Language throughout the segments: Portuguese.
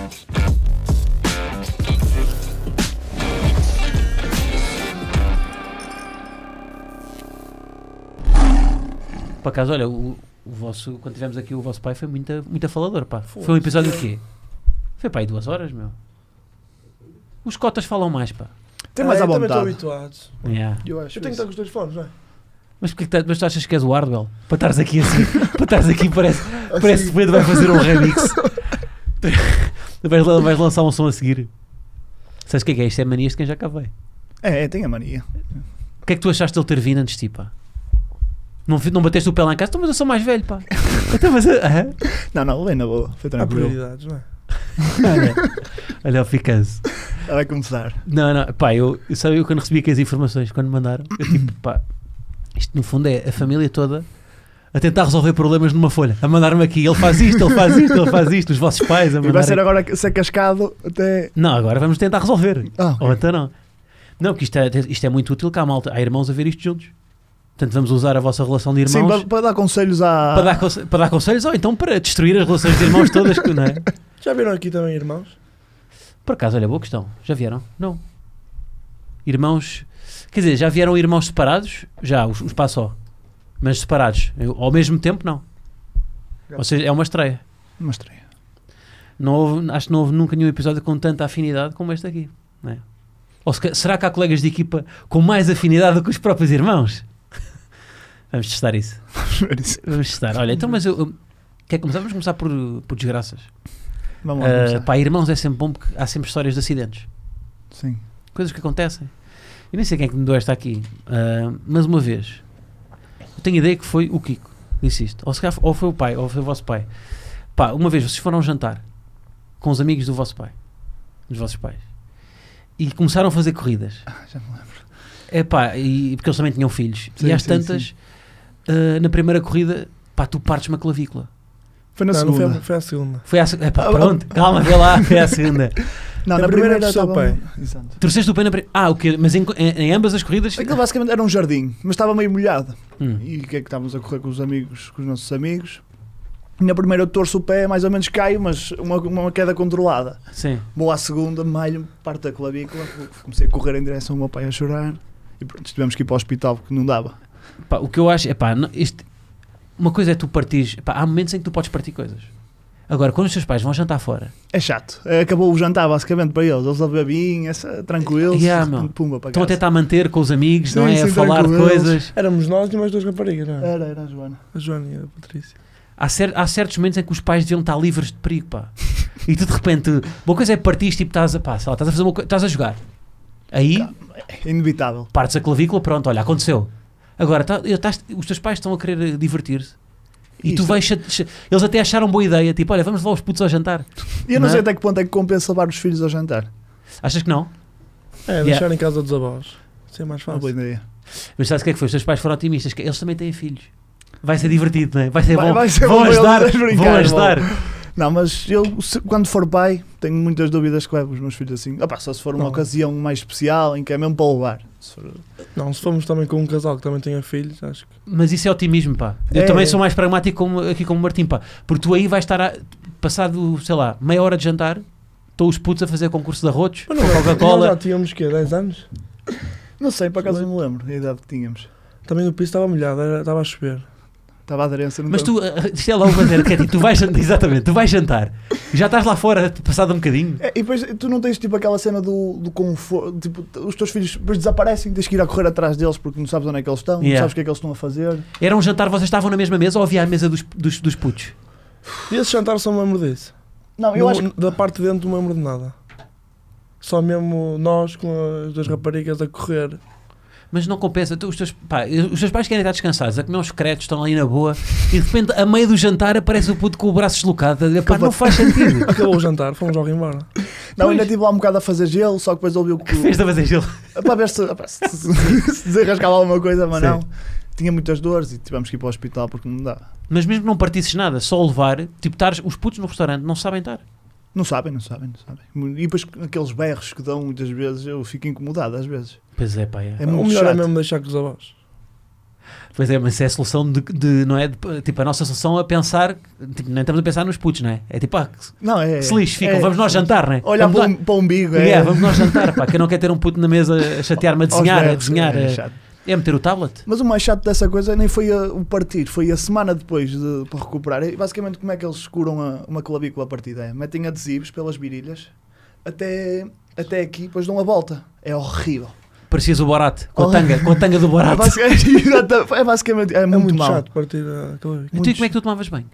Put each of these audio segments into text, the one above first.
Por acaso, olha, o vosso, quando tivemos aqui o vosso pai foi muito falador, pá. Foi um episódio de quê? Foi pá, aí 2 horas, meu. Os cotas falam mais, pá. Tem mais à também estou vontade. habituado. Yeah. Eu acho Eu tenho que isso. estar com os dois fones, não é? Mas, mas tu achas que és o Hardwell? Para estares aqui assim, para estares aqui parece que o Pedro vai fazer um remix. vais lançar um som a seguir. Sabes o que é? Isto é manias de quem já cá veio. Tem a mania. O que é que tu achaste dele ter vindo antes de ti, pá? Não bateste o pé lá em casa? Então, mas eu sou mais velho, pá. Então, mas... Não, bem na boa. Foi Há tranquilo. prioridades, não é? Olha o ficance. Vai começar. Não, pá, eu quando recebi aqui as informações, quando me mandaram, eu tipo, pá, isto no fundo é a família toda a tentar resolver problemas numa folha, a mandar-me aqui, ele faz isto, os vossos pais a E vai mandar. ser agora ser cascado até... Não, agora vamos tentar resolver. Ok. Ou então não. Não, porque isto é muito útil cá, malta. Há irmãos a ver isto juntos. Portanto, vamos usar a vossa relação de irmãos Sim, para dar conselhos à... para dar conselhos, ou então para destruir as relações de irmãos todas, não é? Já viram aqui também irmãos? Por acaso, olha, boa questão. Já vieram? Não. Irmãos... Quer dizer, já vieram irmãos separados? Já, os pá só. Mas separados. Ao mesmo tempo, não. Ou seja, é uma estreia. Uma estreia. Acho que não houve nunca nenhum episódio com tanta afinidade como este aqui. Não é? Ou será que há colegas de equipa com mais afinidade do que os próprios irmãos? Vamos testar isso. Vamos testar. Olha, então, mas quer começar? Vamos começar por desgraças. Vamos lá começar. Pá, irmãos é sempre bom porque há sempre histórias de acidentes. Sim. Coisas que acontecem. Eu nem sei quem é que me deu esta aqui. Mas uma vez, eu tenho ideia que foi o Kiko. Disse isto. Ou foi o pai, ou foi o vosso pai. Pá, uma vez vocês foram jantar com os amigos do vosso pai. Dos vossos pais. E começaram a fazer corridas. Já me lembro. Porque eles também tinham filhos. Sim, e às sim, tantas, na primeira corrida, pá, tu partes uma clavícula. Foi na Não, segunda. não foi a segunda. Foi à segunda. Pronto, calma, vê lá, foi à segunda. Não, Na na primeira primeira torceu o estava... pé. Exato. Torceste o pé na primeira. O quê? Mas em ambas as corridas? Aquilo basicamente era um jardim, mas estava meio molhado. Hum. E o que é que estávamos a correr com os amigos, com os nossos amigos? E na primeira eu torço o pé, mais ou menos caio, mas uma queda controlada. Sim. Vou à segunda, malho, parte da clavícula, comecei a correr em direção ao meu pai a chorar. E pronto, tivemos que ir para o hospital porque não dava. Pá, o que eu acho é pá, uma coisa é tu partires. Pá, há momentos em que tu podes partir coisas. Agora, quando os teus pais vão jantar fora, É chato. Acabou o jantar basicamente para eles. Eles a beber tranquilos, meu. pumba para estão a casa. tentar manter com os amigos, Sim, não é? sim, A falar de tranquilos. coisas. Éramos nós e mais 2 raparigas, não é? Era a Joana. A Joana e a Patrícia. Há certos momentos em que os pais deviam estar livres de perigo, pá. E tu de repente, uma coisa é partires, tipo, estás a fazer uma coisa, estás a jogar. Aí, É inevitável. partes a clavícula, pronto, olha, aconteceu. Agora, os teus pais estão a querer divertir-se. E tu Isso. vais... Eles até acharam boa ideia, tipo, olha, vamos levar os putos ao jantar. E eu não Não sei é? até que ponto é que compensa levar os filhos ao jantar. Achas que não? É, deixar em casa dos avós. Isso é mais Uma boa fácil. ideia. Mas sabes o que é que foi? Os teus pais foram otimistas, que eles também têm filhos. Vai ser divertido, não é? Vai ser bom. Vai ser Vão bom ajudar. eles brincar, Vão ajudar. Não, mas eu, quando for pai, tenho muitas dúvidas que levo os meus filhos assim. Só se for uma Não. ocasião mais especial, em que é mesmo para levar. Se for... Não, se formos também com um casal que também tenha filhos, acho que... Mas isso é otimismo, pá. Eu É, também é. sou mais pragmático aqui como o Martim, pá. Porque tu aí vais estar, passado, sei lá, meia hora de jantar, estão os putos a fazer concurso de arrotos, com Mas não, nós Coca-Cola. já tínhamos, quê, 10 anos? Não sei, por acaso não me lembro a idade que tínhamos. Também o piso estava molhado, estava a chover. Estava a aderência. Mas tu, isto é lá o bandeira, que é tipo, tu vais jantar, exatamente, tu vais jantar, e já estás lá fora, passado um bocadinho. E depois tu não tens tipo aquela cena do conforto, tipo, os teus filhos depois desaparecem, tens que ir a correr atrás deles porque não sabes onde é que eles estão, não Yeah. sabes o que é que eles estão a fazer. Era um jantar, vocês estavam na mesma mesa ou havia a mesa dos putos? E esse jantar só me lembro disso. Não, eu acho que Da parte de dentro não me lembro de nada. Só mesmo nós com as 2 raparigas a correr. Mas não compensa, os teus pais querem estar descansados, a comer uns secretos, estão ali na boa, e de repente, a meio do jantar, aparece o puto com o braço deslocado. Pá, não faz sentido. Acabou o jantar, fomos logo embora. não, ainda estive lá um bocado a fazer gelo, só que depois ele viu que Que fez a fazer gelo? para ver se desenrascava alguma coisa, mas Sim. não. Tinha muitas dores e tivemos que ir para o hospital porque não dava. Mas mesmo que não partisses nada, só levar, tipo, os putos no restaurante não sabem estar. Não sabem. E depois aqueles berros que dão muitas vezes, eu fico incomodado às vezes. Pois é, pá, é. É O muito melhor é chato. mesmo deixar com os avós. Pois é, mas é a solução não é? Tipo, a nossa solução é pensar, tipo, nem estamos a pensar nos putos, não é? É tipo, Não, que se lixe, ficam, vamos nós jantar, não é? Olhar Vamos para o umbigo. vamos nós jantar, pá, que eu não quero ter um puto na mesa a chatear-me a desenhar, chato. é meter o tablet. Mas o mais chato dessa coisa nem foi o partir, foi a semana depois para recuperar. E basicamente, como é que eles curam uma clavícula partida? Metem adesivos pelas virilhas até aqui, depois dão a volta. É horrível. Parecias o Borat, com a tanga do Borat. É basicamente, é muito mau. chato partir a clavícula. E tu, como é que tu tomavas banho?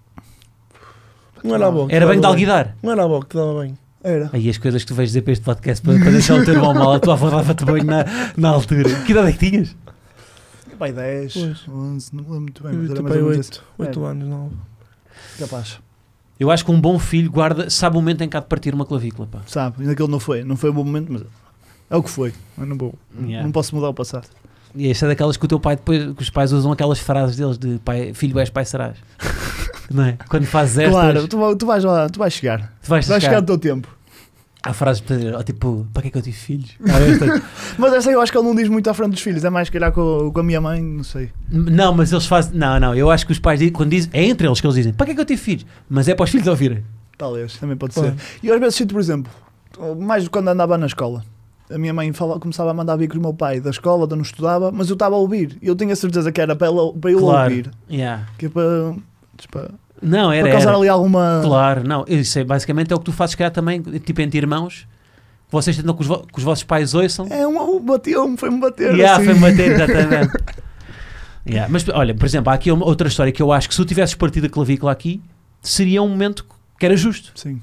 Não era a boca. Era banho de alguidar? Não era a boca que dava bem. Era. Aí as coisas que tu vais dizer para este podcast para deixar o teu irmão mal, a tua avó dava-te banho na altura. Que idade é que tinhas? Pai, 10, Pois. 11, não lembro muito bem. Eu Mas era tive mais ou menos 8 anos, não. capaz. Eu acho que um bom filho sabe o momento em que há de partir uma clavícula, pá. Sabe, ainda aquele não foi um bom momento, mas é o que foi. Eu não posso mudar o passado. E isso é daquelas que o teu pai depois, que os pais usam aquelas frases deles de pai, filho és, pai serás. Não é? Quando fazes estas... Claro, tu vais lá, tu vais chegar. Tu vais chegar no teu tempo. Há frases para dizer, tipo, para que é que eu tive filhos? Mas essa eu acho que ele não diz muito à frente dos filhos, é mais se calhar com a minha mãe, não sei. Não, mas eles fazem... Não, eu acho que os pais, quando dizem, é entre eles que eles dizem, para que é que eu tive filhos? Mas é para os filhos ouvirem. Talvez, também pode ser. E às vezes sinto, por exemplo, mais quando andava na escola, a minha mãe começava a mandar vir com o meu pai da escola, eu não estudava, mas eu estava a ouvir. E eu tinha certeza que era para eu ouvir. Que é para não, para causar ali alguma... Claro, não. Isso é, basicamente é o que tu fazes, se calhar, também, tipo entre irmãos, que vocês tentam que os vossos pais ouçam. Bateu-me, foi-me bater. Foi-me bater, exatamente. Mas, olha, por exemplo, há aqui outra história que eu acho que se tu tivesses partido a clavícula aqui, seria um momento que era justo. Sim.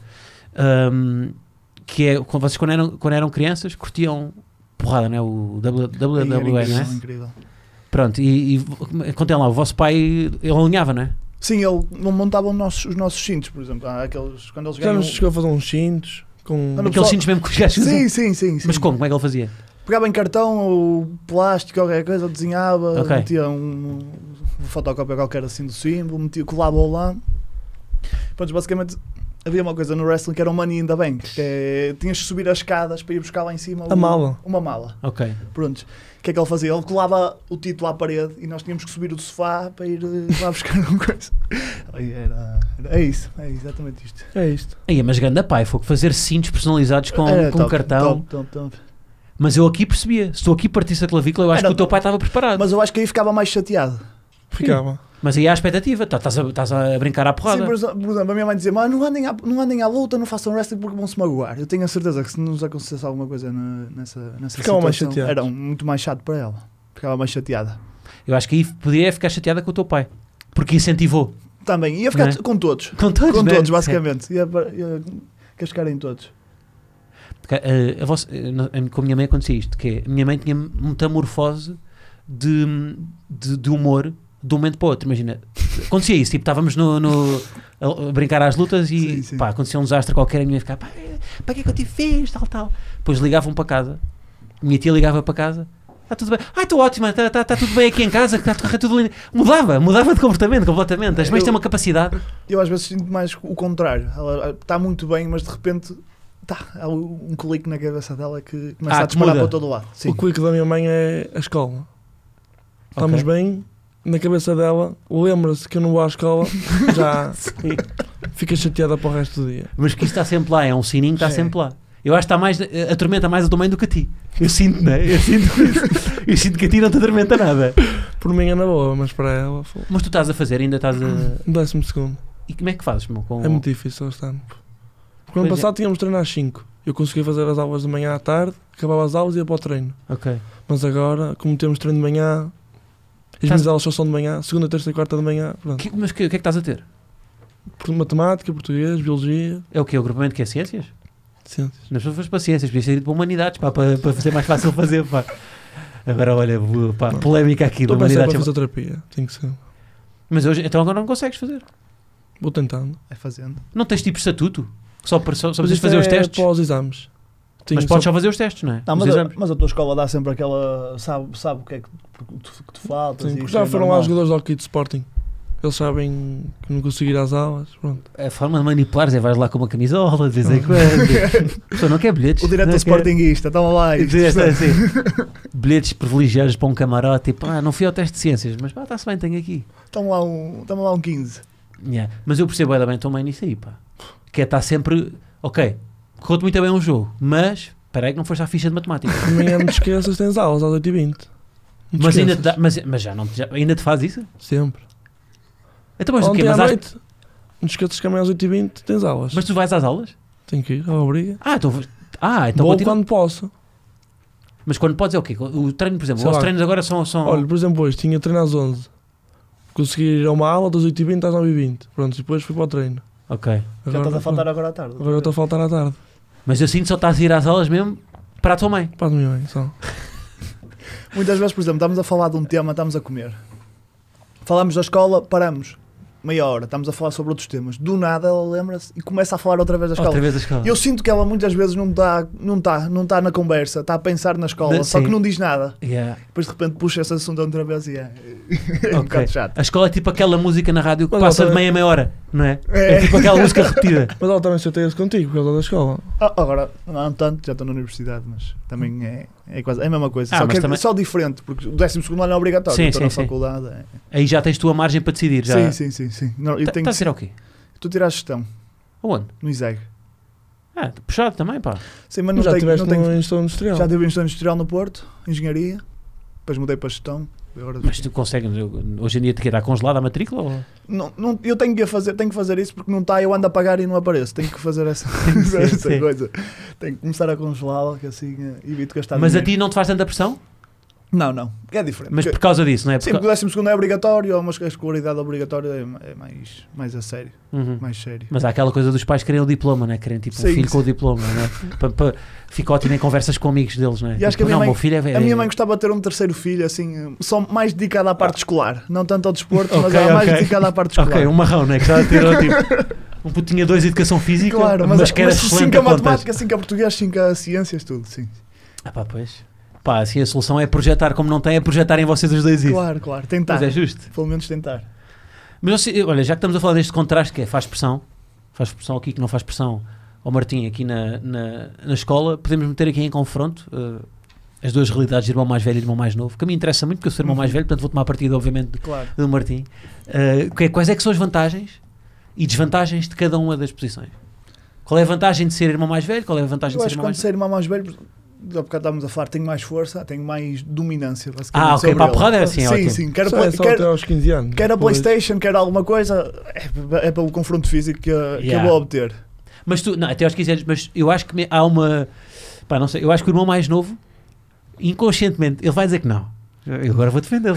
Que é, vocês quando eram crianças, curtiam porrada, não é? O WWE, não é? Incrível. Pronto, e contem lá, o vosso pai, ele alinhava, não é? Sim, ele não montava os nossos cintos, por exemplo. Há aqueles, quando eles Já ganham... nos chegou a fazer uns cintos com... Aqueles cintos mesmo que os gajos usam? Sim. Mas como é que ele fazia? Pegava em cartão ou plástico, qualquer coisa, desenhava, Ok. metia uma fotocópia qualquer assim do símbolo, colava-o lá. Pronto, basicamente havia uma coisa no wrestling que era um money in the bank, que é, tinhas que subir as escadas para ir buscar lá em cima uma mala. Ok. Pronto. O que é que ele fazia? Ele colava o título à parede e nós tínhamos que subir o sofá para ir lá buscar uma coisa. É isso, é exatamente isto. É isto. Aí, mas ganda pai, foi fazer cintos personalizados com top, cartão. Top. Mas eu aqui percebia, se tu aqui partisse a clavícula, eu acho que o teu pai estava preparado. Mas eu acho que aí ficava mais chateado. Ficava. Mas aí há a expectativa, estás a brincar à porrada. Sim, por exemplo, a minha mãe dizia, mas não andem à luta, não façam wrestling porque vão se magoar. Eu tenho a certeza que se nos acontecesse alguma coisa nessa Ficava situação, mais chateado. era muito mais chato para ela. Ficava mais chateada. Eu acho que aí poderia ficar chateada com o teu pai, porque incentivou. Também, ia ficar Não é? com todos. Com todos, Com né? todos, basicamente. Ia cascar em todos. Com a minha mãe acontecia isto, que é, a minha mãe tinha metamorfose de humor de um momento para o outro. Imagina, acontecia isso, tipo, estávamos a brincar às lutas e Sim. pá, acontecia um desastre qualquer e a minha mãe ficava, pá, para que é que eu te fiz, tal. Depois ligavam para casa, minha tia ligava para casa, está tudo bem, estou ótima, está tudo bem aqui em casa, está a correr tudo lindo. Mudava de comportamento completamente. As mães têm uma capacidade. Eu às vezes sinto mais o contrário. Ela está muito bem, mas de repente há um clique na cabeça dela que começa a disparar para todo lado. Sim. O clique da minha mãe é a escola. Estamos bem, na cabeça dela, lembra-se que eu não vou à escola, já fica chateada para o resto do dia. Mas que isso está sempre lá, é um sininho que está sempre lá. Eu acho que está mais, atormenta mais a tua mãe do que a ti. Eu sinto, né? Eu sinto que a ti não te atormenta nada. Por mim é na boa, mas para ela... Mas tu estás a fazer, ainda estás a... 12º. E como é que fazes, meu? É muito difícil este ano. Porque ano passado tínhamos de treinar às 5. Eu conseguia fazer as aulas de manhã à tarde, acabava as aulas e ia para o treino. Ok. Mas agora, como temos treino de manhã, as minhas aulas só são de manhã, segunda, terça e quarta de manhã. Pronto. Mas o que é que estás a ter? Matemática, português, biologia. É o quê? O agrupamento que é ciências? Ciências. É Não só foste para ciências, podias ter ido para humanidades, pá, para ser mais fácil fazer, pá. Agora, olha, pá, polémica aqui da Estou a pensar humanidades. para fisioterapia, tem que ser. Mas hoje, então agora não consegues fazer. Vou tentando. É fazendo. Não tens tipo estatuto? Só precisas Mas fazer os é testes? para os exames. Mas podes só fazer os testes, não é? Não, Os mas, exames. mas a tua escola dá sempre aquela... Sabe o que é que tu faltas. Sim, e já é foram lá normal. os jogadores de hockey de Sporting. Eles sabem que não consigo ir às aulas. Pronto. A forma de manipulares é vais lá com uma camisola, de vez em quando. A pessoa não quer bilhetes. O diretor sportinguista, toma lá. Isto. Assim, bilhetes privilegiados para um camarote, tipo, não fui ao teste de ciências, mas está-se bem, tenho aqui. Toma lá um 15. Yeah. Mas eu percebo ainda bem também nisso aí, pá. Que é estar sempre, ok, correu-te muito bem um jogo, mas, espera aí que não foste à ficha de matemática. Amanhã não te esqueças, tens aulas às 8h20. Mas ainda ainda te faz isso? Sempre. Então, mas o quê? Ontem Mas, à noite, não te esqueças que amanhã às 8h20 tens aulas. mas tu vais às aulas? Tenho que ir, à obriga. Então Vou continua. quando posso. Mas quando podes é o quê? O treino, por exemplo, Sei os lá. treinos agora são... Olha, por exemplo, hoje tinha treino às 11. Consegui ir a uma aula das 8h20 às 9h20. Pronto, e depois fui para o treino. Ok. Já estás a faltar agora à tarde. Agora eu estou a faltar à tarde. Mas eu sinto que só estás a ir às aulas mesmo para a tua mãe. Para a minha mãe, só. Muitas vezes, por exemplo, estamos a falar de um tema, estamos a comer. Falamos da escola, paramos. Meia hora, estamos a falar sobre outros temas. Do nada ela lembra-se e começa a falar outra vez da escola. Outra vez a escola. Eu sinto que ela muitas vezes não está na conversa, está a pensar na escola, só Sim. que não diz nada. Yeah. Depois de repente puxa esse assunto outra vez e é um Ok. bocado chato. A escola é tipo aquela música na rádio que Mas passa ela de meia hora, não é? É tipo aquela música repetida. Mas ela também chateia-se contigo por causa da escola. Agora, não tanto, já estou na universidade, mas também é quase é a mesma coisa. Mas também... só diferente, porque o 12º ano é obrigatório, Sim, estou sim, na sim. faculdade. Aí já tens tu a margem para decidir. Já... Sim. Não, eu Estás tenho a tirar o quê? Tu tiras gestão Aonde? no ISEG. Puxado também, pá. Sim, mas não já tenho, estiveste não tenho, no Instituto Industrial. já tive Instituto Industrial no Porto, Engenharia, depois mudei para gestão. Agora, Mas tu consegues, hoje em dia te quer dar congelada a matrícula? Ou... não, eu tenho que fazer isso porque não está, eu ando a pagar e não apareço. Tenho que fazer essa sim. coisa. Tenho que começar a congelá-la, que assim evito gastar Mas dinheiro. a ti não te faz tanta pressão? Não, é diferente. Mas por causa disso, não é? Sim, porque o 12º é obrigatório, mas a escolaridade obrigatória é mais a sério, Uhum. mais sério. Mas há aquela coisa dos pais querem o diploma, não é? Querem tipo um Sim, filho sim. com o diploma, não é? Fica ótimo em conversas com amigos deles, não é? E acho que Tipo, a minha mãe- meu filho é... A minha mãe gostava de ter um terceiro filho, assim, só mais dedicado à parte escolar, não tanto ao desporto, mas Ok, ela mais ok. dedicada à parte escolar. Ok, um marrão, não é? Que já ter tipo... Um putinha 2 de educação física, Claro, mas que era excelente 5 a a contas. matemática, 5 a português, 5 a ciências, tudo, sim. Pois. Pá, assim a solução é projetar como não tem, é projetar em vocês os dois isso. Claro, tentar. Mas é justo. Pelo menos tentar. Mas olha, já que estamos a falar deste contraste que é faz pressão aqui que não faz pressão ao Martim aqui na escola, podemos meter aqui em confronto as duas realidades de irmão mais velho e irmão mais novo, que a mim interessa muito porque eu sou irmão mais velho, portanto vou tomar partida obviamente Claro. do Martim. Quais é que são as vantagens e desvantagens de cada uma das posições? Qual é a vantagem de ser irmão mais velho? Qual é a vantagem Eu de acho ser que irmão quando mais ser irmão mais velho, há bocado estávamos a falar, tenho mais força, tenho mais dominância, basicamente. Ah, ok, sobre para a ele. porrada é assim, sim, ótimo. sim, Só é só até aos 15 anos. quer a Depois- Playstation, quer alguma coisa, é pelo confronto físico que eu vou obter. Mas tu, não, até aos 15 anos, mas eu acho que há uma... Pá, não sei, eu acho que o irmão mais novo, inconscientemente, ele vai dizer que não. Eu agora vou defender,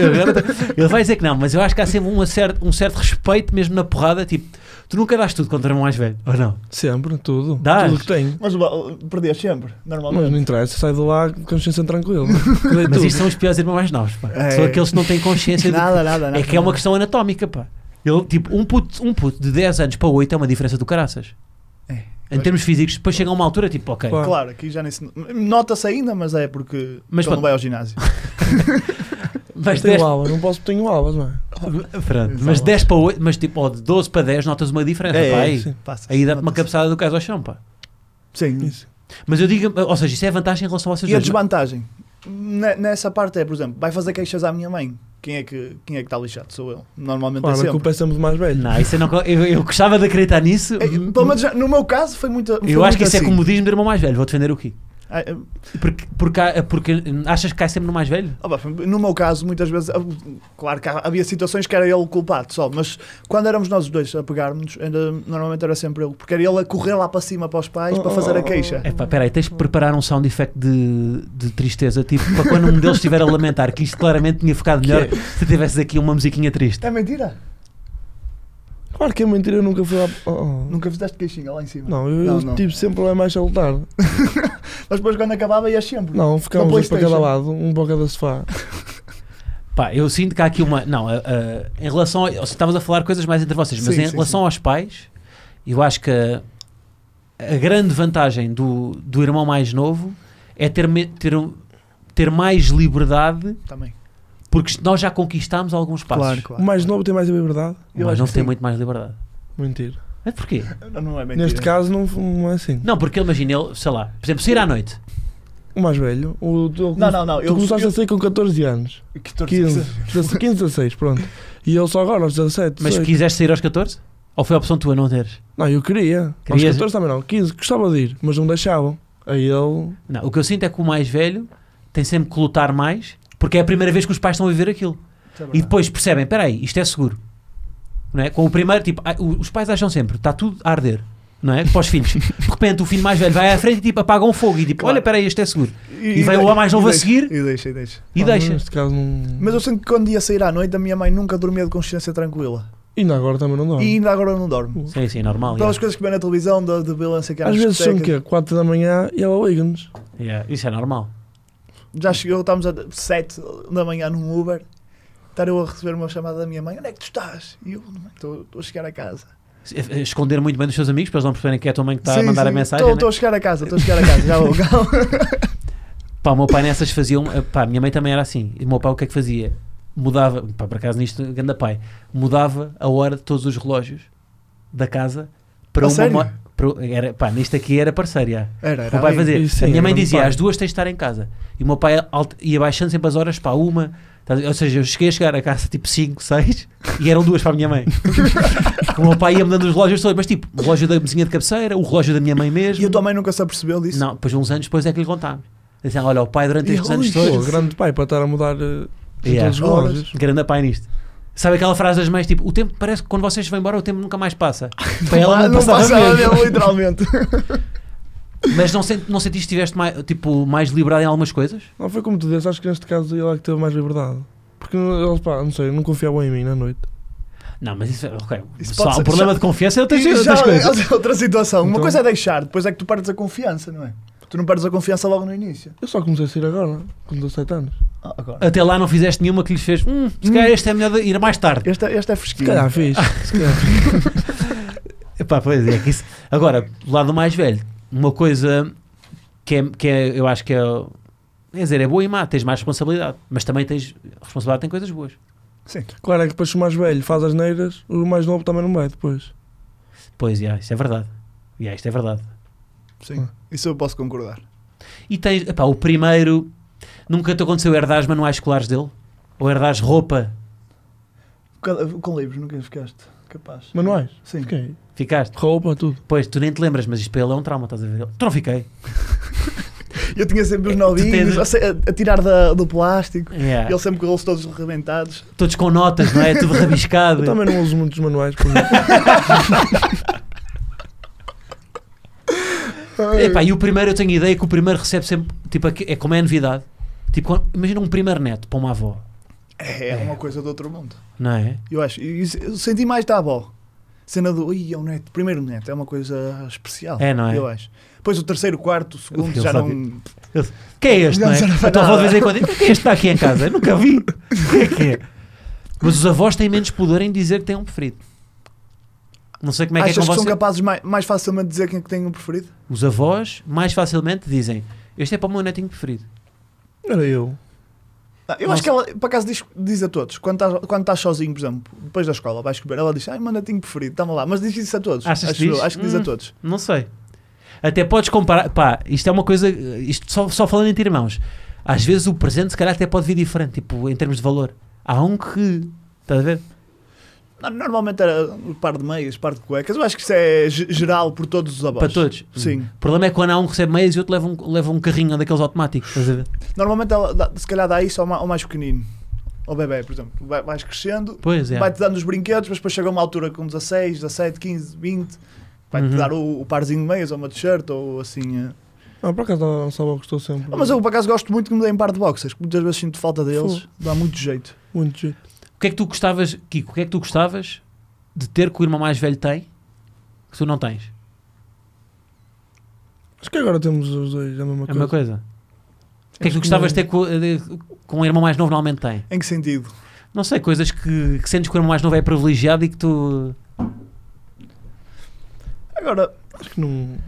ele vai dizer que não, mas eu acho que há sempre um certo respeito mesmo na porrada, tipo, tu nunca dás tudo contra o irmão mais velho, ou não? Sempre, tudo. Dás? Tudo que tenho. Mas perdias sempre, normalmente. Mas não interessa, sai de lá com consciência tranquila. Mas isto são os piores irmãos mais novos, pá. É. São aqueles que não têm consciência de... Nada. É que é uma questão anatómica, pá. Ele, tipo, um puto de 10 anos para 8 é uma diferença do caraças. É. Em termos físicos, depois chega a uma altura, tipo, ok. Claro. Claro, aqui já nem se... Nota-se ainda, mas é porque Mas ele não pronto. vai ao ginásio. Mas Tenho 10, aulas, não posso, tenho aulas, não é? pronto, mas 10 para 8, mas tipo, ó, de 12 para 10 notas uma diferença, pá. Aí, sim. Passa-se, aí dá-te uma nota-se. cabeçada do caso ao chão, pá. Sim. Isso. Mas eu digo, ou seja, isso é vantagem em relação a vocês E a dois. desvantagem? Nessa parte é, por exemplo, vai fazer queixas à minha mãe. Quem é que está lixado? Sou eu. Normalmente Claro, é a sempre. culpa é sempre do mais velho. Não, isso eu gostava de acreditar nisso. Pelo menos no meu caso foi muito. Eu acho que isso assim. é comodismo do irmão mais velho. Vou defender o quê? Ah, Porque achas que cai sempre no mais velho? no meu caso, muitas vezes, claro que havia situações que era ele o culpado só, mas quando éramos nós os dois a pegarmos, normalmente era sempre ele, porque era ele a correr lá para cima para os pais para fazer a queixa. É pá, peraí, tens de preparar um sound effect de tristeza, tipo, para quando um deles estiver a lamentar, que isto claramente tinha ficado melhor se tivesses aqui uma musiquinha triste. É mentira? Claro que é mentira, eu nunca fui lá. Nunca fizeste queixinha lá em cima? Não, eu tive sempre lá mais salutar. Mas depois quando acabava ias sempre? Não, ficámos Na dois para cada PlayStation. lado, um para cada sofá. Pá, eu sinto que há aqui uma... Não, em relação a... Estavas a falar coisas mais entre vocês, mas Sim, em sim, relação aos pais, eu acho que a grande vantagem do irmão mais novo é ter mais liberdade, Também. Porque nós já conquistámos alguns passos. Claro, O claro. mais novo tem mais liberdade? O Eu mais acho novo que tem sim. muito mais liberdade. Mentira. É porquê? Não é mentira. Neste caso não é assim. Não, porque ele, imagina, ele, sei lá, por exemplo, sair à noite. O mais velho, Não. Tu começaste a sair com 14 anos. 15, 16, pronto. E ele só agora aos 17. Mas 18. quiseste sair aos 14? Ou foi a opção tua não teres? Não, eu queria. Querias? Aos 14 também não. 15, gostava de ir, mas não deixavam. Aí ele. Não, o que eu sinto é que o mais velho tem sempre que lutar mais, porque é a primeira vez que os pais estão a viver aquilo. E depois percebem, espera aí, isto é seguro. Não é? Com o primeiro, tipo, os pais acham sempre, está tudo a arder. Não é? Para os filhos. De repente o filho mais velho vai à frente e tipo, apaga um fogo e tipo, Claro. olha, espera aí, isto é seguro. E vem o mais novo a seguir E deixa. e deixa. Neste caso não. Mas eu sinto que quando ia sair à noite, a minha mãe nunca dormia de consciência tranquila. E ainda agora também não dá. E ainda agora não dorme. Sim, sim, normal. Pelas coisas que vê na televisão, de violência que há Às nas vezes são o discotecas. quê? 4 da manhã e ela liga-nos. Isso é normal. Já chegou, estamos a 7 da manhã num Uber. Estar eu a receber uma chamada da minha mãe. Onde é que tu estás? E eu, estou a chegar a casa. Esconder muito bem dos seus amigos para eles não perceberem que é a tua mãe que está a mandar a mensagem. Estou a chegar a casa, já vou. Calma. Pá, o meu pai nessas faziam. Pá, a minha mãe também era assim. E o meu pai o que é que fazia? Mudava, pá, por acaso nisto, ganda pai, mudava a hora de todos os relógios da casa para A uma. sério? Era, pá, nisto aqui era parceiro, já. Era. O meu pai fazia. Isso sim, A minha mãe era um dizia: pai. às 2 tens de estar em casa. E o meu pai ia baixando sempre as horas para uma. Ou seja, eu cheguei a chegar a casa tipo 5, 6 e eram 2 para a minha mãe. O meu pai ia-me dando os relógios todos, mas tipo, o relógio da mesinha de cabeceira, o relógio da minha mãe mesmo. E a tua mãe nunca se apercebeu disso? Não, depois uns anos depois é que lhe contámos. Dizem, olha, o pai durante estes anos Pô, todos. grande pai para estar a mudar Yeah. todos os relógios. Grande pai nisto. Sabe aquela frase das mães, tipo, o tempo parece que quando vocês vão embora o tempo nunca mais passa. Para ela não passava mesmo. mesmo, literalmente. Mas não sentiste que estiveste mais, tipo, mais liberado em algumas coisas? Não foi como tu disse, acho que neste caso ele é que teve mais liberdade. Porque eles, pá, não sei, não confiavam em mim na noite. Não, mas isso é ok. Isso Só pode o ser- problema já- de confiança é outras E já coisas. é outra situação. Uma Então- coisa é deixar, depois é que tu perdes a confiança, não é? Tu não perdes a confiança logo no início. Eu só comecei a sair agora, com 17 anos. Agora. Até lá não fizeste nenhuma que lhes fez. Se calhar este é melhor de ir mais tarde. Este é Se fresquinho. calhar fiz. Se calhar. Epá, pois é, que isso. Agora, do lado mais velho, uma coisa que é, eu acho que é. Quer dizer, é boa e má, tens mais responsabilidade. Mas também tens. A responsabilidade tem coisas boas. Sim. Claro é que depois se o mais velho faz as neiras, o mais novo também não vai depois. Pois, isso é verdade. Isto é verdade. Sim. Isso eu posso concordar. E tens, epá, o primeiro. Nunca te aconteceu herdares manuais escolares dele? Ou herdares roupa? Com livros, nunca ficaste capaz. Manuais? Sim. Fiquei. Ficaste? Roupa, tudo. Pois, tu nem te lembras, mas isto para ele é um trauma, estás a ver? Tu não fiquei. Eu tinha sempre os Tu novinhos tens- a tirar do plástico. Yeah. E ele sempre com eles todos rebentados. Todos com notas, não é? Tudo rabiscado. Eu também não uso muitos manuais. Por exemplo. Epá, e o primeiro, eu tenho ideia que o primeiro recebe sempre, tipo, é como é novidade. Tipo, imagina um primeiro neto para uma avó, É uma coisa do outro mundo. não é? Eu acho. Eu senti mais da avó. Cena do. Ih, é o neto. Primeiro neto. É uma coisa especial. É, não é? Eu acho. Depois o terceiro, quarto, o segundo Eu já só não. Quem é este, não é? Não serve para A tua avó de nada. vez em quando diz, quem é este que está aqui em casa? Eu nunca vi. Quem é que é? Mas os avós têm menos pudor em dizer que têm um preferido. Não sei como é que Achas é que com são você. capazes mais facilmente de dizer quem é que tem um preferido? Os avós mais facilmente dizem, este é para o meu netinho preferido. Era eu. Eu acho que ela, por acaso, diz a todos. Quando estás sozinho, por exemplo, depois da escola, vais comer, ela diz, ai, meu netinho preferido, toma lá. Mas diz isso a todos. Achas que Acho eu, diz? acho que diz a todos. Não sei. Até podes comparar, pá, isto é uma coisa, isto só falando entre irmãos. Às vezes o presente se calhar até pode vir diferente, tipo, em termos de valor. Há um que, estás a ver? Normalmente era um par de meias, par de cuecas. Eu acho que isso é geral por todos os avós. Para todos. Sim. O problema é quando há um que recebe meias e outro leva um carrinho daqueles automáticos, estás a ver? Normalmente ela se calhar dá isso ao mais pequenino. Ao bebê, por exemplo. Vais crescendo, Pois é. vai-te dando os brinquedos, mas depois chega uma altura com 16, 17, 15, 20, vai-te Uhum. dar o parzinho de meias ou uma t-shirt ou assim. Ah, por acaso a nossa avó gostou sempre. Mas eu por acaso gosto muito que me deem par de boxers, que muitas vezes sinto falta deles, dá muito jeito. Muito jeito. O que é que tu gostavas, Kiko, o que é que tu gostavas de ter que o irmão mais velho tem que tu não tens? Acho que agora temos os dois a mesma É coisa. a mesma coisa. O que é que tu Acho que gostavas de não. ter com o irmão mais novo normalmente tem? Em que sentido? Não sei, coisas que sentes que o irmão mais novo é privilegiado e que tu... Agora, Acho que não.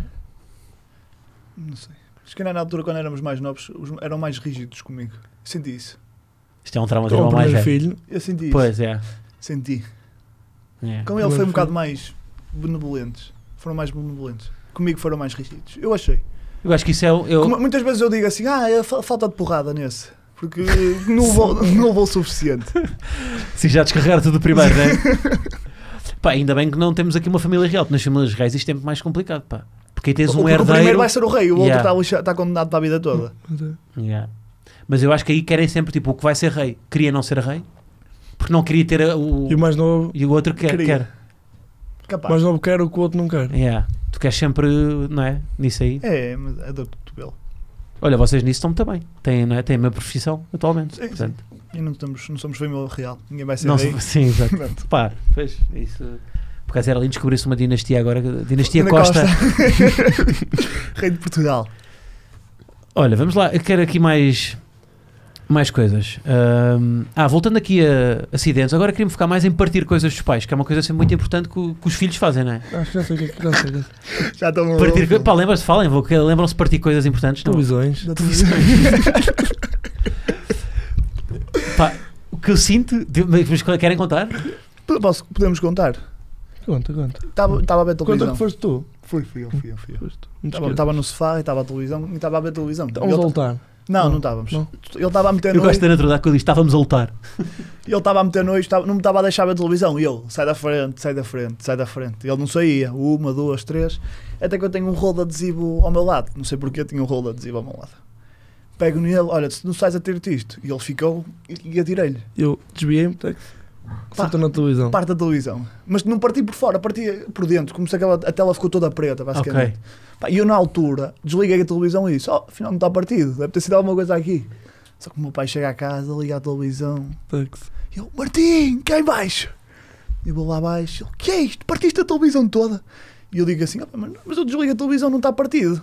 não sei. Acho que na altura, quando éramos mais novos, eram mais rígidos comigo. Senti isso. Isto é um trauma de Com o irmão mais velho. primeiro filho. Eu senti isso. Pois é. Senti. É. Com ele foi um bocado mais benevolentes. Foram mais benevolentes. Comigo foram mais rígidos. Eu achei. Eu acho que isso é. Muitas vezes eu digo assim, falta de porrada nesse. Porque não levou o suficiente. Se já descarregar tudo primeiro, não é? Pá, ainda bem que não temos aqui uma família real, porque nas famílias reais isto é muito mais complicado, pá. Porque aí tens um herdeiro. O primeiro vai ser o rei, o outro Yeah. está condenado para a vida toda. Yeah. Mas eu acho que aí querem sempre, tipo, o que vai ser rei queria não ser rei, porque não queria ter o. E o mais novo, E o outro quer. Queria. o Capaz. mais novo quer o que o outro não quer. Yeah. Tu queres sempre, não é? Nisso aí. É, mas é dor de cotovelo. Olha, vocês nisso estão muito bem. Têm, não é? Têm a mesma profissão atualmente. Sim, Portanto, E não somos família real. Ninguém vai ser não rei. sim, exato. Pronto. Pá, pois, isso. Por acaso era lindo descobrir-se uma dinastia agora, dinastia Na Costa. Rei de Portugal. Olha, vamos lá, eu quero aqui mais coisas. Voltando aqui a acidentes, agora queria-me focar mais em partir coisas dos pais, que é uma coisa sempre muito importante que os filhos fazem, não é? Acho que já sei o que é que já sei. Já estão Partir, pá, lembram-se, falem, lembram-se de partir coisas importantes? Não? Televisões. Pá, o que eu sinto, mas querem contar? Podemos contar. Conta. Estava a ver Conta televisão. que foste tu. Fui eu. Foste tu. Não te esqueças. Estava no sofá e estava a televisão e estava a ver televisão. Vamos voltar. Não estávamos. Não. Ele estava a meter Eu gosto noite. da naturalidade que eu disse, estávamos a lutar. Ele estava a meter noite, não me estava a deixar ver televisão. E eu, sai da frente. Ele não saía. 1, 2, 3. Até que eu tenho um rolo de adesivo ao meu lado. Não sei porque eu tinha um rolo de adesivo ao meu lado. Pego nele, olha, se não sais a ter-te isto. E ele ficou e atirei-lhe. Eu desviei-me, sentou na televisão. Parte da televisão. Mas não parti por fora, parti por dentro. Como se a tela ficou toda preta, basicamente. Ok. Pá, e eu na altura desliguei a televisão e disse, afinal não está partido, deve ter sido alguma coisa aqui. Só que o meu pai chega a casa, liga a televisão. E eu, Martim, cá em baixo. E eu vou lá abaixo. Ele, que é isto? Partiste a televisão toda? E eu digo assim, mas eu desliguei a televisão, não está partido.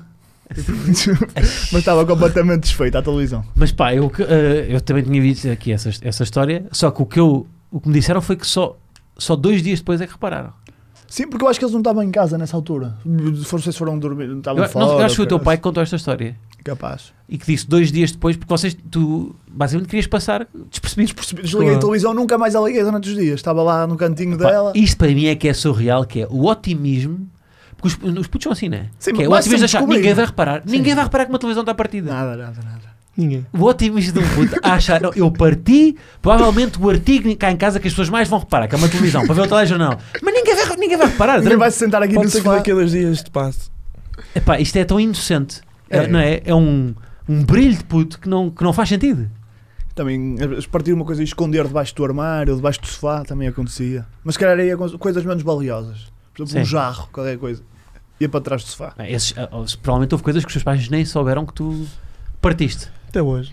Mas estava completamente desfeita a televisão. Mas pá, eu também tinha visto aqui essa história, só que o que me disseram foi que só 2 dias depois é que repararam. Sim, porque eu acho que eles não estavam em casa nessa altura. Não sei se foram dormir, não estavam Eu fora. acho que foi o teu pai que contou esta história. Capaz. E que disse 2 dias depois, porque tu basicamente querias passar despercebido. Desliguei a televisão, nunca mais a liguei durante os dias. Estava lá no cantinho dela. Isto para mim é que é surreal, que é o otimismo. Porque os putos são assim, não é? Sim, Que é o mas otimismo de sempre achar, comigo. ninguém vai reparar. Sim. Ninguém vai reparar que uma televisão está partida. Nada. Ninguém. O otimismo de um puto a achar, não, eu parti, provavelmente o artigo cá em casa que as pessoas mais vão reparar, que é uma televisão, para ver o telejornal. Mas ninguém vai reparar. Ninguém vai se sentar aqui Pode no ser que sofá. daqui a 2 dias te passe. Epá, isto é tão inocente. É. Não é? É um brilho de puto que não faz sentido. Também partir uma coisa e esconder debaixo do armário ou debaixo do sofá também acontecia. Mas se calhar ia coisas menos valiosas. Por exemplo, um Sim. jarro, qualquer coisa. Ia para trás do sofá. Provavelmente houve coisas que os seus pais nem souberam que tu partiste. Até hoje.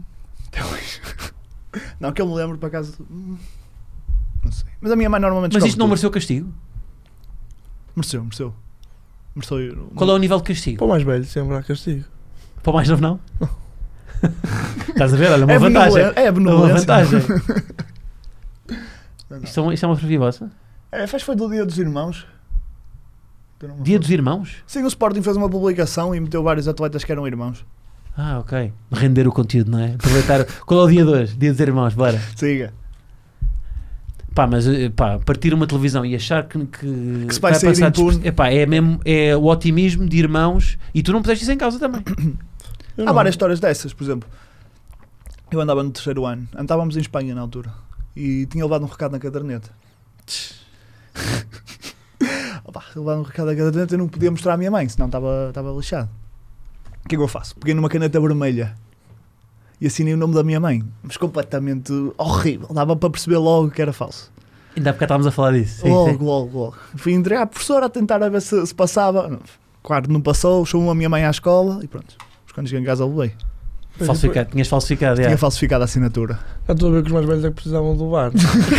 Não, que eu me lembro para casa. Não sei. Mas a minha mãe normalmente. Mas descobre isto não tudo. mereceu castigo? Mereceu. Qual é o nível de castigo? Para o mais velho sempre há castigo. Para o mais novo não? Estás a ver? Olha, uma É vantagem. benevolência. É Uma benevolência. vantagem. Não. Isto é uma fervia vossa? Foi do Dia dos Irmãos. Dia dos Irmãos? Sim, o Sporting fez uma publicação e meteu vários atletas que eram irmãos. Ah, ok. Render o conteúdo, não é? Aproveitar. Qual é o dia de hoje? Dia dos Irmãos, bora. Siga. Pá, mas partir uma televisão e achar que se vai sair impune. É o otimismo de irmãos e tu não puseste isso em causa também. Há várias histórias dessas, por exemplo. Eu andava no 3º ano, andávamos em Espanha na altura e tinha levado um recado na caderneta. Levado um recado na caderneta eu não podia mostrar à minha mãe, senão estava lixado. O que é que eu faço? Peguei numa caneta vermelha e assinei o nome da minha mãe, mas completamente horrível, dava para perceber logo que era falso. Ainda há bocado estávamos a falar disso. Sim, sim. Logo. Fui entregar à professora a tentar a ver se passava. Não, claro, não passou, chamou a minha mãe à escola e pronto. Mas quando cheguei em casa levei. Falsificado, tinhas falsificado. Tinha falsificado a assinatura. Já estou a ver que os mais velhos é que precisavam de levar.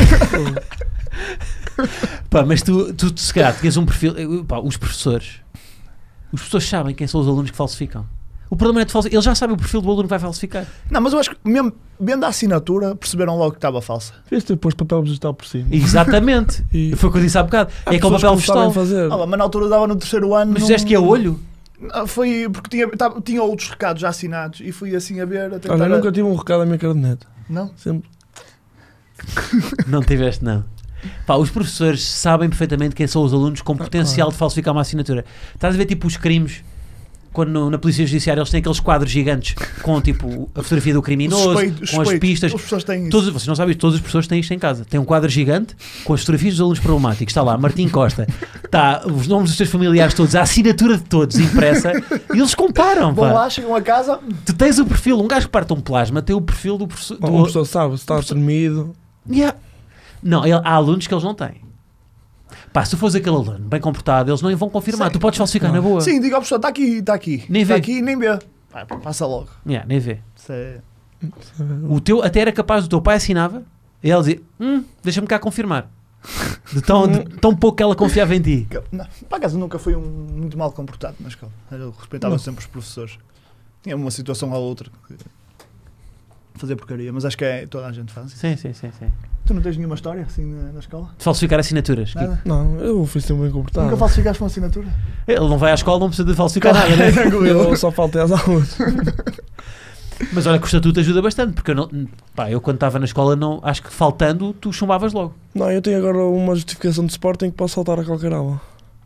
Pá, mas tu se calhar tinhas um perfil. Pá, os professores sabem quem são os alunos que falsificam. O problema é de falsificar. Eles já sabem o perfil do aluno que vai falsificar. Não, mas eu acho que mesmo vendo a assinatura perceberam logo que estava falsa. Devias ter posto papel vegetal por cima. Exatamente. E Foi o que eu disse há bocado. há É com o pessoas papel que não sabem vegetal. fazer. Mas na altura eu dava no 3º ano. Mas disseste que é olho? Foi porque tinha outros recados já assinados e fui assim a ver. A tentar Olha, eu nunca tive um recado na minha caderneta. Não? Sempre. Não tiveste, não. Pá, os professores sabem perfeitamente quem são os alunos com potencial de falsificar uma assinatura. Estás a ver tipo os crimes, quando na Polícia Judiciária eles têm aqueles quadros gigantes com tipo a fotografia do criminoso, com as pistas. As pessoas têm isso. Vocês não sabem, todas as pessoas têm isto em casa. Tem um quadro gigante com as fotografias dos alunos problemáticos. Está lá Martim Costa, está os nomes dos teus familiares todos, a assinatura de todos impressa e eles comparam. Vão Pá. lá, chegam a casa. Tu tens o perfil, um gajo que parte um plasma tem o perfil do professor. Uma pessoa sabe se está tremido. Yeah. Não, há alunos que eles não têm. Pá, se tu fores aquele aluno bem comportado, eles não vão confirmar. Sim. Tu podes falsificar na boa. Sim, diga ao professor, está aqui. Nem Está vê. aqui, nem vê. Passa logo. Yeah, nem vê. Isso é... O teu, até era capaz, o teu pai assinava e ele dizia: deixa-me cá confirmar. De tão pouco que ela confiava em ti. Não, por acaso nunca fui muito mal comportado na escola. Eu respeitava sempre os professores. Tinha uma situação ou outra que fazer porcaria, mas acho que toda a gente faz. Sim. Tu não tens nenhuma história assim na escola? De falsificar assinaturas. Nada? Não, eu fui sempre bem comportado. Nunca falsificaste uma assinatura? Ele não vai à escola, não precisa de falsificar nada, né? Eu só faltei às aulas. Mas olha que o estatuto ajuda bastante, porque eu quando estava na escola, acho que faltando, tu chumbavas logo. Não, eu tenho agora uma justificação de Sporting que posso saltar a qualquer aula.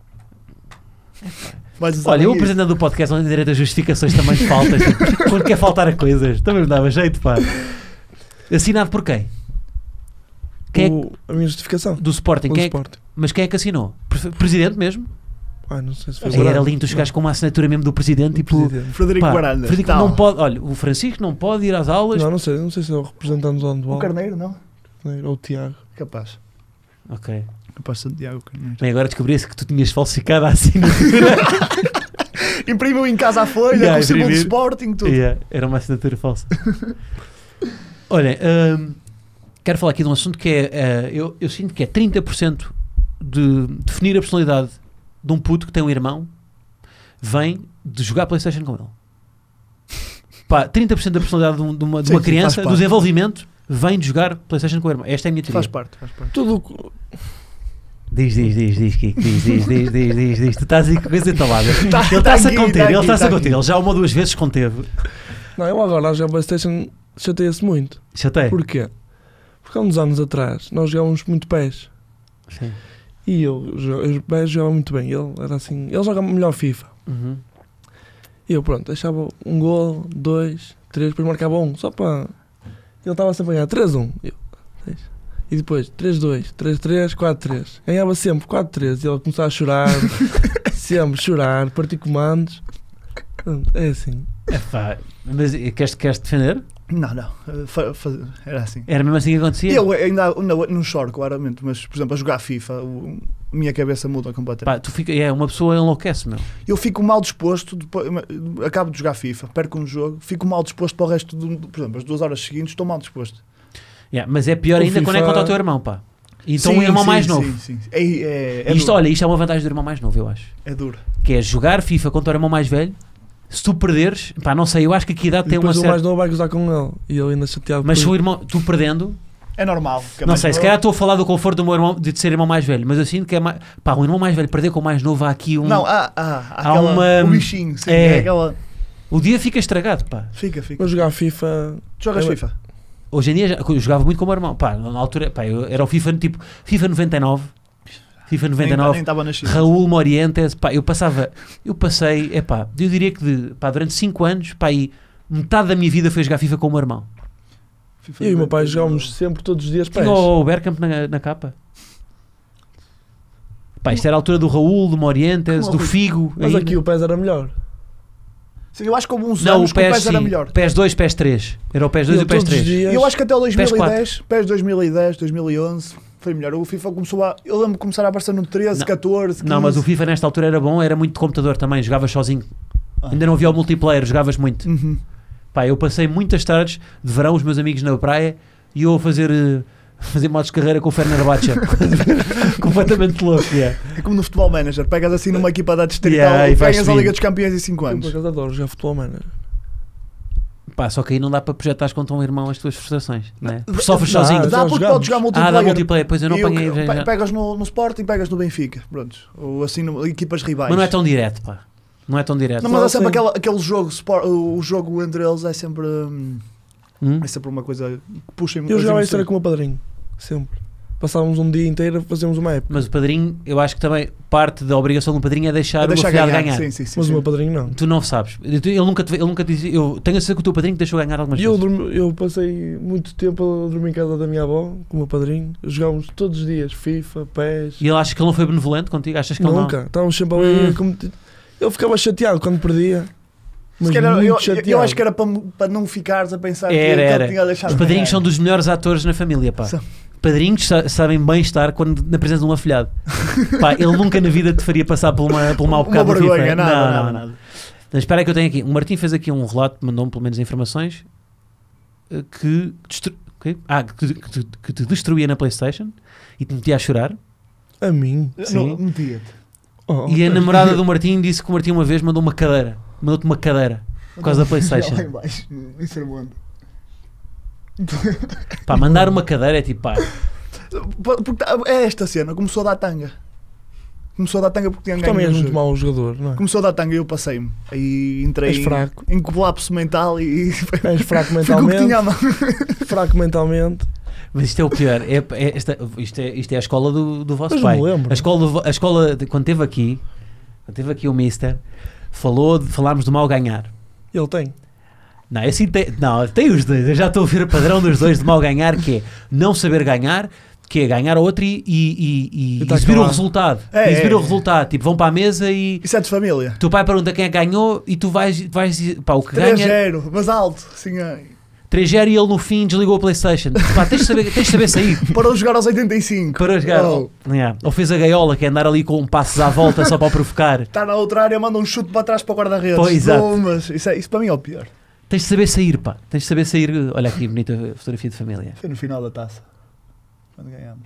Olha, eu apresentando o podcast, não tenho direito a justificações também de faltas. Quando quer faltar a coisas, também me dava jeito, pá. Assinado por quem? A minha justificação? Do Sporting. Sporting. Mas quem é que assinou? Presidente mesmo? Não sei se foi Aí era lindo tu chegares com uma assinatura mesmo do presidente, tipo... Frederico Guaranda. Frederico não pode... Olha, o Francisco não pode ir às aulas. Não sei se é o representante do handball. O Carneiro, não? Ou o Tiago. Capaz. Ok. Capaz de Santiago Carneiro. Bem, agora descobri-se que tu tinhas falsificado a assinatura. Imprimiu em casa a folha, com o símbolo de Sporting, tudo. Era uma assinatura falsa. Olha, quero falar aqui de um assunto que é... eu sinto que é 30% de definir a personalidade de um puto que tem um irmão vem de jogar PlayStation com ele. Pá, 30% da personalidade de uma criança, do desenvolvimento, vem de jogar PlayStation com o irmão. Esta é a minha teoria. Faz parte. Tudo... Diz, Kiko, diz. Tu estás aí com coisa entalada. Ele está-se a conter, ele já uma ou duas vezes conteve. Não, eu agora a jogar PlayStation chateia-se muito. Chateia? Porquê? Porque há uns anos atrás nós jogávamos muito PES. Sim. E eu PES jogava muito bem. Ele era assim, ele joga melhor FIFA. Uhum. E eu pronto, deixava um gol, 2, 3, depois marcava um, só para... Ele estava sempre a ganhar 3-1. E depois 3-2, 3-3, 4-3. Ganhava sempre 4-3 e ele começava a chorar, sempre chorar, partir comandos. É assim. Mas queres defender? Não. Era assim. Era mesmo assim que acontecia? Eu ainda não choro, claramente, mas, por exemplo, a jogar FIFA, a minha cabeça muda completamente. Pá, uma pessoa enlouquece, meu. Eu fico mal disposto, depois, acabo de jogar FIFA, perco um jogo, fico mal disposto para o resto, por exemplo, as 2 horas seguintes, estou mal disposto. Mas é pior ainda quando é contra o teu irmão, pá. Então um irmão mais novo. Sim. Isto é uma vantagem do irmão mais novo, eu acho. É duro. Que é jogar FIFA contra o irmão mais velho. Se tu perderes, pá, não sei, eu acho que aqui a idade tem uma certa... o mais novo vai gozar com ele e ele ainda chateado. Mas se o irmão, tu perdendo... É normal. Não sei, se calhar estou a falar do conforto do meu irmão de ser irmão mais velho, mas eu sinto que é mais... Pá, um irmão mais velho perder com o mais novo, há aqui um... Não, há um bichinho, sim. Aquela... O dia fica estragado, pá. Fica. Vou jogar FIFA... Jogas FIFA? Hoje em dia, eu jogava muito com o meu irmão, pá, na altura, pá, era o FIFA, tipo, FIFA 99... FIFA 99, Raul Morientes, pá, eu passei, eu diria que durante 5 anos, pá, e metade da minha vida foi jogar FIFA com o meu irmão. Eu e o meu pai jogávamos sempre, todos os dias, PES. Tinha o Bergkamp na capa. Pá, isto era a altura do Raul, do Morientes, do Figo. Mas aqui o PES era melhor. Sim, eu acho que houve uns anos que o PES era melhor. PES 2, PES 3. Era o PES 2 e o PES 3. Eu acho que até o 2010, PES 2010, 2011... Foi melhor. O FIFA começou eu lembro de começar a aparecer no 13, 14, 15. Não, mas o FIFA nesta altura era bom, era muito de computador também, jogavas sozinho. Ainda não havia o multiplayer, jogavas muito. Uhum. Pá, eu passei muitas tardes de verão, os meus amigos na praia, e eu a fazer modos de carreira com o Fenerbahçe. Completamente louco, É como no Futebol Manager, pegas assim numa equipa da distrital e ganhas a Liga dos Campeões em 5 anos. Eu adoro jogar Futebol Manager. Pá, só que aí não dá para projetar contra um irmão as tuas frustrações, não é? Porque sofres sozinho. Dá porque podes jogar multiplayer. Dá multiplayer, pois eu não apanhei. Pegas no Sporting, pegas no Benfica, pronto. Ou assim, equipas rivais. Mas não é tão direto, pá. Não é tão direto. Não, mas é sempre aquele jogo, o jogo entre eles é sempre... É sempre uma coisa que puxa Eu jogava isso era com o meu padrinho, sempre. Passávamos um dia inteiro a fazermos uma época. Mas o padrinho, eu acho que também parte da obrigação do padrinho é deixar o afilhado ganhar. Sim, Mas o meu padrinho não. Tu não sabes. Ele nunca disse. Eu tenho a certeza que o teu padrinho te deixou ganhar algumas E vezes. eu passei muito tempo a dormir em casa da minha avó, com o meu padrinho. Jogávamos todos os dias FIFA, PES. E ele acha que ele não foi benevolente contigo? Achas que ele Nunca. Estávamos sempre ali. Ele ficava chateado quando perdia. Mas calhar, muito chateado. eu acho que era para não ficares a pensar que Era. ele tinha deixado Os de padrinhos ganhar. são dos melhores atores na família, pá. São. Padrinhos sabem bem estar quando, na presença de um afilhado. Pá, ele nunca na vida te faria passar por um mau bocado Uma do FIFA. vergonha, nada. Mas espera aí que eu tenho aqui. O Martim fez aqui um relato, mandou-me pelo menos informações que te destruía na PlayStation e te metia a chorar. A mim? Sim. Não, metia-te. Oh, E a namorada do Martim disse que o Martim uma vez mandou uma cadeira. Mandou-te uma cadeira por causa da PlayStation. Lá em baixo, isso era bom. Pá, mandar uma cadeira é tipo, pá. Porque é esta cena, começou a dar tanga. Começou a dar tanga porque tinha Tu ganho também no és muito jogo. mau jogador, não é? Começou a dar tanga e eu passei-me. Aí entrei És fraco. em colapso mental e És fraco foi com o que mentalmente. tinha à mão. Fraco mentalmente. Mas isto é o pior. Isto é a escola do vosso Mas pai. não me lembro. A escola quando esteve aqui o Mister, falámos do mal ganhar. Ele tem. Não, assim tem os dois. Eu já estou a ver o padrão dos dois de mal ganhar, que é não saber ganhar, que é ganhar a outro e tá exibir o calado. resultado. É, Exibir é. o resultado. Tipo, vão para a mesa e Isso é de família. o teu pai pergunta quem é que ganhou e tu vais pá, o que ganha 3-0, mas alto. Assim, 3-0 e ele no fim desligou a PlayStation. Pá, tens de saber sair. parou de jogar aos 85. Para jogar. Oh. Yeah. Ou fez a gaiola, que é andar ali com passos à volta só para o provocar. Está na outra área, manda um chute para trás para o guarda-redes. Pois, exato. Não, mas isso para mim é o pior. Tens de saber sair, pá. Tens de saber sair. Olha aqui, bonita fotografia de família. Foi no final da taça. Quando ganhámos.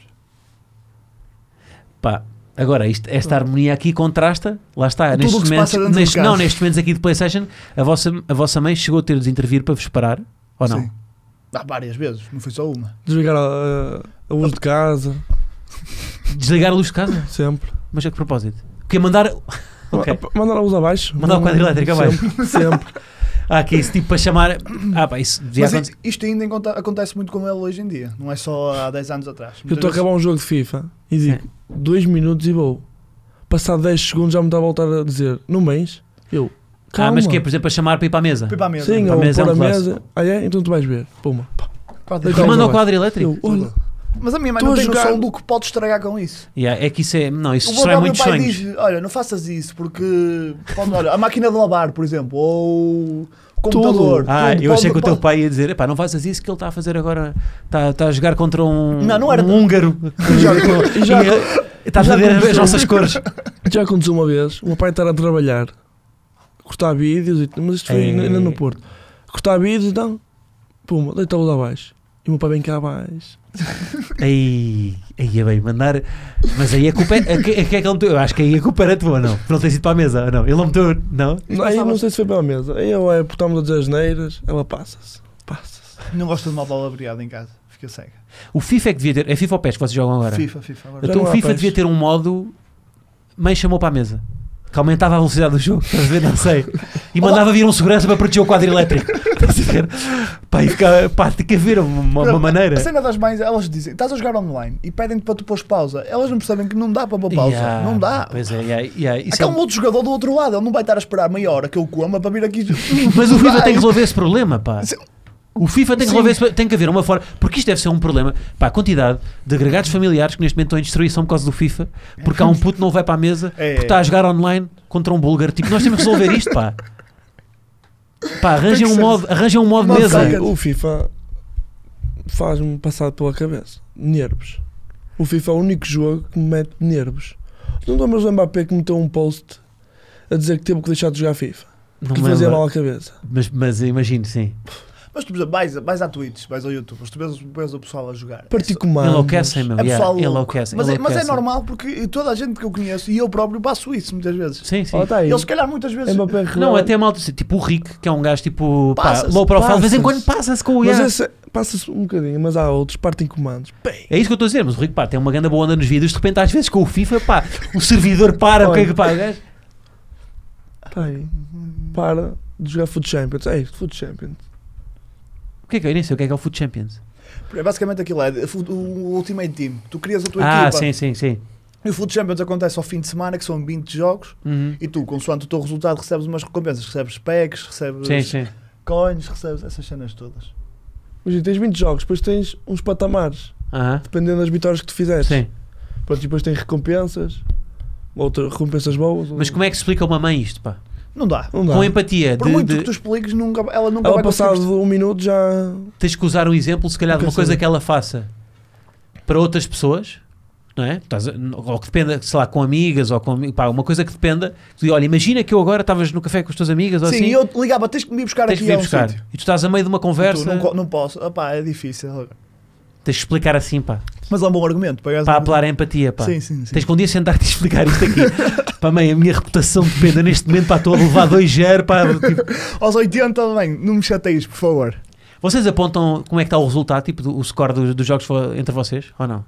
Pá, agora, esta harmonia aqui contrasta. Lá está. Tudo o que se passa dentro de casa. Nestes momentos aqui de PlayStation, a vossa mãe chegou a ter de intervir para vos parar? Ou não? Sim. Várias vezes, não foi só uma. Desligar a luz de casa. Desligar a luz de casa? Sempre. Mas a que propósito? Porque mandar. Ok. Mandar a luz abaixo. Mandar o quadro elétrico abaixo. Sempre. Sempre. Que isso tipo para chamar. Pá, isso devia Mas acontecer. isto ainda acontece muito com ele hoje em dia. Não é só há 10 anos atrás. Eu estou a acabar um jogo de FIFA e digo 2 minutos e vou. Passado 10 segundos já me está a voltar a dizer não vens? Eu. Calma. Mas que é, por exemplo, a chamar para ir para a mesa? Fui para a mesa. Sim, Para a ou mesa é pôr um a clássico. mesa. Ah é? Então tu vais ver. Puma. Que manda o quadro elétrico? Eu, olha, Mas a minha mãe Estou não a tem jogar- noção do que pode estragar com isso. É que isso é. Não, isso O destrói meu muitos pai sonhos. diz, olha, não faças isso porque olha, a máquina de lavar, por exemplo, ou o computador. tudo Eu achei que o teu pode- pai ia dizer: epá, não faças isso que ele está a fazer agora. Está a jogar contra um, Não era- um húngaro. E já- Está a já ver as aconteceu. nossas cores. Já aconteceu uma vez, o meu pai estar a trabalhar, cortar vídeos, mas isto foi ainda no Porto. Cortar vídeos, então, puma, deita a luz abaixo. E o meu pai vem cá abaixo. Aí é bem, mandar. Mas aí a culpa é. A que é que ele meteu? Eu acho que aí a culpa era tua, ou não? Por não ter ido para a mesa, ou não? Ele não meteu, não? Aí não sei se foi pela mesa. Aí eu portámos a dizer as neiras, ela passa-se. Não gosto de mal palavreado em casa, fica cega. O FIFA é que devia ter. É FIFA ou PES que vocês jogam agora? FIFA agora. Já Então não o há FIFA PES. devia ter um modo. Mãe chamou para a mesa. Que aumentava a velocidade do jogo, estás a ver? Não sei. E mandava vir um segurança para proteger o quadro elétrico. Estás a ver? Pá, e ficava, pá, tem que haver uma maneira. A cena das mães, elas dizem, estás a jogar online e pedem-te para tu pôr pausa. Elas não percebem que não dá para pôr pausa. Yeah, Não dá. Pois é, isso Aqui é um outro jogador do outro lado, ele não vai estar a esperar meia hora que eu coma para vir aqui. Mas o FIFA tem que resolver esse problema, pá. Sim. O FIFA tem que Sim. resolver esse, tem que haver uma forma, porque isto deve ser um problema, pá, a quantidade de agregados familiares que neste momento estão em destruição por causa do FIFA, porque há um puto que não vai para a mesa, porque está a jogar online contra um búlgaro, tipo, nós temos que resolver isto, pá. Pá, arranjem Tem que um modo de Modo mesa. soccer. O FIFA faz-me passar pela cabeça. Nervos. O FIFA é o único jogo que me mete nervos. Não lembras do Mbappé que meteu um post a dizer que teve que deixar de jogar FIFA? Não Que me fazia lembro. mal à cabeça. Mas imagino, sim. Mas tu, por exemplo, vais à Twitch, vais ao YouTube, tu vês o pessoal a jogar. Particularmente. Enlouquecem, meu. É pessoal louco. Enlouquecem. Mas é enlouquecem. normal porque toda a gente que eu conheço e eu próprio passo isso muitas vezes. Sim, sim. Olha, tá aí. Eles, se calhar, muitas vezes. Mbappé Não, releva- até mal, tipo o Rick, que é um gajo tipo pá, Passa-se, low profile, de vez em passa-se. quando passa-se com o Mas Ian. esse passa-se um bocadinho, mas há outros, partem comandos. Bem, É isso que eu estou a dizer, mas o Rick pá, tem uma grande boa onda nos vídeos, de repente às vezes com o FIFA, pá, o servidor para, o que é que pá, o gajo? tá aí. Para de jogar Foot Champions. Ei, Foot Champions. O que é que eu nem sei o que é o Foot Champions? Basicamente aquilo é o Ultimate Team. Tu crias a tua Ah, equipa. sim. E o Foot Champions acontece ao fim de semana, que são 20 jogos, e tu, consoante o teu resultado, recebes umas recompensas. Recebes packs, recebes coins, recebes essas cenas todas. Imagina, tens 20 jogos, depois tens uns patamares, dependendo das vitórias que tu fizeres. Sim. Pronto, e depois tens recompensas, outras recompensas boas. Mas como é que se explica a uma mãe isto, pá? Não dá. Com empatia. Por muito que tu expliques, ela nunca ela vai passado conseguir. 1 minuto já... Tens que usar um exemplo, se calhar, de uma Nunca coisa sei. que ela faça para outras pessoas, não é? Ou que dependa, sei lá, com amigas, ou com pá, uma coisa que dependa. Tu diz, olha, imagina que eu agora estavas no café com as tuas amigas, ou Sim, assim. e eu ligava, tens que me ir buscar Tens que aqui vir a um buscar. sítio. E tu estás a meio de uma conversa, Não posso. Opá, é difícil. tens que explicar assim, pá. Mas é um bom argumento. Para apelar a empatia, pá. Sim. Tens que um dia sentar-te e explicar isto aqui. Pá, mãe, a minha reputação depende neste momento, pá, estou a levar 2-0, pá. Tipo... Aos 80, bem, não me chateias, por favor. Vocês apontam como é que está o resultado, tipo, o score dos jogos entre vocês, ou não?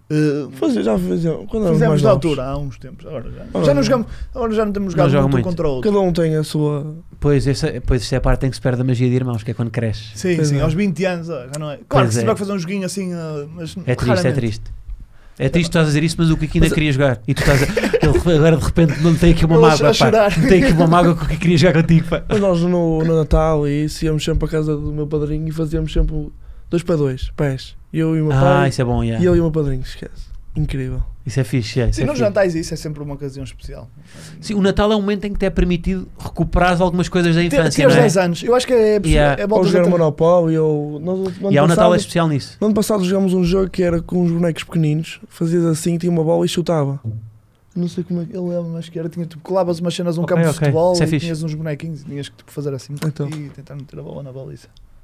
Já fizemos. Quando éramos Fizemos mais na novos. altura, há uns tempos. Agora já Agora não não. jogamos, agora já não temos Não jogado joga muito um muito. contra o outro. Cada um tem a sua... Pois isto é a parte em que se perde a magia de irmãos, que é quando cresces. Sim, Pois sim, é. aos 20 anos, já não é. Claro Pois que se é. tiver que fazer um joguinho assim, mas É triste, raramente. é triste. É triste tu estás a dizer isso, mas o Kiki ainda Mas- queria jogar. E tu estás ele agora de repente não tem aqui uma Eu a mágoa, pá. chorar. Tem aqui uma mágoa que o Kiki queria jogar contigo, pá. Mas nós no Natal e isso íamos sempre para a casa do meu padrinho e fazíamos sempre 2 para 2, pés. Eu e o meu pai Isso é bom, e yeah. eu e o meu padrinho, esquece. Incrível. Isso é fixe, isso Sim, é nos fixe. jantais isso é sempre uma ocasião especial. Sim, o Natal é um momento em que te é permitido recuperar algumas coisas da infância, Tinha os não é? 10 anos, eu acho que é possível. Yeah. É Ou volta jogar de- Monopólio, E há o Natal é especial nisso. No ano passado jogámos um jogo que era com uns bonecos pequeninos, fazias assim, tinha uma bola e chutava. Não sei como é que eu lembro, mas que era, tinha tipo, colavas umas cenas, um Ok, campo de ok. futebol Isso é e fixe. tinhas uns bonequinhos e tinhas que tipo, fazer assim Então. e tentar meter a bola na baliza.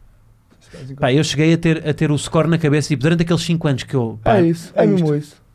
Pá, eu cheguei a ter o score na cabeça, tipo, durante aqueles 5 anos que eu... pá, É isso, é mesmo isso.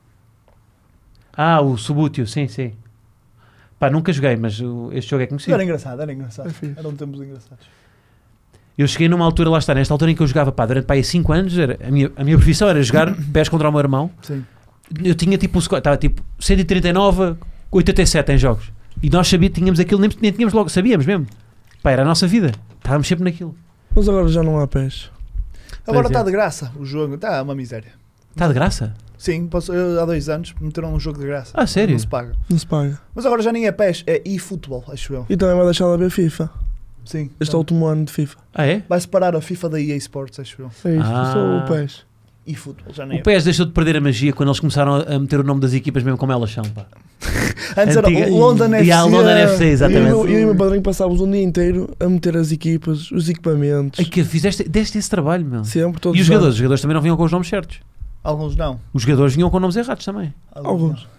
o Subútil, sim. Pá, nunca joguei, mas este jogo é conhecido. Era engraçado, era engraçado. É fixe. Eram tempos engraçados. Eu cheguei numa altura, lá está, nesta altura em que eu jogava, pá, durante pá, aí 5 anos, a minha profissão era jogar pés contra o meu irmão. Sim. Eu tinha tipo, estava tipo 139, 87 em jogos. E nós tínhamos aquilo, nem tínhamos logo, sabíamos mesmo. Pá, era a nossa vida. Estávamos sempre naquilo. Mas agora já não há pés. Agora Pois é. está de graça o jogo, está uma miséria. Está de graça? Sim, há 2 anos meteram um jogo de graça. Ah, sério? Não se paga. Não se paga. Mas agora já nem é PES, é eFootball, acho eu. E também vai deixar de haver FIFA. Sim. Este é o último ano de FIFA. Ah, é? Vai separar a FIFA da EA Sports, acho eu. É isso, Ah. só o PES. eFootball, já nem O PES deixou de perder a magia quando eles começaram a meter o nome das equipas mesmo como elas são, pá. Antes Antiga- era o London FC. E há o London FC, Eu exatamente. e o meu padrinho passávamos um dia inteiro a meter as equipas, os equipamentos. Ai, que deste esse trabalho, meu. Sempre, todos E os anos. jogadores? Os jogadores também não vinham com os nomes certos. Alguns não. Os jogadores vinham com nomes errados também. Alguns.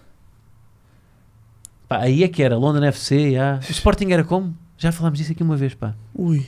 Pá, aí é que era, London FC, o Sporting era como? Já falámos disso aqui uma vez, pá. Ui.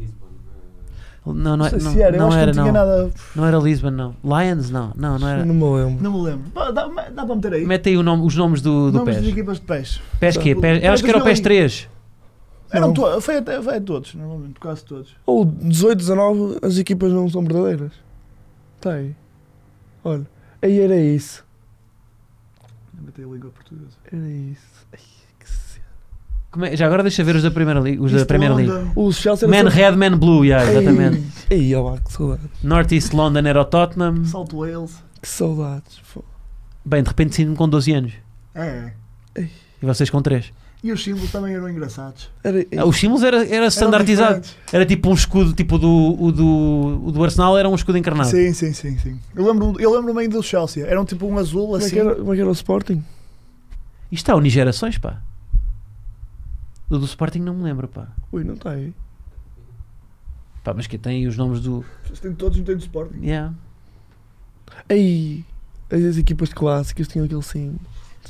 Não Não é, sei não, se era, eu não acho era, que não tinha não. nada. Não era Lisbon, não. Lions, não. Não era. Não me lembro. Não me lembro. Dá para meter aí. Mete aí os nomes do Nomes de PES. equipas de PES. PES quê? Acho que era o PES 3. Eram Não. foi a todos, normalmente, quase todos. Ou 18, 19, as equipas não são verdadeiras. Tá aí. Olha. Aí era isso. Meter a Liga Portuguesa. Era isso. Ai, que cena. Já agora deixa ver os da Primeira Liga. Os da East Premier League. London. O Chelsea era Man sempre- Red, Man Blue, exatamente. Ei, ó lá, que saudades. North East London era o Tottenham. South Wales. Que saudades. Pô. Bem, de repente sinto-me com 12 anos. É. E vocês com 3. E os símbolos também eram engraçados. Era, Os símbolos era standardizado. Era tipo um escudo, tipo o do Arsenal era um escudo encarnado. Sim. Eu lembro-me ainda do Chelsea. Era tipo um azul como, é assim. que era, como é que era o Sporting? Isto há unigerações, pá. Do Sporting não me lembro, pá. Ui, não está aí. Pá, mas que tem os nomes do... Tem todos, não tem do Sporting. Yeah. Ei, as equipas clássicas tinham aquele símbolo.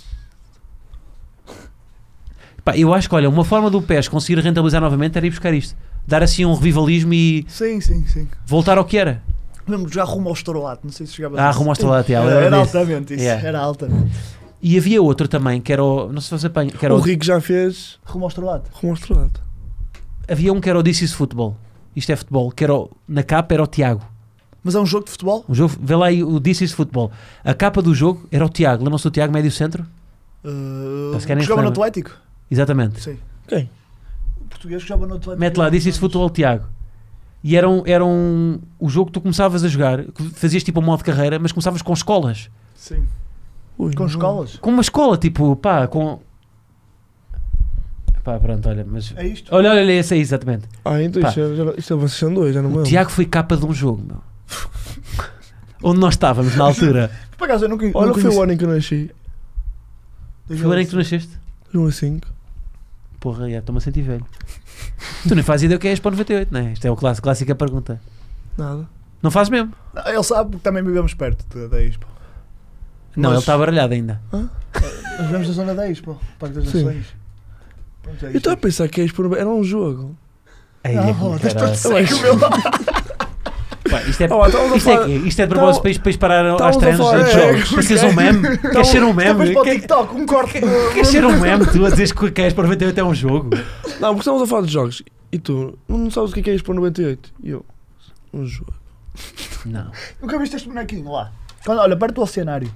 Pá, eu acho que, olha, uma forma do PES conseguir rentabilizar novamente era ir buscar isto. Dar assim um revivalismo e Sim. voltar ao que era. Lembro de jogar rumo ao Estourolato, não sei se chegava Ah, rumo ao Estrelado, Era altamente isso. Yeah. Era altamente. E havia outro também, que era o... Não sei se você apanha. Que era O o, Rico já fez Rumo ao Estourolato. rumo ao Estrelado. havia um que era o This is Football. Isto é futebol. Que era na capa era o Tiago. Mas é um jogo de futebol? Um jogo, vê lá aí o This is Football. A capa do jogo era o Tiago. Lembram-se do Tiago, médio centro? Uh, Se querem jogava no lembra. Atlético? Exatamente. Sim. Quem? O português que jogava no Atlético. Mete lá This is Football Tiago. E era o jogo que tu começavas a jogar, que fazias tipo um modo de carreira, mas começavas com escolas. Sim. Ui, Com não. escolas. Com uma escola, tipo, pá, com... Pá, pronto, olha, mas... É isto? Olha, esse aí, exatamente. Então Pá. isto é vocês são dois, já não me O lembro. Tiago foi capa de um jogo, meu. Onde nós estávamos na altura. Por acaso eu nunca Olha, nunca foi o conheci- ano em que eu nasci. Foi o ano em que tu nasceste? 2005. Porra, já estou-me a sentir velho. Tu nem fazes ideia o que é Expo 98, não é? Isto é a clássica pergunta. Nada. Não fazes mesmo? Não, ele sabe porque também vivemos perto da Expo. Não, Mas- ele está baralhado ainda. Nós vivemos na zona da Expo, Parque das Sim. Nações. Pronto, é Eu isto. estava a pensar que era um jogo. Ai, Estás caralho. todo seco, meu. Pá, isto é, estávamos a isto é, falar- quê? Isto é de propósito para disparar às estávamos a trans falar- de jogos. Para seres um meme? Queres ser um Depois meme? para o TikTok, um corte. Queres ser um meme? Tu a dizes que és para 98 é um jogo? Não, porque estamos a falar de jogos. E tu, não sabes o que é Expo 98? E eu, um jogo. Não. Nunca viste este bonequinho lá? Olha, perto do oceanário.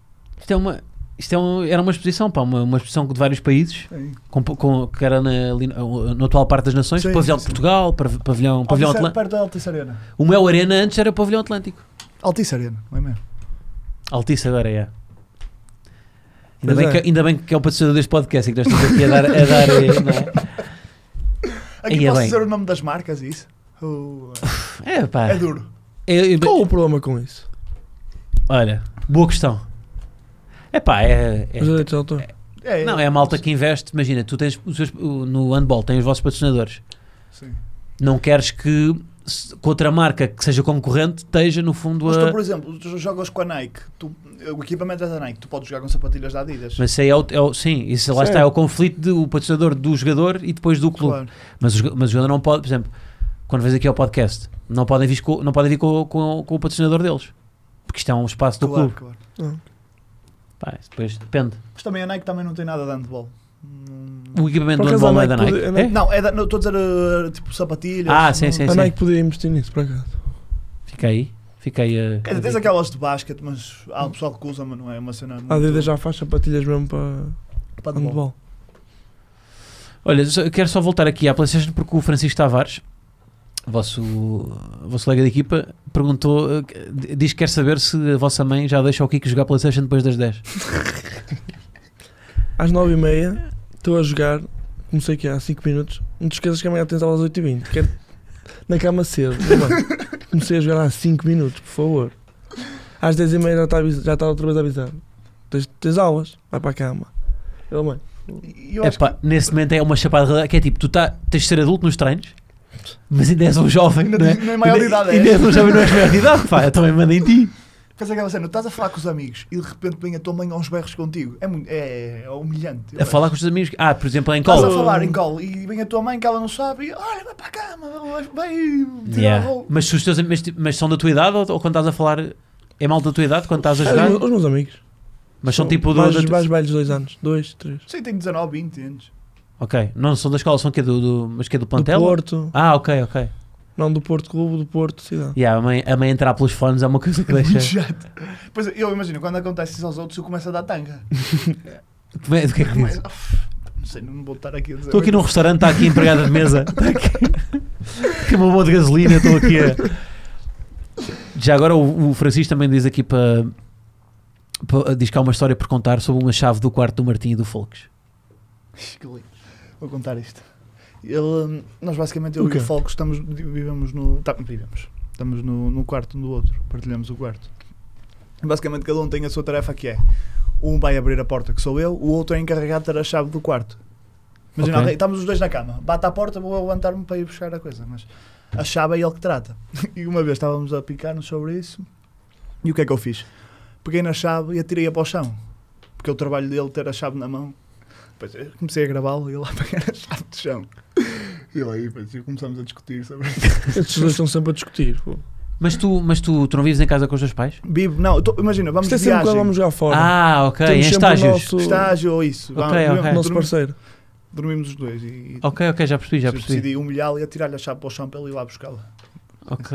Era uma exposição, pá, uma exposição de vários países, Sim. que era no atual Parque das Nações, Sim, pavilhão sim, de Portugal, pavilhão Altice- Atlântico. perto da Altice Arena. O meu Arena antes era pavilhão Atlântico. Altice Arena, não é mesmo? Altice agora é. Pois é. Ainda bem que é o patrocinador deste podcast e que nós estamos aqui a dar não é? Aqui Aí é posso bem. dizer o nome das marcas e isso? É, pá. É duro. Qual o problema com isso? Olha, boa questão. É pá, Os direitos de autor. Não, não, é a malta que investe. Imagina, tu tens no handball, tens os vossos patrocinadores. Sim. Não queres que outra marca que seja concorrente esteja no fundo Mas a... tu, por exemplo, tu jogas com a Nike, o equipamento é da Nike, tu podes jogar com sapatilhas da Adidas. Mas isso aí sim, isso lá Sim. está, é o conflito do patrocinador do jogador e depois do clube. Claro. Mas o jogador não pode, por exemplo, quando vês aqui ao podcast, não podem vir com o patrocinador deles. Porque isto é um espaço do Claro, clube. claro. Pá, isso depois depende. Mas também a Nike também não tem nada de handball. O equipamento Por do acaso handball não a é da Nike Nike? podia- É? Não, não, estou a dizer tipo sapatilhas. Ah, sim, não- sim, A Nike podia investir nisso, por acaso. Fica aí. Fica aí a... Quer dizer, tens aquelas de basquete, mas há o pessoal que usa, mas não é uma cena muito... A Adidas já faz sapatilhas mesmo para para handball. handball. Olha, quero só voltar aqui à PlayStation porque o Francisco Tavares, vosso colega de equipa, perguntou, diz que quer saber se a vossa mãe já deixa o Kiko jogar PlayStation depois das 10. Às 9h30 estou a jogar, comecei aqui há 5 minutos. Não te esqueças que amanhã tens aulas às 8h20. Que é na cama cedo. Mano, comecei a jogar há 5 minutos, por favor. Às 10h30 já está outra vez a avisar. Tens aulas, vai para a cama. Eu, mãe, E eu acho Epá, nesse momento é uma chapada de realidade, que é tipo, tens de ser adulto nos treinos, mas ainda és um jovem, Ainda não é? não é maior de idade, Ainda és um jovem, não és maior de idade, pá, eu também mando em ti. Faz aquela cena, estás a falar com os amigos e de repente vem a tua mãe aos berros contigo. É humilhante. A falar com os teus amigos, por exemplo, em Estás colo. a falar em colo e vem a tua mãe que ela não sabe e olha, vai para a cama, vai tirar Yeah. a roupa. Mas, se os teus, mas são da tua idade ou quando estás a falar, é mal da tua idade quando estás a jogar? os meus amigos. Mas são tipo mais, do... mais velhos, 2 anos. 2, 3. Sim, tenho 19, 20 anos. Ok, não são da escola, são que mas que é do Do plantel? Porto. Ah, ok. Não, do Porto Clube, do Porto Cidade. Yeah, a mãe entrar pelos fones é uma coisa que Muito deixa... chato. Pois eu imagino, quando acontece isso aos outros, eu começo a dar tanga. Do que é que diz? Não sei, não vou estar aqui a dizer. Estou aqui num restaurante, está aqui a empregada de mesa. Está aqui uma boa de gasolina, estou aqui a... Já agora o Francisco também diz aqui diz que há uma história por contar sobre uma chave do quarto do Martim e do Folks. Que lindo. Vou contar isto. Nós basicamente, eu O e quê? o Folco, vivemos no quarto um do outro. Partilhamos o quarto. Basicamente cada um tem a sua tarefa, que é: um vai abrir a porta, que sou eu, o outro é encarregado de ter a chave do quarto. Imagina, Ok. ok, estamos os dois na cama, bate à porta, vou levantar-me para ir buscar a coisa, mas a chave é ele que trata. E uma vez estávamos a picar-nos sobre isso, e o que é que eu fiz? Peguei na chave e atirei-a para o chão, porque é o trabalho dele ter a chave na mão. Depois eu comecei a gravá-lo e ele a pegar a chave do chão. E ele aí, depois começamos a discutir sobre isso. Estes dois estão sempre a discutir. Pô. Mas tu não vives em casa com os teus pais? Vivo, não, imagina, vamos Isto é de sempre quando viagem, vamos jogar fora. Ah, ok, em Temos sempre o estágios. nosso- estágio ou isso. Ok, Vamos, ok. Nosso parceiro. dormimos os dois e Ok, já percebi. decidi humilhá-lo e atirar-lhe a chave para o chão para ele ir lá buscá-la. Ok.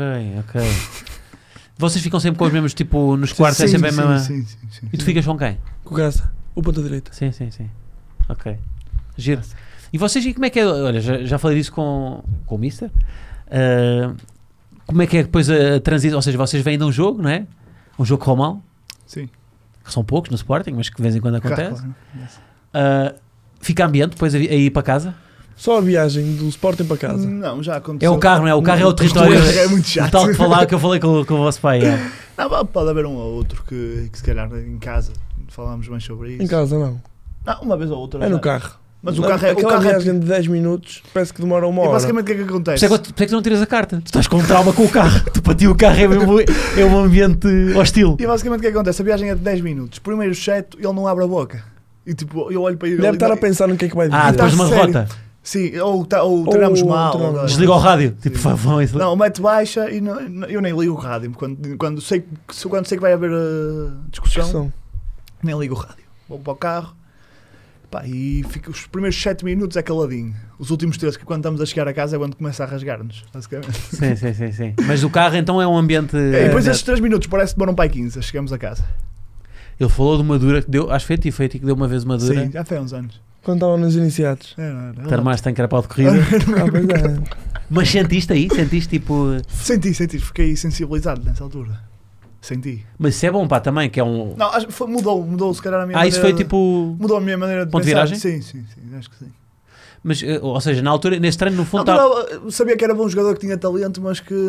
Vocês ficam sempre com os mesmos, tipo, nos quartos, é sempre a mesma... sim. E tu ficas com quem? Com o Graça. O ponta direita. Sim. Ok. Giro. E vocês, e como é que é? Olha, já falei disso com o Mister. como é que é depois a transição? Ou seja, vocês vêm de um jogo, não é? Um jogo com o mal, Sim. que são poucos no Sporting, mas que de vez em quando acontece. Claro. Fica ambiente depois a ir para casa? Só a viagem do Sporting para casa. Não, já aconteceu. É o carro, não é? O carro é o território. É muito chato. O tal que eu falei com o vosso pai. É. Não, pode haver um ou outro que se calhar em casa falámos mais sobre isso. Em casa não. Não, uma vez ou outra. É já. no carro. Mas o carro é. Aquela viagem de 10 minutos parece que demora uma E hora. basicamente o que é que acontece? Por isso é que tu não tiras a carta. Tu estás com um trauma com o carro. Tu, para ti o carro é um ambiente hostil. E basicamente o que acontece? A viagem é de 10 minutos. Primeiro exceto, ele não abre a boca. E tipo, eu olho para ele. Deve estar a pensar no que é que vai dizer. Depois de uma sério. derrota. Sim, ou treinamos mal. treinamos. ou- Desliga o rádio. Tipo, Sim. vão isso. Não, mete baixa e eu nem ligo o rádio. Quando sei que vai haver discussão, Discussão. nem ligo o rádio. Vou para o carro. Pá, e fico, os primeiros 7 minutos é caladinho. Os últimos 3, que quando estamos a chegar a casa é quando começa a rasgar-nos, basicamente. Sim. Mas o carro então é um ambiente. E depois esses 3 minutos parece que demoram para aí 15, chegamos a casa. Ele falou de uma dura que deu, acho que foi que deu uma vez uma dura. Sim, já foi há uns anos. Quando estavam nos iniciados. Era. Te armaste em carapau de corrida. Pois é. Mas sentiste aí? Sentiste tipo. Senti, fiquei sensibilizado nessa altura. Senti. Mas isso é bom, pá, também, que é um. Não, mudou se calhar a minha maneira. Isso foi tipo. Mudou a minha maneira de Ponto de pensar. viragem? Sim, acho que sim. Mas, ou seja, na altura, nesse treino, no fundo, Na estava altura, eu sabia que era bom jogador, que tinha talento, mas que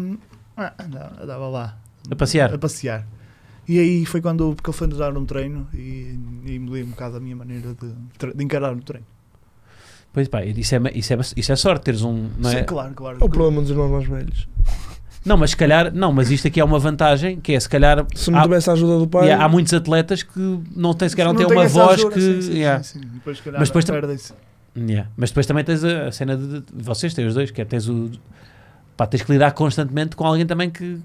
andava lá a passear. a passear. E aí foi porque ele foi nos dar um treino e mudei um bocado a minha maneira de encarar o treino. Pois pá, isso é sorte, teres um. Não é? Sim, claro. É o problema dos irmãos mais velhos. Não, mas se calhar, mas isto aqui é uma vantagem, que é se calhar. Se não tivesse a ajuda do pai. Há muitos atletas que não têm sequer não têm tem uma essa voz ajuda, que. sim. Depois, se calhar, Mas depois perdem-se. Mas depois também tens a cena de vocês têm os dois, que é tens que lidar constantemente com alguém também que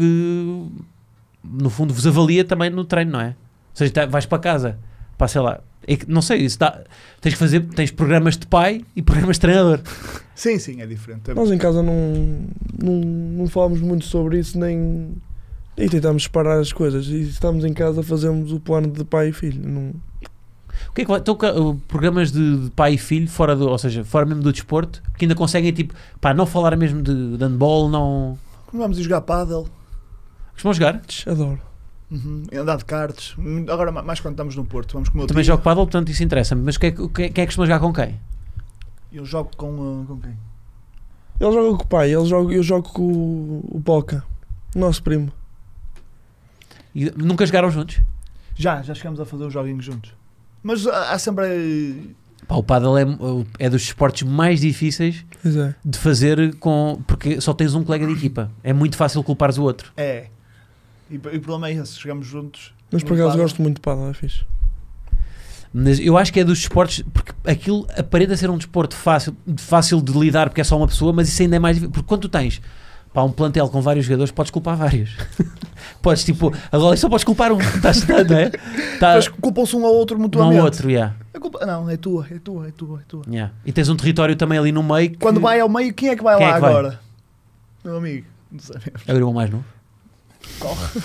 no fundo vos avalia também no treino, não é? Ou seja, vais para casa, pá, sei lá, não sei, tens programas de pai e programas de treinador. Sim, é diferente. Nós em casa não falamos muito sobre isso, nem. E tentamos separar as coisas. E se estamos em casa, fazemos o plano de pai e filho. Não. O que é que então, programas de pai e filho ou seja, fora mesmo do desporto, que ainda conseguem tipo, pá, não falar mesmo de handball, não. Vamos ir jogar pádel, Costumam jogar? Adoro. andar de karts. Agora mais quando estamos no Porto, vamos com o meu Também tio. jogo paddle, portanto isso interessa-me. Mas quem é que costuma jogar com quem? Eu jogo com quem? Ele joga com o pai, eu jogo com o Boca, o nosso primo. E nunca jogaram juntos? Já chegamos a fazer os joguinhos juntos. Mas há sempre. Pá, o paddle é dos esportes mais difíceis Pois é. de fazer porque só tens um colega de equipa. É muito fácil culpares o outro. É. E o problema é esse, chegamos juntos. Mas por no acaso pádel. gosto muito de pádel, é fixe. Mas eu acho que é dos esportes, porque aquilo aparenta ser um desporto fácil de lidar porque é só uma pessoa, mas isso ainda é mais difícil. Porque quando tu tens um plantel com vários jogadores, podes culpar vários. Podes tipo, agora só podes culpar um. Estás não é? Mas culpam-se um ao outro Não mutuamente. ao outro, yeah. A culpa, não, é tua. Yeah. E tens um território também ali no meio. Quando vai ao meio, quem é que vai Quem lá é que vai? agora? Meu amigo. Não sabemos. É o irmão mais novo. Corre.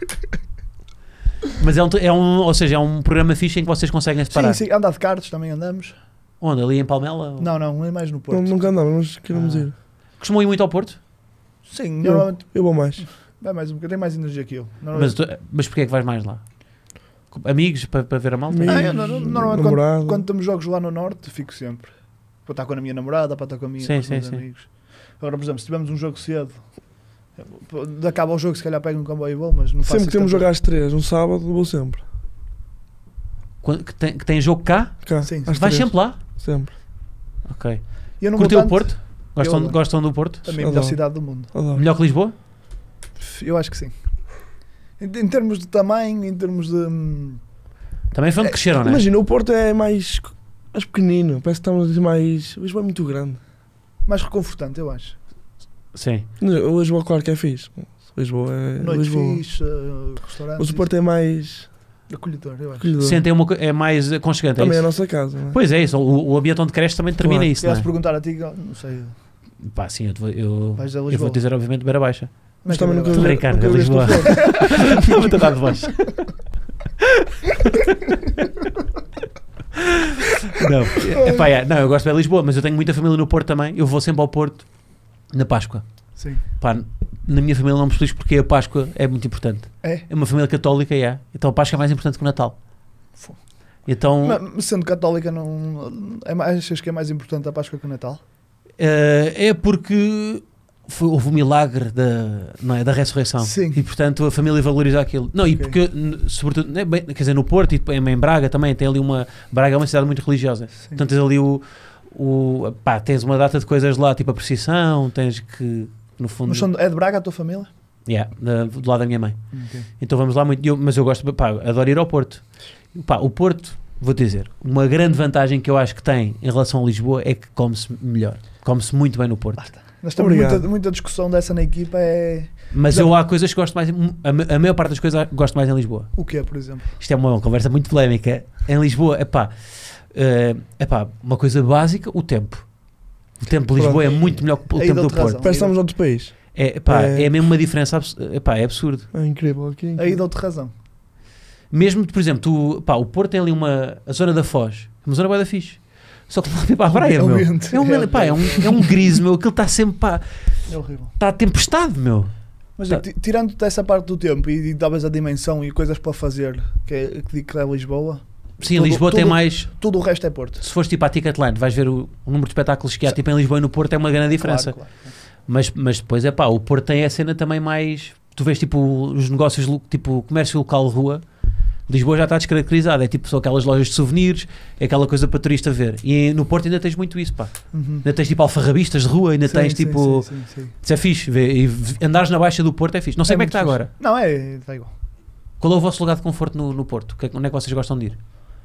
Mas ou seja, é um programa fixe em que vocês conseguem separar. Sim, andar de karts também andamos. Onde? Ali em Palmela? Não, é mais no Porto. Nunca andamos, mas queremos ir. Costumam ir muito ao Porto? Sim, normalmente Eu vou mais. vai mais um bocadinho, tem mais energia que eu. Normalmente- Mas porquê é que vais mais lá? Amigos para ver a malta? Amigos. eu normalmente namorado. quando temos jogos lá no Norte, fico sempre. Para estar com a minha namorada, para estar com a minha Sim, com os sim, meus sim. amigos. Agora, por exemplo, se tivermos um jogo cedo, acaba o jogo, se calhar pego um comboio e vou, mas não faço Sempre que isso temos tanto. jogar às 3, um sábado, vou sempre. Que tem jogo cá? Cá, Sim, às Vais 3. sempre lá? Sempre. Ok. E eu não Curtiu vou o tanto, Porto? Gostam do Porto? a minha melhor Adoro. cidade do mundo. Adoro. Melhor que Lisboa? Eu acho que sim. Em termos de tamanho, em termos de. Também foi onde cresceram, não é? Imagina, o Porto é mais pequenino. Parece que estamos mais. Lisboa é muito grande. Mais reconfortante, eu acho. Sim. O Lisboa, claro que é fixe. Lisboa é. Noite Lisboa. fixe, restaurantes. Mas o Porto é mais. acolhedor, eu acho. acolhedor. Sentem é mais aconchegante. Também é a isso? nossa casa. Não é? Pois é isso. O ambiente onde cresce também determina Claro. isso, Se não tivesse é? perguntar a ti, não sei. Pá, sim, eu Vais a vou Lisboa. dizer obviamente Beira Baixa. Mas também nunca Estou a brincar, nunca é viste o Lisboa. Porto. Não, vou dar de voz. Não, eu gosto bem de Lisboa, mas eu tenho muita família no Porto também. Eu vou sempre ao Porto na Páscoa. Sim. Pá, na minha família não me explico porque a Páscoa é muito importante. É? É uma família católica, então a Páscoa é mais importante que o Natal. Fô. Então, Mas sendo católica, não, achas que é mais importante a Páscoa que o Natal? é porque houve o milagre não é, da ressurreição. Sim. E portanto a família valoriza aquilo. Não, e Ok. porque, sobretudo, né, quer dizer, no Porto e em Braga também tem ali Braga é uma cidade muito religiosa. Sim. Portanto tens ali tens uma data de coisas lá, tipo a procissão, tens que, no fundo... Mas é de Braga a tua família? Do lado da minha mãe. Ok. Então vamos lá muito, mas eu gosto, adoro ir ao Porto. Pá, o Porto, vou-te dizer, uma grande vantagem que eu acho que tem em relação a Lisboa é que come-se melhor. Come-se muito bem no Porto. Nós temos Obrigado. muita discussão dessa na equipa. Mas há coisas que gosto mais, a maior parte das coisas gosto mais em Lisboa. O que é, por exemplo? Isto é uma conversa muito polémica. Em Lisboa, uma coisa básica, o tempo. O tempo de Lisboa é muito melhor que o Aí tempo do dou-te Porto. razão. Parece que estamos noutro país. É mesmo uma diferença, é absurdo. É incrível aqui. Aí dou-te razão. Mesmo, por exemplo, o Porto tem ali a zona da Foz, uma zona bué da fixe. Só que não dá para ir para a praia, meu. É um gris, meu. Aquilo está sempre, É horrível. está a tempestade, meu. Mas Tá. tirando-te essa parte do tempo e talvez a dimensão e coisas para fazer, que digo que é Lisboa, Sim, Tudo- Lisboa tem tudo- mais... tudo o resto é Porto. Se fores tipo à Ticketline, vais ver o número de espetáculos que há tipo em Lisboa e no Porto, é uma grande diferença. Claro, claro. Mas depois, o Porto tem a cena também mais... Tu vês tipo os negócios, tipo comércio local de rua, Lisboa já está descaracterizado, é tipo só aquelas lojas de souvenirs, é aquela coisa para turista ver. E no Porto ainda tens muito isso, pá. Uhum. Ainda tens tipo alfarrabistas de rua, ainda Sim, tens sim, tipo... sim. Isso é fixe, andares na Baixa do Porto é fixe. Não sei como é que está muito agora. fixe. Não, está igual. Qual é o vosso lugar de conforto no Porto? Onde é que vocês gostam de ir?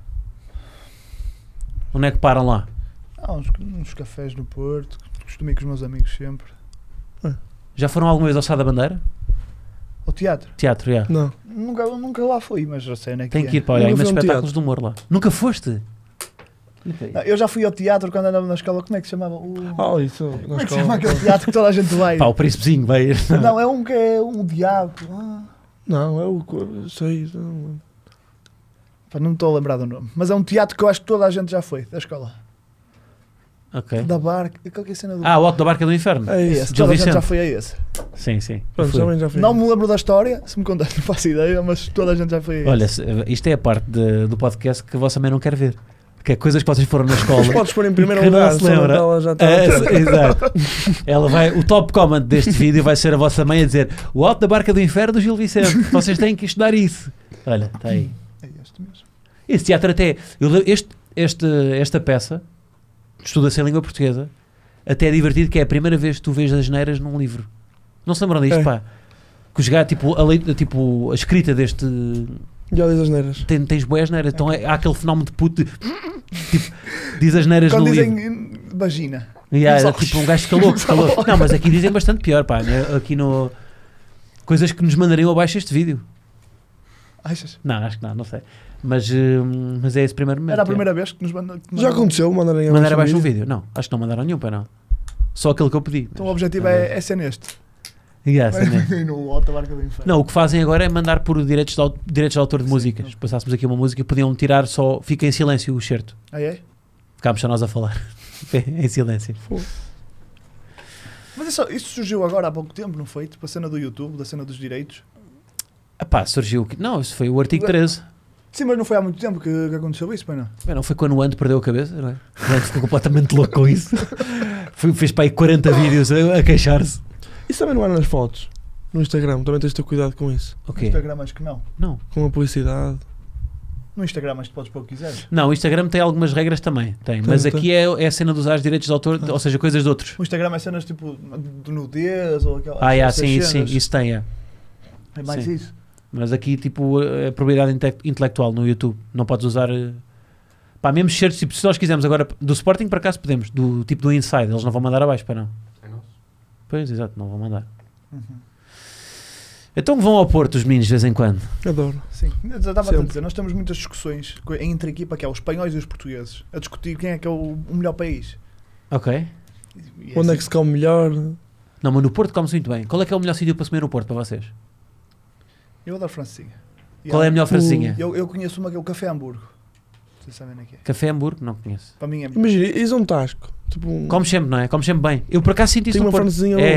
Onde é que param lá? Uns cafés no Porto, costumo ir com os meus amigos sempre. Já foram alguma vez ao Sá da Bandeira? Ao teatro. Teatro, já. Não. Nunca lá fui, mas já sei onde é que Tem é. que ir para olhar, Nunca mas fui a um espetáculos de humor lá. Nunca foste? Não, eu já fui ao teatro quando andava na escola. Como é que se chamava? Isso. Como é que se chama aquele teatro que toda a gente vai? Pá, o príncipezinho vai ir. Não, é um que é um diabo. Não, é o. Sei. Não. Pá, não me estou a lembrar do nome. Mas é um teatro que eu acho que toda a gente já foi, da escola. Ok. Da barca. Qual que é a cena do O Alto da Barca do Inferno. É esse? isso. Gil Toda a gente já Vicente. foi a esse. Sim, sim. Pronto, Fui. também já fui. Não me lembro da história, se me contares não faço ideia, mas toda a gente já foi a Olha, esse. isto é a parte do podcast que a vossa mãe não quer ver. Que é coisas que vocês foram na escola. Mas podes pôr em primeiro Que não lugar, se só lembra. ela já está. Exato. O top comment deste vídeo vai ser a vossa mãe a dizer: o Alto da Barca do Inferno do Gil Vicente. Vocês têm que estudar isso. Olha, está aí. É este mesmo. Esse teatro até... Esta peça estuda-se em língua portuguesa. Até é divertido, que é a primeira vez que tu vês as neiras num livro. Não se lembram disto, É. pá? Que os gajos, tipo, a escrita deste... Já diz as neiras. Tens boas neiras. Então há aquele fenómeno de puto de... Tipo, diz as neiras Quando no dizem livro. vagina. E há, só- tipo um gajo fica louco, fica louco. Não, mas aqui dizem bastante pior, pá. Né? Aqui no... Coisas que nos mandariam abaixo este vídeo. Achas? Não, acho que não sei. Mas é esse primeiro momento. Era a primeira vez que nos mandaram. Já aconteceu mandarem Mandaram abaixo um vídeo? Não, acho que não mandaram nenhum, pá, não. Só aquele que eu pedi. Então o objetivo é ser neste. Yeah, sim, né? E no Alta Barca do Inferno. Não, o que fazem agora é mandar por direitos de autor de Sim, músicas. não. Passássemos aqui uma música, podiam tirar só. Fica em silêncio o certo. Ah, é? Ficámos só nós a falar. Em silêncio. Mas isso surgiu agora há pouco tempo, não foi? Tipo a cena do YouTube, da cena dos direitos. Pá, surgiu. Não, isso foi o artigo 13. Sim, mas não foi há muito tempo que aconteceu isso, pois não? Bem, não foi quando o Ando perdeu a cabeça, não é? O Ando ficou completamente louco com isso. Fez para aí 40 vídeos a queixar-se. Isso também não era nas fotos. No Instagram, também tens de ter cuidado com isso. O No quê? Instagram acho que não. Não. Com a publicidade. No Instagram acho que podes pôr o que quiseres. Não, o Instagram tem algumas regras também. Tem. Mas Tem. aqui é a cena de usar os direitos de autor, ou seja, coisas de outros. O Instagram é cenas tipo de nudez ou aquela. Sim, isso sim, isso tem, é. É mais sim. isso. Mas aqui, tipo, é propriedade intelectual no YouTube. Não podes usar... Pá, mesmo certos, tipo, se nós quisermos agora... Do Sporting, por acaso, podemos. Do tipo do Inside. Eles não vão mandar abaixo, para não. É nosso. Pois, exato, não vão mandar. Uhum. Então vão ao Porto os meninos, de vez em quando. Adoro. Sim, eu já estava a Sempre. dizer, nós temos muitas discussões entre a equipa, que é os espanhóis e os portugueses, a discutir quem é que é o melhor país. Ok. E Onde é assim, que se come melhor? Não, mas no Porto come-se muito bem. Qual é que é o melhor sítio para comer no Porto, para vocês? Eu adoro francesinha. E Qual é a melhor francesinha? Eu conheço uma que é o Café Hamburgo. Vocês sabem onde é que é? Café Hamburgo? Não conheço. Para mim é Imagina, isso é um tasco. Tipo, Comes sempre, não é? Comes sempre bem. Eu por acaso sinto isso tem no uma Porto. francesinha É,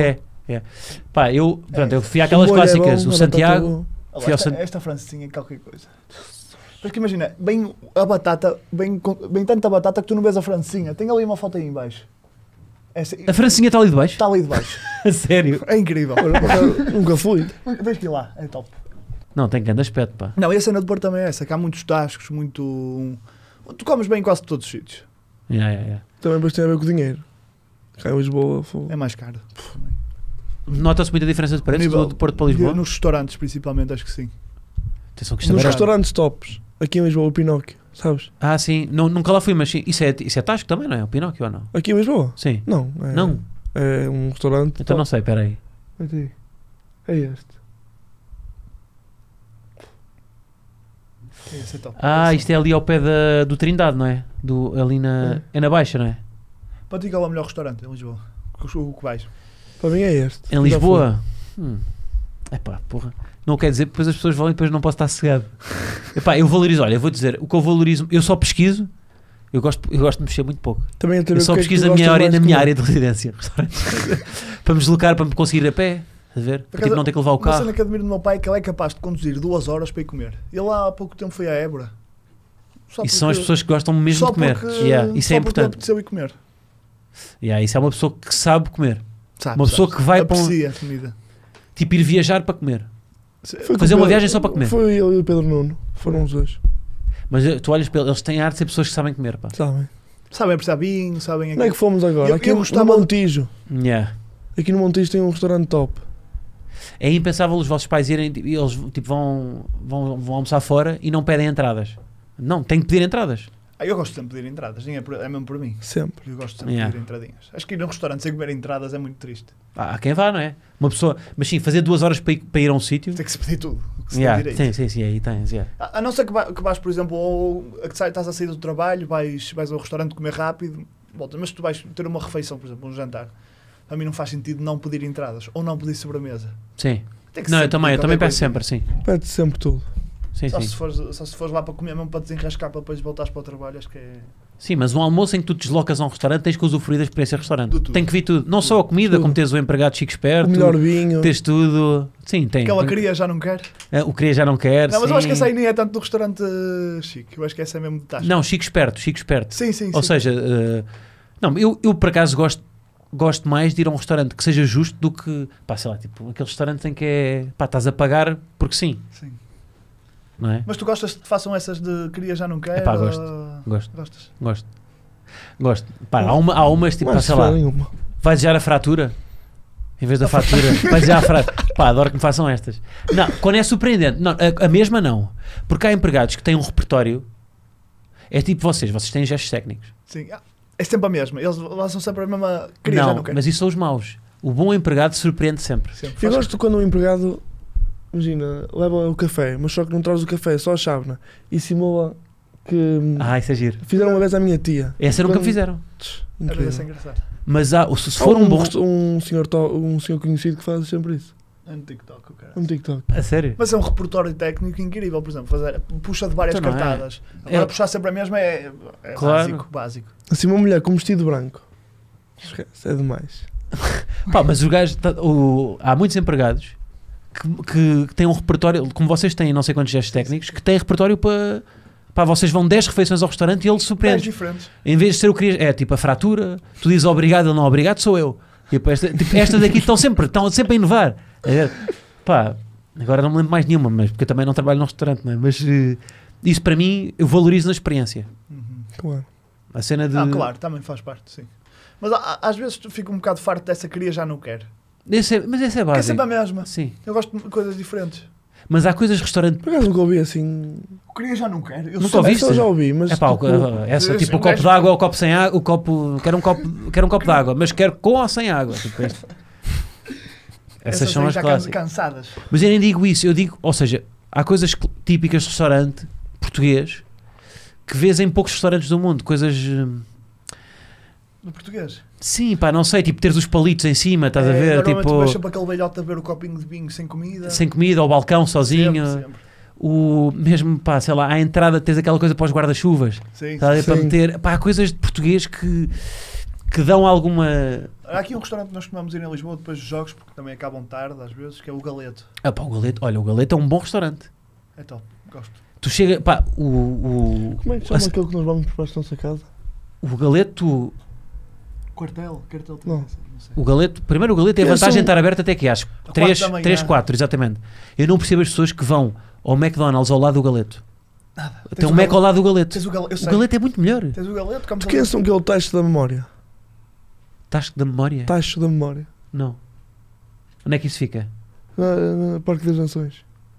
Pá, eu fui àquelas O molho é clássicas, bom, o a Santiago. batata Olha, Fui ao esta francesinha é qualquer coisa. Porque imagina, bem a bem tanta batata que tu não vês a francesinha. Tem ali uma foto aí em baixo. A francinha está ali de baixo? Está ali de baixo. A sério? É incrível. boa. Nunca fui. Tens que ir lá, é top. Não, tem grande aspecto, pá. Não, e a cena do Porto também é essa, que há muitos tascos, muito... Tu comes bem em quase todos os sítios. Também depois tem a ver com o dinheiro. Cá em Lisboa, É mais caro. Nota-se muita diferença de preços Nível- do Porto para Lisboa? Nos restaurantes, principalmente, acho que sim. Atenção que isto nos agora- restaurantes tops. Aqui em Lisboa, o Pinóquio, sabes? Ah, sim. Nunca lá fui, mas sim. Isso é Tasco também, não é? O Pinóquio ou não? Aqui em Lisboa? Sim. Não. Não? É um restaurante. Então não top. sei, espera aí. É este. Esse é top. Ah, isto é ali ao pé do Trindade, não é? Ali na... É na Baixa, não é? Para ti, qual é o melhor restaurante em Lisboa? O que vais? Para mim é este. Em Lisboa? Epá, porra. Não quer dizer que depois as pessoas vão e depois não posso estar cegado. Epá, eu valorizo, olha, eu vou dizer, o que eu valorizo, eu só pesquiso, eu gosto de mexer muito pouco. Também é ter Eu só pesquiso na minha área de residência. Para me deslocar, para me conseguir ir a pé. A ver? Para tipo, não ter que levar o Uma carro. cena que admiro do meu pai é que ele é capaz de conduzir 2 horas para ir comer. Ele há pouco tempo foi à Évora. Isso são as pessoas que gostam mesmo de comer. Isso é importante. Só ir comer. Isso é uma pessoa que sabe comer. Sabe, Uma pessoa que vai para aprecia a comida. tipo ir viajar para comer. Foi Fazer com o uma Pedro- viagem só para comer. Foi ele e o Pedro Nuno. Foram os dois. Mas tu olhas para eles têm arte de ser pessoas que sabem comer, pá. Sabem. Sabem apreciar vinho, sabem... Onde é que fomos agora? Eu Aqui no gostava- Montijo. Yeah. Aqui no Montijo tem um restaurante top. É impensável os vossos pais irem e eles tipo, vão almoçar fora e não pedem entradas. Não, têm que pedir entradas. Eu gosto sempre de pedir entradas, nem é mesmo por mim. Sempre. Eu gosto sempre de pedir entradinhas. Acho que ir a um restaurante sem comer entradas é muito triste. Há quem vá, não é? Uma pessoa, mas sim, fazer 2 horas para ir a um sítio. Tem que se pedir tudo. O que se tem direito. Sim, aí tens. A não ser que vais, por exemplo, ou estás a sair do trabalho, vais ao restaurante comer rápido, volta, mas se tu vais ter uma refeição, por exemplo, um jantar, para mim não faz sentido não pedir entradas ou não pedir sobremesa. Sim. Tem que Não, sempre eu também pedir qualquer peço coisa. sempre, sim. Pede sempre tudo. Sim, Só sim. se fores lá para comer mesmo para desenrascar para depois voltares para o trabalho, acho que é... Sim, mas um almoço em que tu te deslocas a um restaurante tens que usufruir da experiência de restaurante. De tudo. Tem que vir tudo. Não só a comida, Tudo. como teres o empregado chique O esperto, melhor vinho. tens tudo. Sim, tem. Aquela queria já não quer. O queria já não quer. Não, mas eu acho que sim. essa aí nem é tanto do restaurante chique. Eu acho que essa é mesmo de taxa. Não, chique esperto. Sim. Ou seja, não, eu por acaso gosto mais de ir a um restaurante que seja justo do que, pá, sei lá, tipo, aquele restaurante em que é, pá, estás a pagar porque sim, Sim. não é? Mas tu gostas que façam essas de queria já não quer? Epá, ou- gosto. Gostas? Pá, há umas tipo, pá, Mas sei lá, nenhuma. vai desejar a fratura em vez da fatura, vai desejar a fratura. Pá, adoro que me façam estas. Não, quando é surpreendente, não, a mesma não, porque há empregados que têm um repertório, é tipo vocês têm gestos técnicos. Sim. É sempre a mesma. Eles lançam sempre a mesma queria já Não, não quer. mas isso são os maus. O bom empregado surpreende sempre. Sempre. Eu Faz- gosto quando um empregado, imagina, leva o café, mas só que não traz o café, só a chávena, e simula que Isso é giro. fizeram uma vez à minha tia. Essa nunca Quando- fizeram. Era Incrível. desse engraçado. Mas se for um bom... um senhor conhecido que faz sempre isso. É no TikTok, o cara. Um TikTok. A sério? Mas é um repertório técnico incrível, por exemplo, puxa de várias Então não é. cartadas. Agora É- puxar sempre a mesma é Claro. básico. Assim, uma mulher com vestido branco. Esquece, é demais. Pá, mas os gajos, há muitos empregados que têm um repertório, como vocês têm não sei quantos gestos técnicos, que têm repertório para... Pá, vocês vão 10 refeições ao restaurante e ele 10 surpreende. diferentes. Em vez de ser o que é tipo a fratura, tu dizes obrigado, ele não obrigado, sou eu. Tipo, estas daqui estão sempre a inovar. É, pá, agora não me lembro mais nenhuma, mas porque eu também não trabalho num restaurante, não é? Mas isso para mim eu valorizo na experiência. Claro. A cena de. Ah, claro, também faz parte, sim. Mas às vezes tu fica um bocado farto dessa queria já não quer. Mas essa é Porque é básico. sempre a mesma. Sim. Eu gosto de coisas diferentes. Mas há coisas de restaurante. Por acaso nunca ouvi assim. O queria já não quer. Eu Nunca sou- ouviste? Essa eu já ouvi, mas. É pá, tipo, essa tipo o um copo gajo- de água ou o copo sem água, quero um copo de água, mas quero com ou sem água. Tipo, essas são aí as já clássicas. cansadas. Mas eu nem digo isso, eu digo, ou seja, há coisas típicas de restaurante português que vês em poucos restaurantes do mundo, coisas. No português. Sim, pá, não sei, tipo teres os palitos em cima, estás a ver? Normalmente Tipo, deixa para aquele velhote a ver o copinho de vinho sem comida. sem comida, ao balcão sozinho. Sempre. O mesmo, pá, sei lá, à entrada tens aquela coisa para os guarda-chuvas. Sim. Estás a ver? Para Sim. meter, pá, há coisas de português que que dão alguma... Há aqui um restaurante que nós costumamos ir em Lisboa depois dos jogos, porque também acabam tarde às vezes, que é o Galeto. Ah pá, o Galeto é um bom restaurante. É top, gosto. Tu chega, pá, o Como é que chama aquele que nós vamos para a nossa casa? o Galeto, Cartel Não. não sei. o Galeto, primeiro o Galeto tem a Eles vantagem de são- estar aberto até que às 3, 4, exatamente. Eu não percebo as pessoas que vão ao McDonald's ao lado do Galeto. Nada. Tem um Mac ao lado do Galeto. Tens o Galeto, eu O sei. Galeto é muito melhor. Tens o Galeto, comes Tu ali. conheces que é o tacho da memória? Tacho da memória? Tacho da memória. Não. Onde é que isso fica? No Parque das Nações.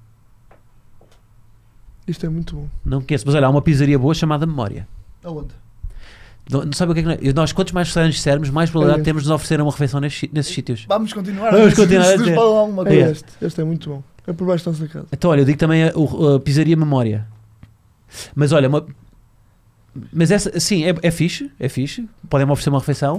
Isto é muito bom. Não conheço, mas olha, há uma pizzaria boa chamada Memória. Aonde? Não sabe o que é que nós, quantos mais restaurantes dissermos, mais probabilidade É. temos de nos oferecer uma refeição nesses sítios. Vamos continuar. Vamos continuar Se a nos dizer. falam alguma É coisa. este é muito bom. É por baixo da nossa casa. Então, olha, eu digo também a pizzaria Memória. Mas olha, mas essa, sim, é fixe, podem-me oferecer uma refeição.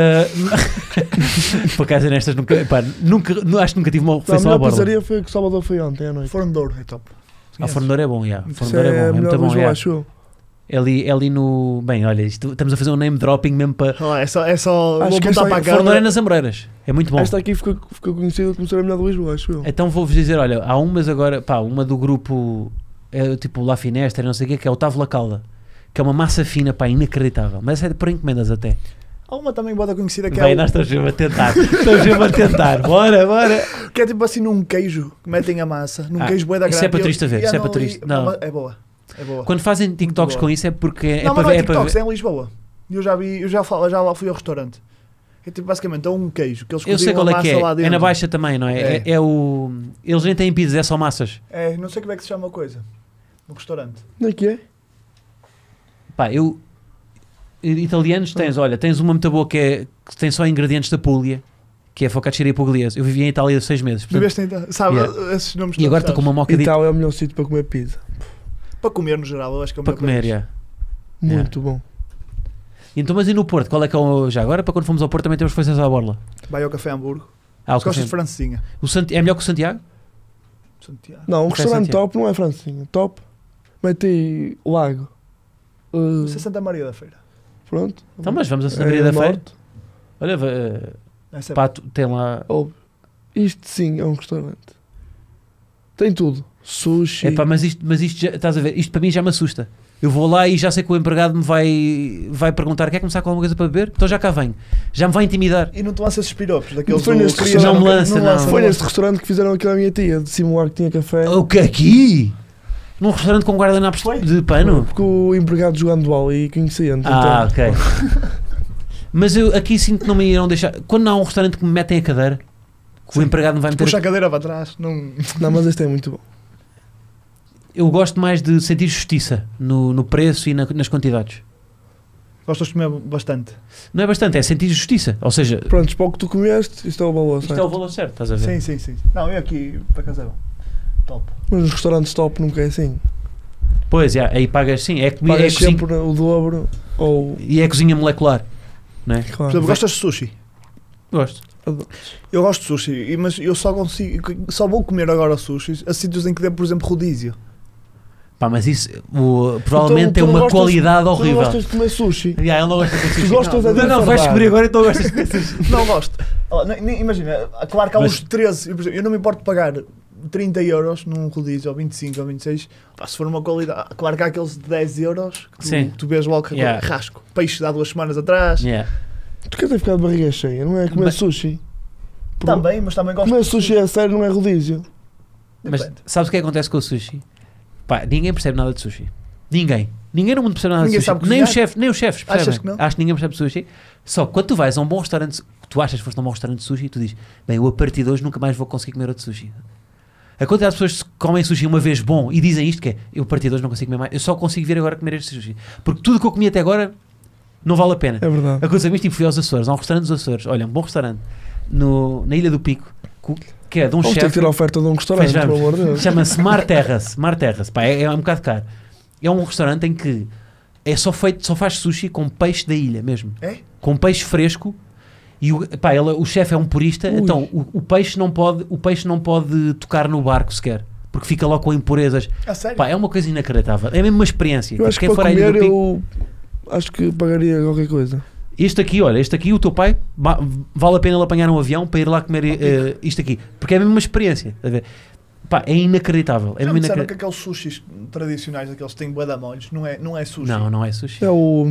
Por acaso nestas nunca, acho que nunca tive uma Não, a refeição à melhor borla. pizzaria foi que o Salvador foi ontem à noite. Forno de Ouro, é top. A Fornador é bom, Isso Fornador é a bom, é melhor muito bom. Lisboa, Yeah. acho eu. É ali no. Bem, olha, estamos a fazer um name dropping mesmo para. É só Acho vou que apontar esta para a é- cara. Fornador é nas Amoreiras, é muito bom. Esta aqui ficou conhecida como ser a melhor de Lisboa, acho eu. Então vou-vos dizer, olha, há umas agora, pá, uma do grupo, é tipo La Finestra, não sei o quê, que é o Távola Calda, que é uma massa fina, pá, inacreditável, mas é por encomendas até. Há uma também boa conhecida que Bem, é, nós estamos mesmo a tentar, bora. que é tipo assim num queijo que metem a massa, num queijo bué da isso grande. é para turista ver, e isso é andam para ali- turista, não. É boa. É boa. Quando fazem TikToks boa. com isso é porque é não, para mas não é ver. TikToks, é em Lisboa. Eu já vi, já lá fui ao restaurante. É tipo basicamente é um queijo que eles Eu sei cozinham qual a é que massa lá é, dentro. é na Baixa também, não é? É o... Eles nem têm pizzas, é só massas. É, não sei como é que se chama a coisa. No restaurante. Onde é que é? Pá, italianos tens uma muito boa que tem só ingredientes da Puglia, que é focacciaria pugliese. Eu vivi em Itália 6 meses. Portanto, Viveste então, sabe, esses nomes e agora estou com uma moca de Itália é o melhor sítio para comer pizza. para comer no geral, eu acho que é o para meu comer, país. yeah. Muito bom. Então, mas e no Porto? Qual é que é o... Já agora, para quando fomos ao Porto, também temos refeições à borla. Vai ao Café Hamburgo. Ah, o Gostas café. de francesinha? É melhor que o Santiago? Santiago. Não, um Café restaurante Santiago. top não é francinha. Top. Mete aí Lago. Isso é Santa Maria da Feira. Pronto. Então, mas vamos a Santa É Maria da Feira. norte. Olha, Essa é pá, tem lá... Óbvio. Isto sim é um restaurante. Tem tudo. Sushi. Epá, mas isto já, estás a ver, isto para mim já me assusta. Eu vou lá e já sei que o empregado me vai perguntar: quer começar com alguma coisa para beber? Então já cá venho. Já me vai intimidar. E não te lança esses piropos daqueles Foi do neste Cristiano não me Ronaldo, lança, não. Foi neste restaurante que fizeram aquilo à minha tia, de simular que tinha café. O que aqui? Num restaurante com guardanapos Foi? de pano? Porque o empregado jogando bola e conhecia. Então, Ok. Mas eu aqui sinto que não me irão deixar. Quando não há um restaurante que me metem a cadeira, que o empregado me vai meter. Puxa a cadeira para trás. Não... Não, mas este é muito bom. Eu gosto mais de sentir justiça no preço e nas quantidades. Gostas de comer bastante. Não é bastante, é sentir justiça. Ou seja, Pronto, para o que tu comeste, isto é o valor, isto é o certo? valor certo, estás a ver? Sim. Não, eu aqui, para casa é bom. Top. Mas os restaurantes top nunca é assim. Pois, aí pagas sim. É comida, Pagas é cozinha, sempre o dobro ou... e é cozinha molecular. Não é? Por Claro. exemplo, gostas de sushi? Gosto. Eu gosto de sushi, mas eu só vou comer agora sushi a sítios em que dê, por exemplo, rodízio. Pá, mas isso provavelmente tu tem não uma gostas- qualidade Tu não horrível. gostas de comer sushi? Yeah, ele não gosta de sushi. Tu gostas é de Não, vais enfardar. comer agora, então gostas de comer sushi. Não gosto. Imagina, claro que há Mas- uns 13, eu não me importo de pagar 30 euros num rodízio, ou 25 ou 26, pá, se for uma qualidade, claro que há aqueles de 10 euros que Sim. tu vês logo que Yeah. rasco, peixe de há 2 semanas atrás, Yeah. Tu queres ter ficado de barriga cheia, não é comer Mas- sushi? também, mas também gosto Comer de sushi a sério não é rodízio. Mas Depende. sabes o que acontece com o sushi? Pá, ninguém percebe nada de sushi. Ninguém no mundo percebe nada Ninguém de sabe sushi. Nem cozinhar? os chefes percebem. Achas que não? Acho que ninguém percebe sushi. Só que quando tu vais a um bom restaurante, tu achas que foste a um bom restaurante de sushi e tu dizes, bem, eu a partir de hoje nunca mais vou conseguir comer outro sushi. A quantidade de pessoas que comem sushi uma vez bom e dizem isto que é, eu a partir de hoje não consigo comer mais, eu só consigo vir agora comer este sushi. Porque tudo que eu comi até agora não vale a pena. É verdade. Aconteceu isto, tipo, fui aos Açores, a um restaurante dos Açores, olha, um bom restaurante, na Ilha do Pico, que é de um Vamos ter que chefe, ter a oferta de um restaurante, Pois pelo vamos. amor de Deus. chama-se Mar Terrace, pá, é um bocado caro. É um restaurante em que é só faz sushi com peixe da ilha mesmo. É? Com peixe fresco. E o chefe é um purista, Ui. então o peixe não pode tocar no barco sequer, porque fica logo com impurezas. A sério? Pá, é uma coisa inacreditável. É mesmo uma experiência. Eu acho que Quem para for à Ilha comer do Pico, eu acho que pagaria qualquer coisa. Este aqui, olha, o teu pai, vale a pena ele apanhar um avião para ir lá comer isto aqui. Porque é mesmo uma experiência. Tá a ver? Pá, é inacreditável. Já me disseram que aqueles sushis tradicionais, daqueles que têm bué de molhos, não é sushi. Não é sushi. É o...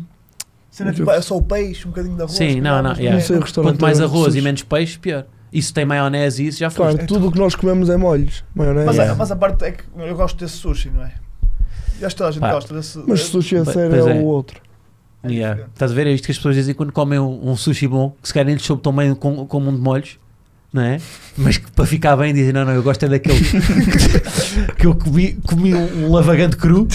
É só o peixe, um bocadinho de arroz. Sim, não. Não sei o restaurante. Quanto mais arroz e menos peixe, pior. Isso tem maionese e isso já foi. Claro, tudo o que nós comemos é molhos. Maionese. Mas a parte é que eu gosto desse sushi, não é? E acho que toda a gente gosta desse. Mas sushi a sério é o outro. Estás a ver? É isto que as pessoas dizem quando comem um sushi bom, que se calhar nem lhes soube tão bem como um de molhos, não é? Mas que para ficar bem dizem, não, eu gosto é daquele que eu comi um lavagante cru,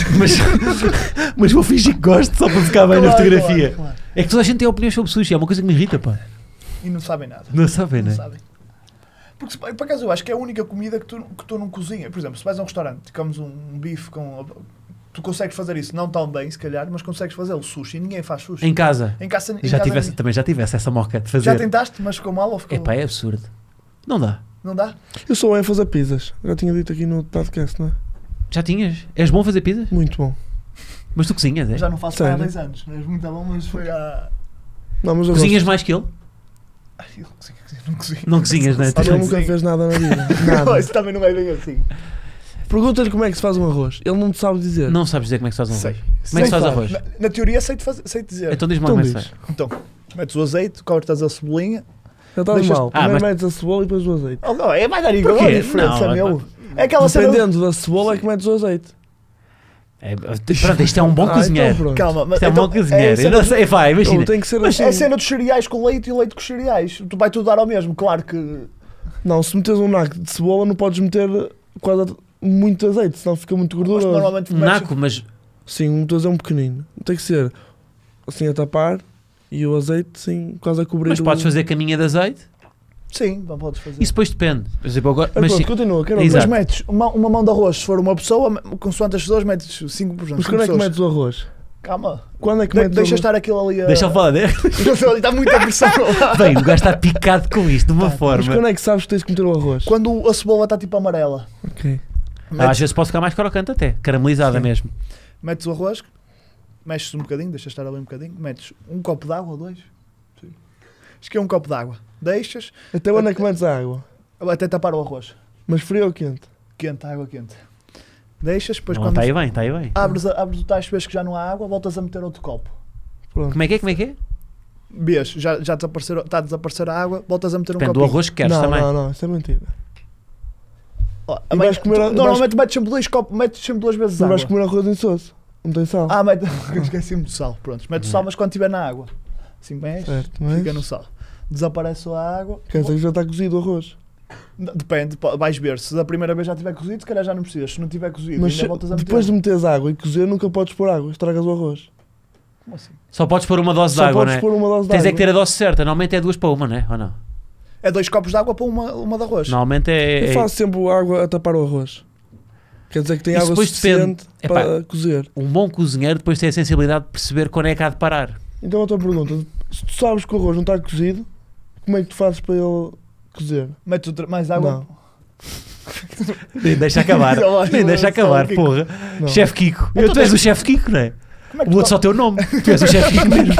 mas vou fingir que gosto só para ficar bem na fotografia. Claro. É que toda a gente tem opiniões sobre sushi, é uma coisa que me irrita, pá. E não sabem nada. Não sabem, né? Porque, por acaso, eu acho que é a única comida que tu não cozinhas. Por exemplo, se vais a um restaurante e comes um bife com... Tu consegues fazer isso, não tão bem, se calhar, mas consegues fazer o sushi e ninguém faz sushi. Em casa? Também já tivesse essa moca de fazer. Já tentaste, mas ficou mal ou ficou... Epá, é absurdo. Não dá. Não dá? Eu sou bem a fazer pizzas. Já tinha dito aqui no podcast, não é? Já tinhas? És bom a fazer pizzas? Muito bom. Mas tu cozinhas, é? Já não faço há 10 anos. Não és muito bom, mas foi há... Não, mas cozinhas mais que ele? Eu não cozinho. Não cozinhas, não é? Ele nunca fez nada na vida. Nada. Isso também não é bem assim. Pergunta-lhe como é que se faz um arroz. Ele não te sabe dizer. Não sabes dizer como é que se faz um arroz. Sei. Como é que se faz arroz? Na teoria sei dizer. Então diz-me lá como é que se faz. Então, metes o azeite, cortas a cebolinha. Já estás mal. Primeiro metes a cebola e depois o azeite. Oh, não, vai dar igual a diferença, meu. É aquela dependendo da cebola é que metes o azeite. Pronto, isto é um bom cozinheiro. Então, calma, mas isto é um bom cozinheiro. Eu não sei, vai, imagina. Tem que ser mas assim. é cena dos cereais com leite e leite com cereais. Tu vai tudo dar ao mesmo, claro que... Não, se metes um naco de cebola não podes meter quase muito azeite, senão fica muito gorduroso. Mas normalmente naco, mas... Sim, estou a dizer um pequenino. Tem que ser assim a tapar e o azeite sim quase a cobrir. Mas podes fazer caminha de azeite? Sim, não podes fazer. Isso depois depende. Por exemplo, agora... Mas sim, continua, mas metes uma mão de arroz, se for uma pessoa, consoante as pessoas, metes 5%. Mas quando é que metes o arroz? Calma. Quando é que metes deixa estar aquilo ali a... Deixa eu falar dele. Está muita pressão lá. Bem, o gajo está picado com isto, de uma forma. Mas quando é que sabes que tens que meter o arroz? Quando a cebola está tipo amarela. Ok. Às vezes pode ficar mais crocante até, caramelizada mesmo. Metes o arroz, mexes um bocadinho, deixas estar ali um bocadinho, metes um copo de água ou 2. Acho que é um copo de água. Deixas... Até onde é que metes a água? Até tapar o arroz. Mas frio ou quente? Quente, água quente. Deixas, depois não, quando... Está aí bem. Abres o tacho, vês que já não há água, voltas a meter outro copo. Pronto. Como é que é? Vês, já está a desaparecer a água, voltas a meter Depende um copo. do arroz que queres também. Não, isso é mentira. Normalmente metes sempre 2 copos, metes sempre 2 vezes água. Mas vais comer arroz insosso, não tem sal. Esqueci-me de sal, pronto. Metes sal, mas quando estiver na água. Assim mexes, fica no sal. Desaparece a água. Quer dizer que já está cozido o arroz? Depende, vais ver. Se da primeira vez já estiver cozido, se calhar já não precisas. Se não estiver cozido, mas ainda voltas a meter. Depois de meteres água e cozer, nunca podes pôr água, estragas o arroz. Como assim? Só podes pôr uma dose de água, não é? Pôr uma dose de Tens água. é que ter a dose certa, normalmente é 2 para 1, não é? Ou não? É 2 copos de água para uma de arroz. Normalmente é... Eu faço sempre a água a tapar o arroz. Quer dizer que tem isso água suficiente para cozer. Um bom cozinheiro depois tem a sensibilidade de perceber quando é que há de parar. Então a tua pergunta, se tu sabes que o arroz não está cozido, como é que tu fazes para ele cozer? Metes mais água? Não. Nem deixa acabar. Nem deixa acabar, porra. Chefe Kiko. Tu és o chefe Kiko, não é? O outro só tem o nome. Tu és o chefe Kiko mesmo.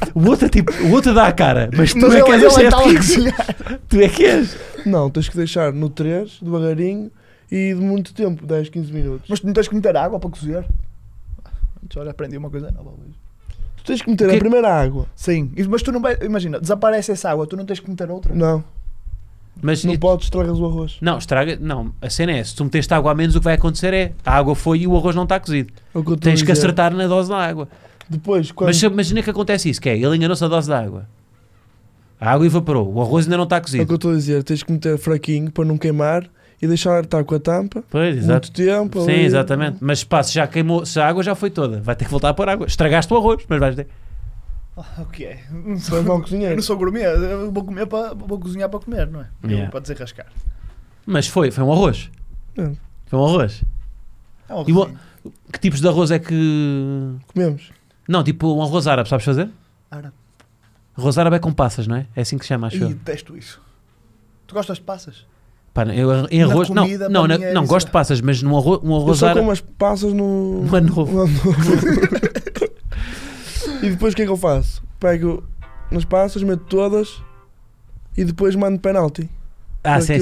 O outro dá a cara. Mas tu é que és o chefe Kiko. Tu é que és. Não, tens que deixar no 3, devagarinho e de muito tempo, 10, 15 minutos. Mas tu não tens que meter água para cozer? Já aprendi uma coisa nova hoje. Tu tens que meter a primeira água. Sim, mas tu não vai... Imagina, desaparece essa água, tu não tens que meter outra? Não. Mas não podes, estragas o arroz. Não, estraga. Não, a cena é, se tu meteste água a menos, o que vai acontecer é, a água foi e o arroz não está cozido. Tens que acertar na dose da água. Depois, quando... Mas imagina que acontece isso, que é, ele enganou-se a dose da água. A água evaporou, o arroz ainda não está cozido. É o que eu estou a dizer, tens que meter fraquinho para não queimar e deixar estar com a tampa. Pois, exato. Muito tempo. Sim, ali. exatamente. Mas pá, se já queimou, se a água já foi toda, vai ter que voltar a pôr água. Estragaste o arroz, mas vais ter. O que é? Eu não sou gourmet, eu vou cozinhar para comer, não é? Yeah. Para desenrascar. Mas foi um arroz. Foi um arroz. É um arroz. Que tipos de arroz é que... Comemos? Não, tipo um arroz árabe, sabes fazer? Árabe. Arroz árabe é com passas, não é? É assim que se chama, acho eu. Detesto isso. Tu gostas de passas? Pá, eu em arroz... Comida, não gosto de passas, mas um arroz eu só árabe... como as passas no... No ano novo. E depois o que é que eu faço? Pego nas passas, meto todas e depois mando penalti. Sim.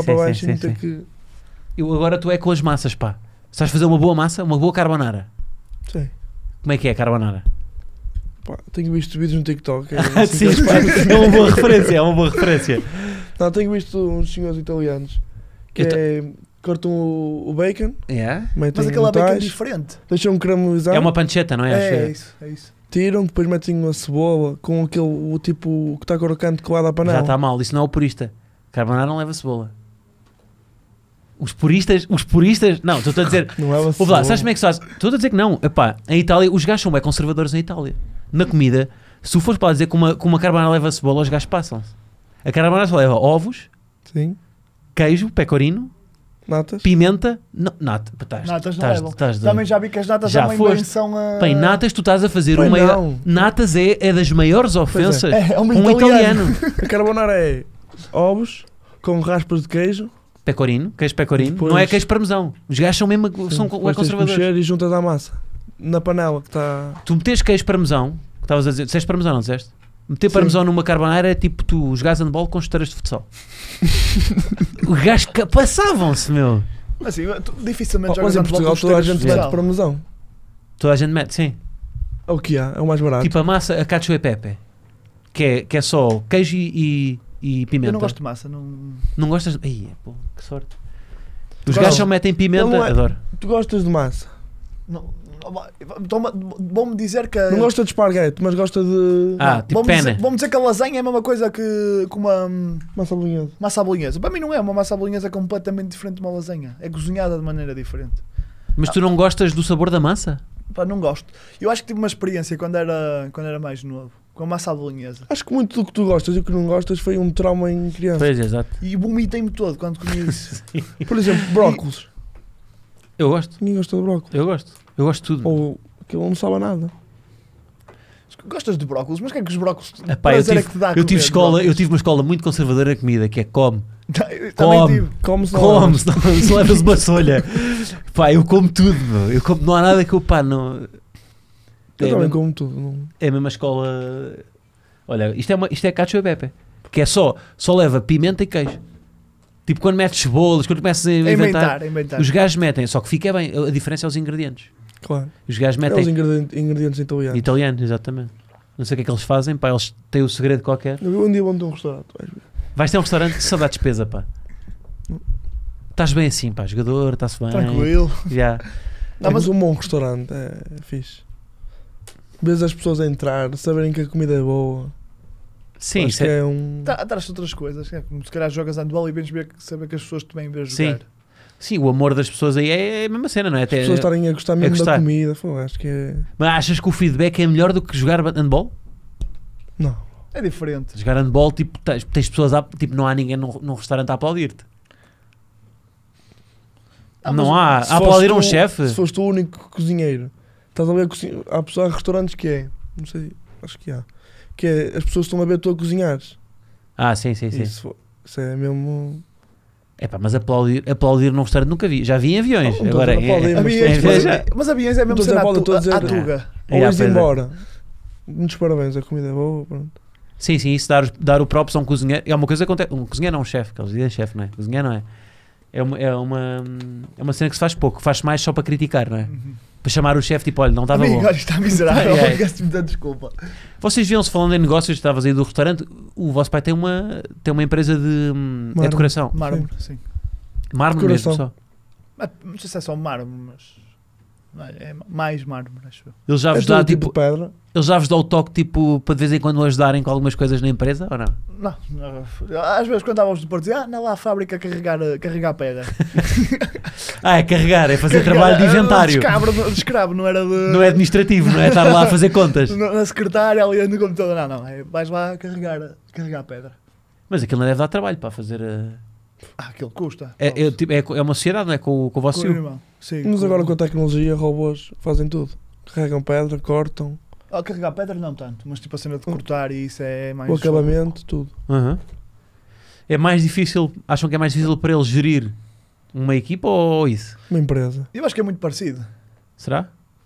Agora tu é com as massas, pá. Sabes fazer uma boa massa? Uma boa carbonara? Sim. Como é que é a carbonara? Pá, tenho visto vídeos no TikTok. Sim, é uma boa referência, Não, tenho visto uns senhores italianos que cortam o bacon, metem mas aquele bacon é tais, diferente. deixam caramelizar. É uma pancetta, não é? É isso. Tiram, depois metem uma cebola com aquele o tipo que está crocante colado à panela. Já está mal, isso não é o purista. Carbonara não leva cebola. Os puristas, não, estou a dizer, Não leva ouve cebola. lá, sabes como é que se faz? Estou a dizer que não, epá, em Itália, os gajos são bem conservadores em Itália. Na comida, se tu fores para dizer que uma carbonara leva cebola, os gajos passam-se. A carbonara só leva ovos, Sim. queijo, pecorino, Natas. pimenta, natas não levam. Também já vi que as natas Já é uma foste. invenção a... Bem, natas tu estás a fazer Pois uma... não. Natas é das maiores ofensas É um com um italiano. A carbonara é ovos com raspas de queijo. Pecorino, queijo pecorino, Depois- não é queijo parmesão. Os gajos são mesmo são Depois tens de conservadores. mexer e juntas à massa. Na panela que está... Tu metes queijo parmesão, que estavas a dizer, disseste parmesão, não disseste? Meter Sim. parmesão numa carbonara é tipo tu jogares handball com chuteiras de futsal. Os gajos passavam-se, meu. Assim, dificilmente Mas jogas em handball Portugal com toda a chuteiras gente de mete futsal. parmesão. Toda a gente mete, sim. É o que há, é o mais barato. Tipo a massa, a cacio e pepe, que é só queijo e pimenta. Eu não gosto de massa, não... Não gostas? Ai, pô, que sorte. Os Não. gajos só metem pimenta, Ele não é- adoro. Tu gostas de massa. Vão-me dizer que... Não gosta de esparguete, mas gosta de Tipo pena. Vão-me dizer que a lasanha é a mesma coisa que uma massa bolonhesa. massa à bolonhesa. Para mim não é, uma massa à bolonhesa é completamente diferente de uma lasanha. É cozinhada de maneira diferente. Mas tu não gostas do sabor da massa? Pá, não gosto. Eu acho que tive uma experiência quando era mais novo, com a massa à bolonhesa. Acho que muito do que tu gostas e o que não gostas foi um trauma em criança. Pois, exato. E vomitei-me todo quando comi isso. Por exemplo, brócolis. Eu gosto, Ninguém gosta de brócolis. eu gosto. Eu gosto de tudo. Ou aquilo não sabe a nada. Gostas de brócolis? Mas o que é que os brócolis... Epá, eu prazer é tive, que te dá a eu tive comer escola, eu brócolis? tive uma escola muito conservadora na comida, que é come. Eu também Come. tive. Como se não Come, se levas uma solha. Pá, eu como tudo, meu. Não há nada que eu, pá, não... Eu É também mesmo- como tudo. Não... É a mesma escola... Olha, isto é cacio e pepe. Que é só leva pimenta e queijo. Tipo, quando metes cebolas, quando começas a inventar... Inventar. Os gajos metem, só que fica bem, a diferença é os ingredientes. Claro. Os gajos É os metem ingredientes italianos. italianos, exatamente. Não sei o que é que eles fazem, pá, eles têm o segredo qualquer. Um dia vou ter um restaurante. Vais ver. Vais ter um restaurante só dá despesa, pá. Estás bem assim, pá, jogador, está-se bem. Tranquilo. Já. Não, Mas mas um bom restaurante é fixe. Vês as pessoas a entrar, saberem que a comida é boa. Sim, Acho isso que é... é um. traz outras coisas. É como se calhar jogas handball e vens saber que as pessoas te vêm ver Sim. jogar. Sim, o amor das pessoas aí é a mesma cena, não é? As pessoas estarem a gostar mesmo gostar. da comida. Pô, acho que é. Mas achas que o feedback é melhor do que jogar handball? Não. É diferente. Jogar handball, tipo, tens pessoas, tipo, não há ninguém num restaurante a aplaudir-te. Não há. Se A aplaudir foste um tu- chefe? Se foste o único cozinheiro, estás a ver há pessoas, há restaurantes que é. Não sei, acho que há. Que é as pessoas estão a ver tu a cozinhares. Ah, sim. Isso é mesmo. É pá, mas aplaudir num restaurante nunca vi. Já vi em aviões. Não, Agora, estou a aplaudir, mas Aviões, estou a mas, dizer- mas aviões é mesmo Estou a dizer cena bola, estou a dizer- à tuga. Ou Yeah, ires pois é. embora. Muitos parabéns, a comida é boa. Pronto. Sim, isso dar o props a um cozinheiro. É uma coisa que acontece. Um cozinheiro não é um chefe, que eles dizem chefe, não é? Cozinheiro não é. É uma cena que se faz pouco, faz mais só para criticar, não é? Para chamar o chefe, tipo, olha, não estava Amigo, bom. olha, está miserável. Yeah. Peço-me da desculpa. Vocês viam-se falando em negócios, estavas aí do restaurante, o vosso pai tem uma empresa de Mármore. decoração. Mármore, sim. Mármore mesmo Decoração. só. Mas não sei se é só mármore, mas... É mais mármore, acho eu. Ele já É vos todo dá, tipo tipo, de pedra. ele já vos dá o toque, tipo, para de vez em quando ajudarem com algumas coisas na empresa, ou não? Não, às vezes quando estávamos de Porto, dizia, anda lá à fábrica carregar pedra. É carregar, é fazer trabalho de inventário. De escravo, não era de... Não é administrativo, não é estar lá a fazer contas. Na secretária ali no computador, não, vais lá carregar pedra. Mas aquilo não deve dar trabalho para fazer. Aquilo custa. É uma sociedade, não é? Com o vosso Com o tio. irmão. Sim, Mas agora com a tecnologia, robôs fazem tudo. Carregam pedra, cortam, Carregar pedra não tanto, mas tipo a cena de cortar e isso é mais... o acabamento, tudo. Uhum. É mais difícil, acham que é mais difícil para eles gerir uma equipa ou isso? Uma empresa. Eu acho que é muito parecido. Será?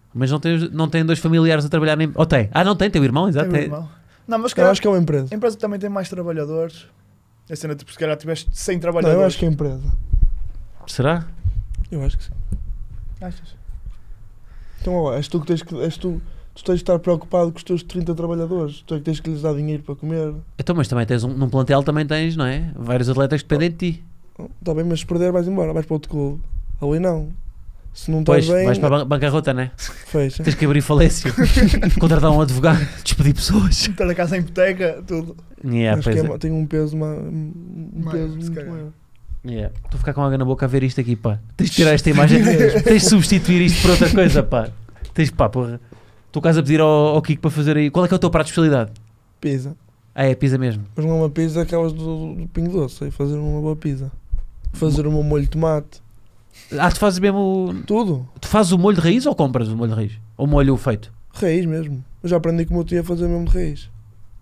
Mas não tem dois familiares a trabalhar nem. Ou tem? Ah, não tem, tem o irmão, exato. Tem o irmão. Não, mas Eu acho que é uma empresa. a empresa também tem mais trabalhadores. A cena, tipo, se calhar tiveste 100 Não, trabalhadores. eu acho que é empresa. Será? Eu acho que sim. Achas? Então, ó, és tu que tens tu tens de estar preocupado com os teus 30 trabalhadores. Tu é que tens que lhes dar dinheiro para comer. Então, mas também tens num plantel também tens, não é? Vários atletas que dependem de ti. Está bem, mas se perder vais embora, vais para outro clube. Ali não. Se não Pois, estás bem, vais para a bancarrota, não é? fecha. Tens que abrir falência, contratar um advogado, despedir pessoas. Estar a casa em hipoteca, tudo. Yeah, Acho que pois é. tem um peso, Maior, peso se muito calhar. maior. Yeah. Estou a ficar com água na boca a ver isto aqui, pá. Tens de tirar esta imagem, tens de substituir isto por outra coisa, pá. Tens, pá, porra. Estou quase a pedir ao Kiko para fazer aí. Qual é que é o teu prato de especialidade? Pizza. Ah, é pizza mesmo. Mas não é uma pizza aquelas do Pingo Doce. Sei fazer uma boa pizza. Fazer um molho de tomate. Ah, tu fazes mesmo. Tudo. Tu fazes o molho de raiz ou compras o molho de raiz? Ou o molho feito? Raiz mesmo. Eu já aprendi como eu tinha a fazer mesmo de raiz.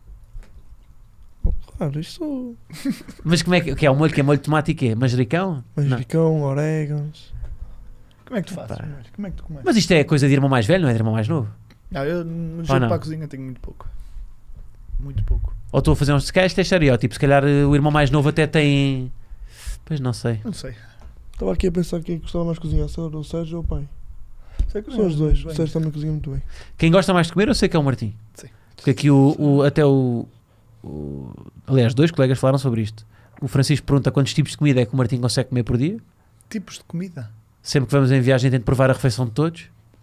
Claro, isto. Mas como é que é o molho? Que é molho de tomate e quê? Manjericão? Não. Manjericão, orégãos. Como é que tu fazes? Pá. Como é que tu comes? Mas isto é coisa de irmão mais velho, não é de irmão mais novo? Não, eu no Ou jogo não? para a cozinha tenho muito pouco. Muito pouco. Ou estou a fazer uns. Se calhar isto é estereótipo. Se calhar o irmão mais novo até tem. Pois não sei. Não sei. Estava aqui a pensar quem gostava mais de cozinhar, se era o Sérgio ou o pai. Sei que São os dois. O bem. Sérgio também cozinha muito bem. Quem gosta mais de comer, eu sei que é o Martim. Sim. Porque aqui até aliás, dois colegas falaram sobre isto. O Francisco pergunta quantos tipos de comida é que o Martim consegue comer por dia. Tipos de comida. Sempre que vamos em viagem tento provar a refeição de todos.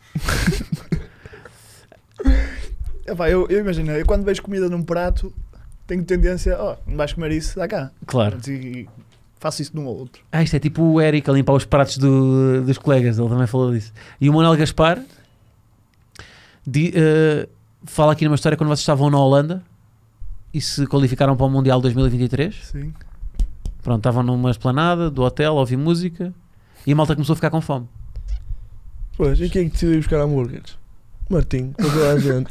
Epá, eu imagino, eu quando vejo comida num prato, tenho tendência, não vais comer isso, dá cá. Claro. E faço isso num ou outro. Ah, isto é tipo o Eric a limpar os pratos dos colegas, ele também falou disso. E o Manuel Gaspar fala aqui numa história quando vocês estavam na Holanda e se qualificaram para o Mundial 2023. Sim. Pronto, estavam numa esplanada do hotel a ouvir música e a malta começou a ficar com fome. Pois, e quem é que decidiu ir buscar hambúrgueres? Martim, com toda a gente.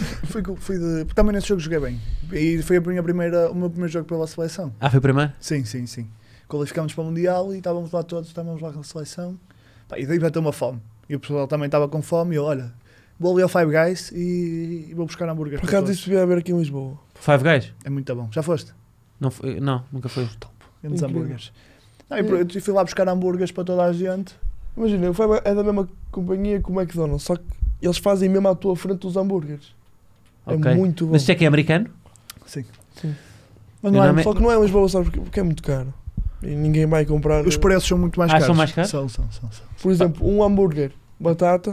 Porque também nesse jogo joguei bem. E foi o meu primeiro jogo pela seleção. Ah, foi o primeiro? Sim. Qualificámos para o Mundial e estávamos lá todos, estávamos lá com a seleção. Pá, e daí bateu uma fome. E o pessoal também estava com fome e eu, olha, vou ali ao Five Guys e vou buscar hambúrguer. Por acaso isso devia haver aqui em Lisboa. Five Guys? É muito bom. Já foste? Não, nunca foi. Grandes Incrível. hambúrgueres. Não, eu fui lá buscar hambúrgueres para toda a gente. Imagina, o Five é da mesma companhia que o McDonald's, só que eles fazem mesmo à tua frente os hambúrgueres. Ok. É muito bom. Mas isto é que é americano? Sim. Sim. Mas Eu não é, não Só que não é em Lisboa, sabes? Porque é muito caro. E ninguém vai comprar. os preços são muito mais caros. são mais caros? São. Por exemplo, um hambúrguer, batata,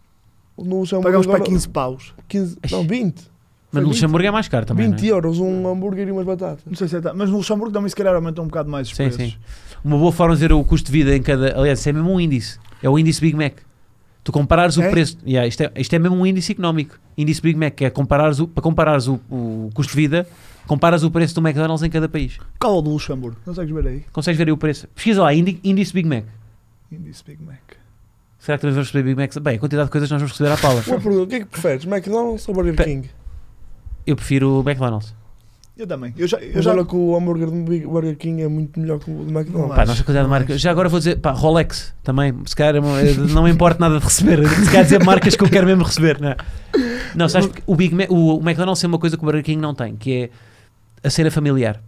no Luxemburgo Pagamos para agora, 15 paus. 15, não, 20. Mas Foi no 20. Luxemburgo é mais caro também, 20 não é? euros um hambúrguer e umas batatas. Não sei se é mas no Luxemburgo também se calhar aumentam um bocado mais os Sim, preços. sim. Uma boa forma de ver o custo de vida em cada... Aliás, isso é mesmo um índice. É o índice Big Mac. Tu comparares o É? preço... Yeah, isto é mesmo um índice económico. Índice Big Mac, que é para comparares o custo de vida, comparas o preço do McDonald's em cada país. Qual é o do Luxemburgo? Consegues ver aí? Consegues ver aí o preço? Pesquisa lá, índice Big Mac. Índice Big Mac. Será que também vamos receber Big Macs? Bem, a quantidade de coisas que nós vamos receber à pala. Uma pergunta, o que é que preferes? McDonald's ou Burger King? Eu prefiro o McDonald's. Eu também. Eu já, Mas olha que o hambúrguer do Burger King é muito melhor que o do McDonald's. Pá, Mas- nossa quantidade de mas- marcas. Já agora vou dizer, pá, Rolex também. Se calhar não me importa nada de receber. Se calhar dizer marcas que eu quero mesmo receber, não é? Não, sabes porque o McDonald's tem uma coisa que o Burger King não tem, que é a cena familiar.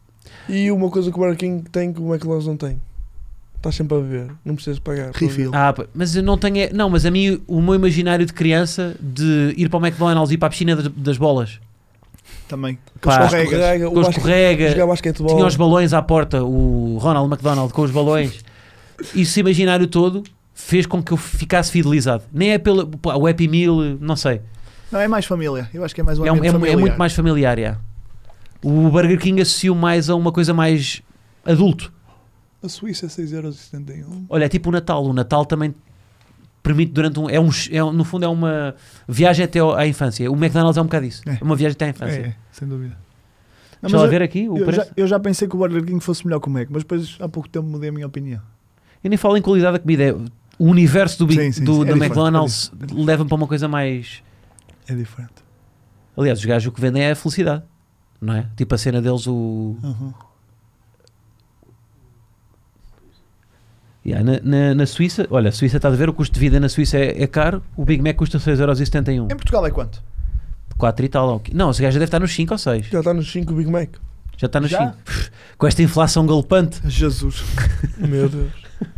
E uma coisa que o Burger King tem que o McDonald's não tem. Estás sempre a beber, não precisas pagar. Refill. Mas eu não tenho. Não, mas a mim, o meu imaginário de criança de ir para o McDonald's e ir para a piscina das bolas, Também. Pá, Aqueles escorregas. com os escorrega, jogar basquetebol. tinha os balões à porta, o Ronald McDonald com os balões. Esse imaginário todo fez com que eu ficasse fidelizado. Nem é pelo o Happy Meal, não sei. Não, é mais família. Eu acho que é mais um É, ambiente familiar. muito mais familiar. Yeah. O Burger King associo mais a uma coisa mais adulto. A Suíça é 6,71€. Olha, é tipo o Natal. O Natal também permite durante no fundo é uma viagem até à infância. O McDonald's é um bocado isso. É. É uma viagem até à infância. É, sem dúvida. Não, Deixa mas lá ver aqui o preço. eu já pensei que o Burger King fosse melhor que o Mac, mas depois há pouco tempo mudei a minha opinião. Eu nem falo em qualidade da comida. O universo do Sim, sim, do sim. É da diferente, McDonald's leva-me para uma coisa mais... É diferente. Aliás, os gajos o que vendem é a felicidade. Não é? Tipo a cena deles, Uhum. Na Suíça, olha, a Suíça está a ver, o custo de vida na Suíça é caro, o Big Mac custa 6,71€. Em Portugal é quanto? 4 e tal. Não, esse gajo já deve estar nos 5 ou 6. Já está nos 5 o Big Mac. Já está nos Já? 5. Com esta inflação galopante. Jesus. Meu Deus.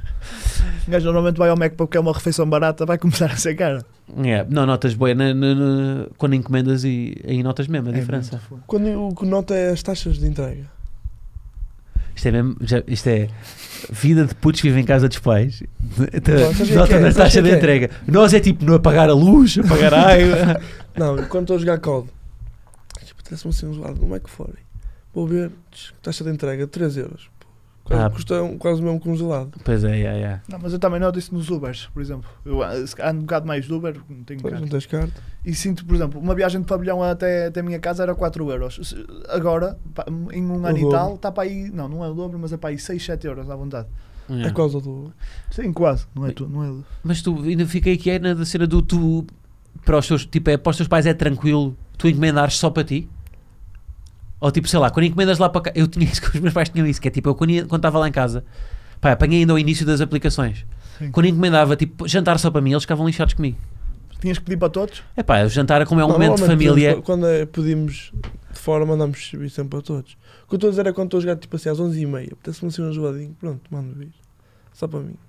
O gajo normalmente vai ao Mac porque é uma refeição barata, vai começar a ser cara. Não, notas boas quando encomendas e aí notas mesmo a diferença. Quando o que nota é as taxas de entrega. Isto é mesmo, isto é vida de putos que vivem em casa dos pais. sabes Nota que é? na Sabes taxa que de é? entrega. Nós é tipo não apagar a luz, apagar a água. Não, quando estou a jogar COD, tipo, parece-me assim um gelado no McFlurry. Vou ver, taxa de entrega, 3€. Custa quase o mesmo que um gelado. Pois é. Não, mas eu também noto isso nos Ubers, por exemplo. Eu ando um bocado mais de Uber, não tenho Pois, carta. não tens carta. E sinto, por exemplo, uma viagem de pavilhão até a minha casa era 4€. Agora, em um ano e dobro. tal, está para aí, não é o dobro, mas é para aí 6, 7€ à vontade. É. É causa do... Sim, quase. Não é tu, não é. Mas tu ainda fiquei aqui na cena do tu para os teus, tipo, para os teus pais é tranquilo tu encomendares só para ti? Ou tipo, sei lá, quando encomendas lá para cá, eu tinha isso, os meus pais tinham isso, que é tipo, eu quando estava lá em casa, pá, apanhei ainda ao início das aplicações. Sim. Quando encomendava, tipo, jantar só para mim, eles ficavam lixados comigo. Tinhas que pedir para todos? É pá, o jantar como é um Não, momento de normalmente família. Quando pedimos de fora, mandamos servir sempre para todos. O que eu estou a dizer é quando estou a jogar tipo assim às 11h30, apetece-me assim um geladinho, pronto, mando vir. Só para mim.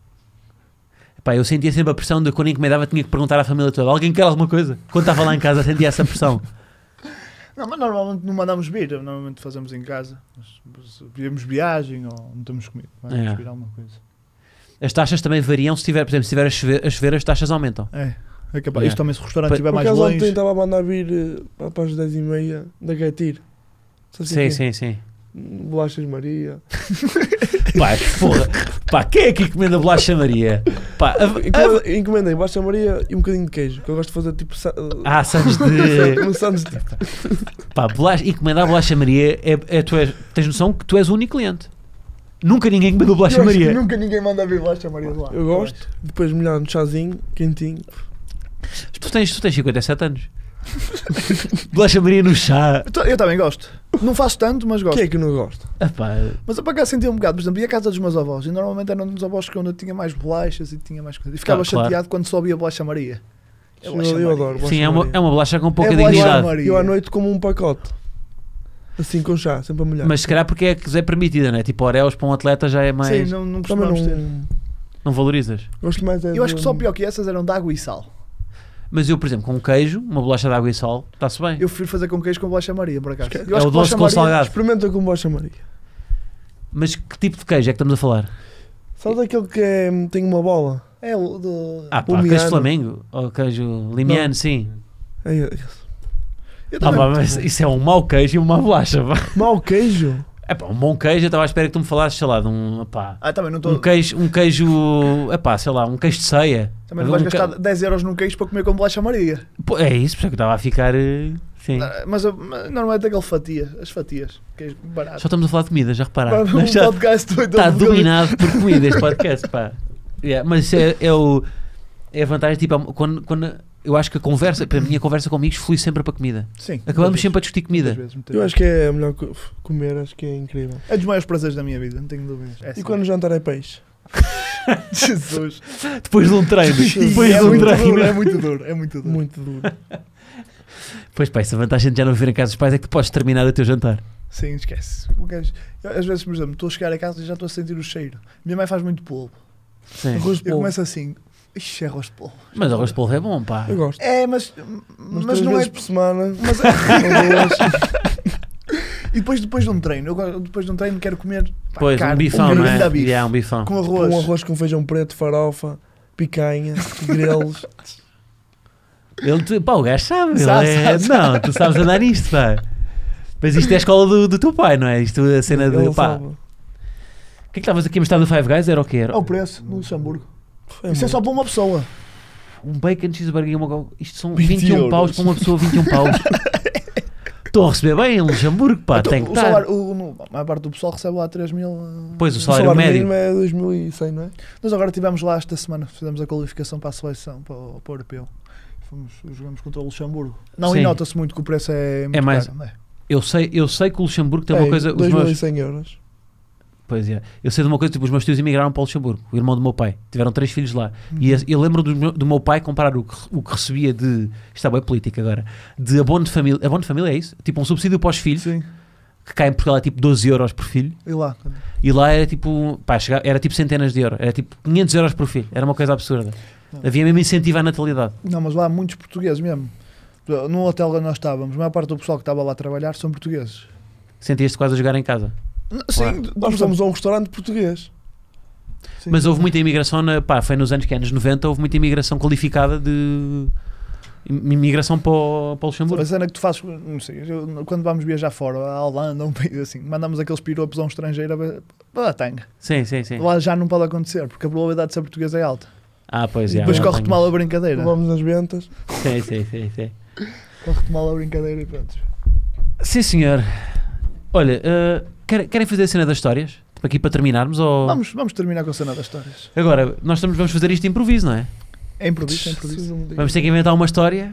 Pá, eu sentia sempre a pressão de quando encomendava tinha que perguntar à família toda, alguém quer alguma coisa? Quando estava lá em casa sentia essa pressão. Não, mas normalmente não mandamos vir, normalmente fazemos em casa. Mas vivemos viagem ou não temos comida. Vamos vir alguma coisa. As taxas também variam, se tiver, por exemplo, se estiver a chover as taxas aumentam. É capaz. Yeah. Isto também se o restaurante Por estiver Por mais acaso longe. ontem estava a mandar vir para as 10h30 da Gatir. Sim. Bolachas Maria. Pá, porra, pá, quem é que encomenda bolacha Maria? Pá, Encomendei bolacha Maria e um bocadinho de queijo, que eu gosto de fazer tipo... sandes de... Um sandes de... Pá, encomendar bolacha Maria tens noção que tu és o único cliente. Nunca ninguém encomendou bolacha Eu acho que Maria. nunca ninguém manda vir bolacha Maria de lá. Eu gosto. Depois molhar no chazinho, quentinho. Tu tens 57 anos. Bolacha Maria no chá. Eu também gosto. Não faço tanto, mas gosto. Quem é que não gosta? Mas eu para cá sentia um bocado, por exemplo, ia à casa dos meus avós e normalmente eram nos avós que onde eu tinha mais bolachas e tinha mais coisas. E ficava Claro. chateado quando só havia bolacha Maria. Eu adoro bolacha Sim, é Maria. uma bolacha com pouca É bolacha dignidade. Maria. Eu à noite como um pacote. Assim com chá, sempre a molhar. Mas se calhar porque é permitida, não é? Tipo, Oreos para um atleta já é mais... Sim, não também costumamos ter. Não valorizas. Gosto mais é Eu acho que só pior que essas eram de água e sal. Mas eu, por exemplo, com queijo, uma bolacha de água e sal, está-se bem. Eu prefiro fazer com queijo com bolacha Maria, por acaso. Esquece. Eu É acho o que doce bolacha com Maria- salgado. Experimenta com bolacha Maria. Mas que tipo de queijo é que estamos a falar? Sabe daquele que tem uma bola? É o do... Ah pá, Limiano. queijo Flamengo? Ou queijo limiano, Não. sim. É esse. Eu Ah também- pá, mas isso é um mau queijo e uma bolacha, pá. Mau queijo? É pá, um bom queijo, eu estava à espera que tu me falasses, sei lá, de um, pá, também não estou... um queijo, é pá, sei lá, um queijo de ceia. Também não vais Um gastar 10€ num queijo para comer com bolacha Maria. Pô, é isso, por isso é que eu estava a ficar, sim. Mas normalmente aquele fatia, as fatias, queijo barato. Só estamos a falar de comida, já repararam? Um podcast todo Está dominado por comida este podcast, pá. Yeah, mas isso é a vantagem, tipo, quando eu acho que a minha conversa com amigos flui sempre para comida. Sim. Acabamos sempre a discutir comida. Eu acho que é melhor comer, acho que é incrível. É dos maiores prazeres da minha vida, não tenho dúvidas. É E sim. quando o jantar é peixe? Jesus. Depois de um treino, depois é de um muito treino. duro, é muito duro, é muito duro. Muito duro. Pois pá, essa vantagem de já não viver em casa dos pais é que tu podes terminar o teu jantar. Sim, esquece. Às vezes, por exemplo, estou a chegar a casa e já estou a sentir o cheiro. Minha mãe faz muito polvo. Sim. Arroz de Eu polvo. começo assim, ixi, é arroz de polvo. Mas arroz de polvo é bom, pá. Eu gosto. É, mas Mas não é... vezes por semana. Mas Mas E depois de um treino, depois de um treino quero comer pá, Pois, carne, um bifão, não grande é? bife, Yeah, um bifão. com arroz. um arroz com feijão preto, farofa, picanha, grelos. Pá, o gajo sabe. Sabe, Ele é... sabe. Não, tu sabes andar nisto, pá. Mas isto é a escola do teu pai, não é? Isto é a cena de. Ele Pá, sabe. o que é que estavas aqui a mostrar do Five Guys? Era o quê? Era Ao preço, no Luxemburgo. Foi Isso é muito. só para uma pessoa. um bacon cheeseburger e uma. Isto são 20 21 paus euros. para uma pessoa, 21 paus. Estou a receber bem em Luxemburgo, pá, Então, tem que o estar. salário, a maior parte do pessoal recebe lá 3 mil. Pois, o O salário médio. mínimo é 2100, não é? Nós agora estivemos lá esta semana, fizemos a qualificação para a seleção, para o europeu. Jogamos contra o Luxemburgo. Não, Sim. e nota-se muito que o preço é muito mais- caro, não é? Eu sei que o Luxemburgo tem uma Ei, coisa. Os meus, 2100 euros. Pois é. Eu sei de uma coisa, tipo, os meus tios emigraram para o Luxemburgo, o irmão do meu pai. Tiveram 3 filhos lá. E eu lembro do meu pai comparar o que recebia de... Isto está bem político agora. De abono de família. Abono de família é isso? Tipo um subsídio para os filhos. Sim. Que cai em Portugal é tipo 12 euros por filho. E lá? E lá era tipo... Pá, era tipo centenas de euros. Era tipo 500 euros por filho. Era uma coisa absurda. Havia mesmo incentivo à natalidade. Não, mas lá há muitos portugueses mesmo. No hotel onde nós estávamos, a maior parte do pessoal que estava lá a trabalhar são portugueses. Sentias-te quase a jogar em casa. Sim, Nós fomos a um restaurante português. sim. Mas houve muita imigração, foi nos anos 90, houve muita imigração qualificada de... Imigração para o Luxemburgo. A cena que tu fazes, não sei, quando vamos viajar fora, à Holanda, um país assim, mandamos aqueles piropos a um estrangeiro para a tanga. Sim. Lá já não pode acontecer, porque a probabilidade de ser português é alta. Pois é. Depois corre-te mal a brincadeira. Vamos nas ventas. Sim. Corre-te mal a brincadeira e pronto. Sim, senhor. Olha, querem fazer a cena das histórias? Aqui para terminarmos? Ou... Vamos terminar com a cena das histórias. Agora, nós vamos fazer isto de improviso, não é? É improviso. Vamos ter que inventar uma história.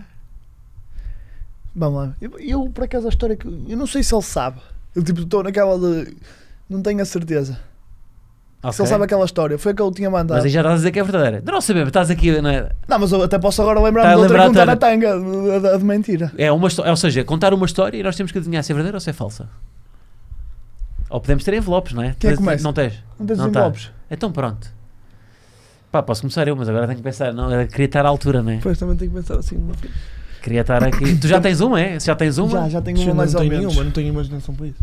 Vamos lá. Eu por acaso, a história que... Eu não sei se ele sabe. Eu tipo, estou naquela de... Não tenho a certeza. Se ele sabe aquela história. Foi a que ele tinha mandado. Mas aí já estás a dizer que é verdadeira. Não sabemos, estás aqui... Não, é? Não, mas eu até posso agora lembrar-me de outra contar na tanga. De mentira. Ou seja, contar uma história e nós temos que adivinhar se é verdadeira ou se é falsa. Ou podemos ter envelopes, não é? Quem é que começa? Não tens? Não tens envelopes? Então pronto. Pá, posso começar eu, mas agora tenho que pensar. Não, queria estar à altura, não é? Pois, também tenho que pensar assim. Queria estar aqui. Tu já tens uma, é? Já tens uma? Já tenho uma mais ou menos. Nenhuma, não tenho imaginação para isso.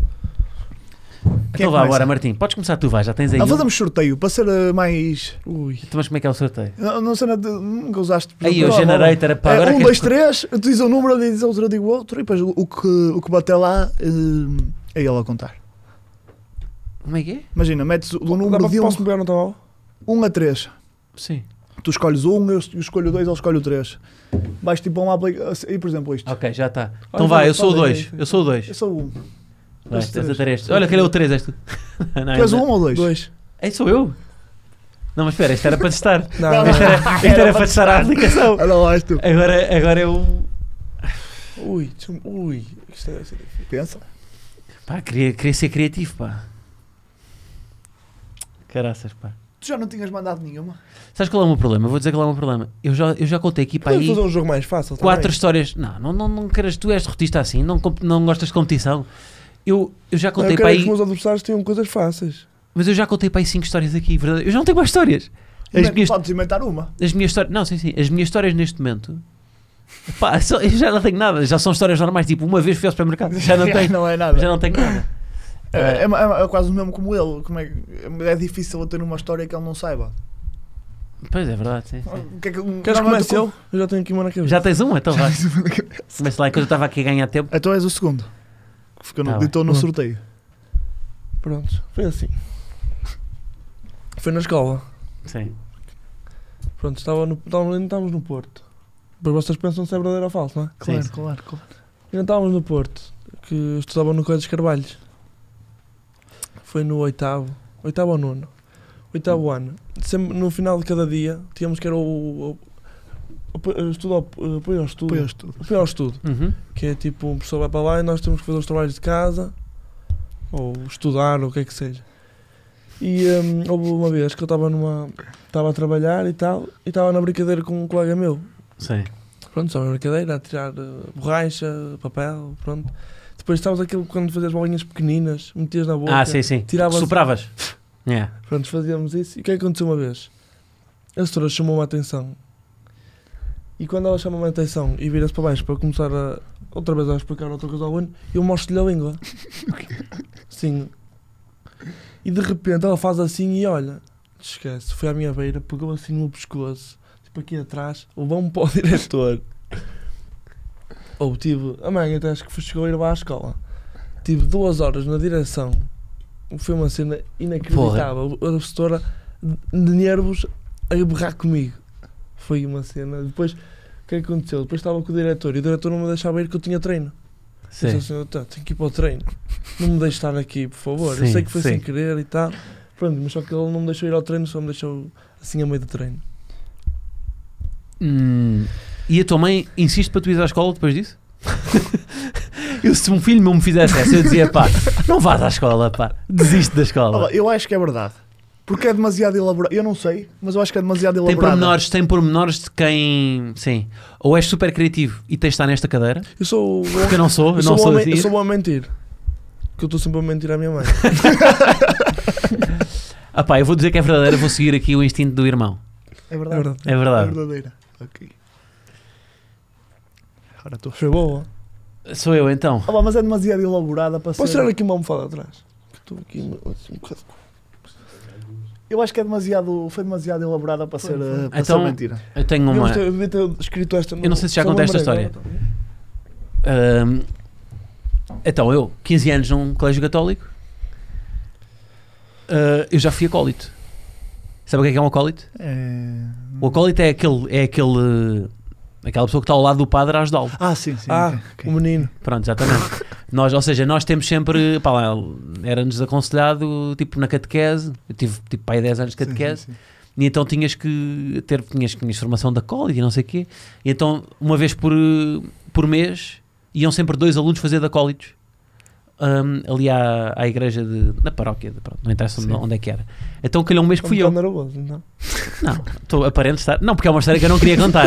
Então vá agora, Martim. Podes começar tu, vai. Já tens aí. Não, fazemos sorteio para ser mais... Ui. Então, mas como é que é o sorteio? Não sei nada, nunca usaste. Aí, o generator para agora. 1, 2, 3, tu dizes um número, diz outro, eu digo outro, e depois o que bater lá é ele a contar. Como é que é? Imagina, metes o número de posso pegar no tabuleiro? 1 a 3. Sim. Tu escolhes 1, eu escolho 2, ele escolhe o 3. Vais tipo a uma aplicação. E por exemplo isto. Ok, já está. Então vai, eu sou o 2. Eu sou o 2. Eu sou o 1. Vai, tens a ter este. Olha, calhar o 3 és tu. Tu és o 1 ou 2? 2. Sou eu? Não, mas espera, isto era para testar. Não, Isto era para testar a aplicação. Olha lá, és tu. Agora eu... Ui, isto deve ser difícil. Pensa. Pá, queria ser criativo, pá. Caraças, pá. Tu já não tinhas mandado nenhuma? Sabes qual é o meu problema? Eu vou dizer qual é o meu problema. Eu já contei aqui para aí... Podemos fazer um jogo mais fácil 4 também. histórias... Não queres... Tu és derrotista assim, não gostas de competição. Eu já contei Eu para quero aí... que os meus adversários tenham coisas fáceis. Mas eu já contei para aí 5 histórias aqui, verdade? Eu já não tenho mais histórias. Podes inventar uma. As minhas histórias... Não, sim. As minhas histórias neste momento... Pá, eu já não tenho nada. Já são histórias normais. Tipo, uma vez fui ao supermercado. Já não tenho... Não é nada. Já não tenho nada. É quase o mesmo como ele. É difícil eu ter uma história que ele não saiba. Pois é verdade, sim. Queres que comece eu? Eu já tenho aqui uma na cabeça. Já tens uma? Então vai. Começa lá que eu estava aqui a ganhar tempo. Então és o segundo. Que Tá estou no sorteio. Pronto, foi assim. Foi na escola. Sim. Pronto, estávamos no Porto. Depois vocês pensam se é verdadeiro ou falso, não é? Claro, Sim. claro. Ainda estávamos no Porto, que eu estudava no Colégio dos Carvalhos. Foi no 8º ou 9º. 8º ano. Sempre, no final de cada dia, tínhamos que era o apoio ao estudo. Apoio ao estudo. Uhum. Que é tipo, um professor vai para lá e nós temos que fazer os trabalhos de casa, ou estudar, ou o que é que seja. E houve uma vez que eu estava a trabalhar e tal, e estava na brincadeira com um colega meu. Sim. Pronto, só na brincadeira, a tirar borracha, papel, pronto. Depois estavas aquilo quando fazias bolinhas pequeninas, metias na boca. Sim. Tiravas... Sopravas. Yeah. Pronto, fazíamos isso. E o que é que aconteceu uma vez? A setora chamou-me a atenção. E quando ela chama-me a atenção e vira-se para baixo para começar outra vez a explicar outra coisa ao aluno, eu mostro-lhe a língua. Sim. E de repente ela faz assim e olha, esquece, foi à minha beira, pegou assim no pescoço, tipo aqui atrás, levou-me para o diretor. A mãe até acho que chegou a ir lá à escola. Tive 2 horas na direção. Foi uma cena inacreditável. A professora de nervos a berrar comigo. Foi uma cena. Depois, o que é que aconteceu? Depois estava com o diretor e o diretor não me deixava ir que eu tinha treino. Sim. Eu disse assim, tenho que ir para o treino. Não me deixe estar aqui, por favor. Sim, eu sei que foi sim. sem querer e tal. Pronto, mas só que ele não me deixou ir ao treino, só me deixou assim a meio do treino. E a tua mãe insiste para tu ir à escola depois disso? Se um filho meu me fizesse essa, eu dizia, pá, não vás à escola, pá, desiste da escola. Eu acho que é verdade. Porque é demasiado elaborado. Eu não sei, mas eu acho que é demasiado elaborado. Tem pormenores de quem... Sim. Ou és super criativo e tens de estar nesta cadeira. Eu sou... Porque eu não sou. Eu sou bom a mentir. Que eu estou sempre a mentir à minha mãe. Ah pá, eu vou dizer que é verdadeiro, vou seguir aqui o instinto do irmão. É verdade. É verdade. É verdadeira. Ok. Agora estou... Foi boa. Sou eu então. Mas é demasiado elaborada para Posso ser... tirar aqui uma almofada atrás? Estou aqui um bocado... Eu acho que foi demasiado elaborada para ser mentira. Eu tenho uma... Eu devia ter escrito esta... Eu não sei se já contei esta história. Então, eu, 15 anos num colégio católico, eu já fui acólito. Sabe o que é um acólito? O acólito é aquela pessoa que está ao lado do padre a ajudá-lo. Sim. Okay. O menino. Pronto, exatamente. Nós temos sempre, pá, lá, era-nos aconselhado, tipo, na catequese, eu tive, tipo, pá, 10 anos de catequese, sim. E então tinhas formação de acólito e não sei o quê, e então, uma vez por mês, iam sempre 2 alunos fazer de acólitos, ali à igreja na paróquia, pronto, não interessa onde é que era. Então calhou um mês que fui eu. Nervoso, então. Não, estou aparente estar. Não, porque é uma história que eu não queria contar.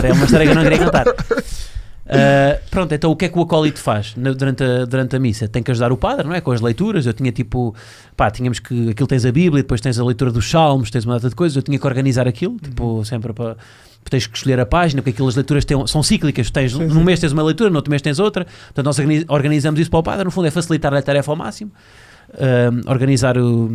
Pronto, então o que é que o acólito faz durante a missa? Tem que ajudar o padre, não é? Com as leituras. Eu tinha tipo, tínhamos que, aquilo tens a Bíblia, depois tens a leitura dos salmos, tens uma data de coisas, eu tinha que organizar aquilo, tipo, sempre para... Tens que escolher a página, porque aquelas leituras são cíclicas, num mês tens uma leitura, no outro mês tens outra, portanto nós organizamos isso para o padre, no fundo é facilitar a tarefa ao máximo, organizar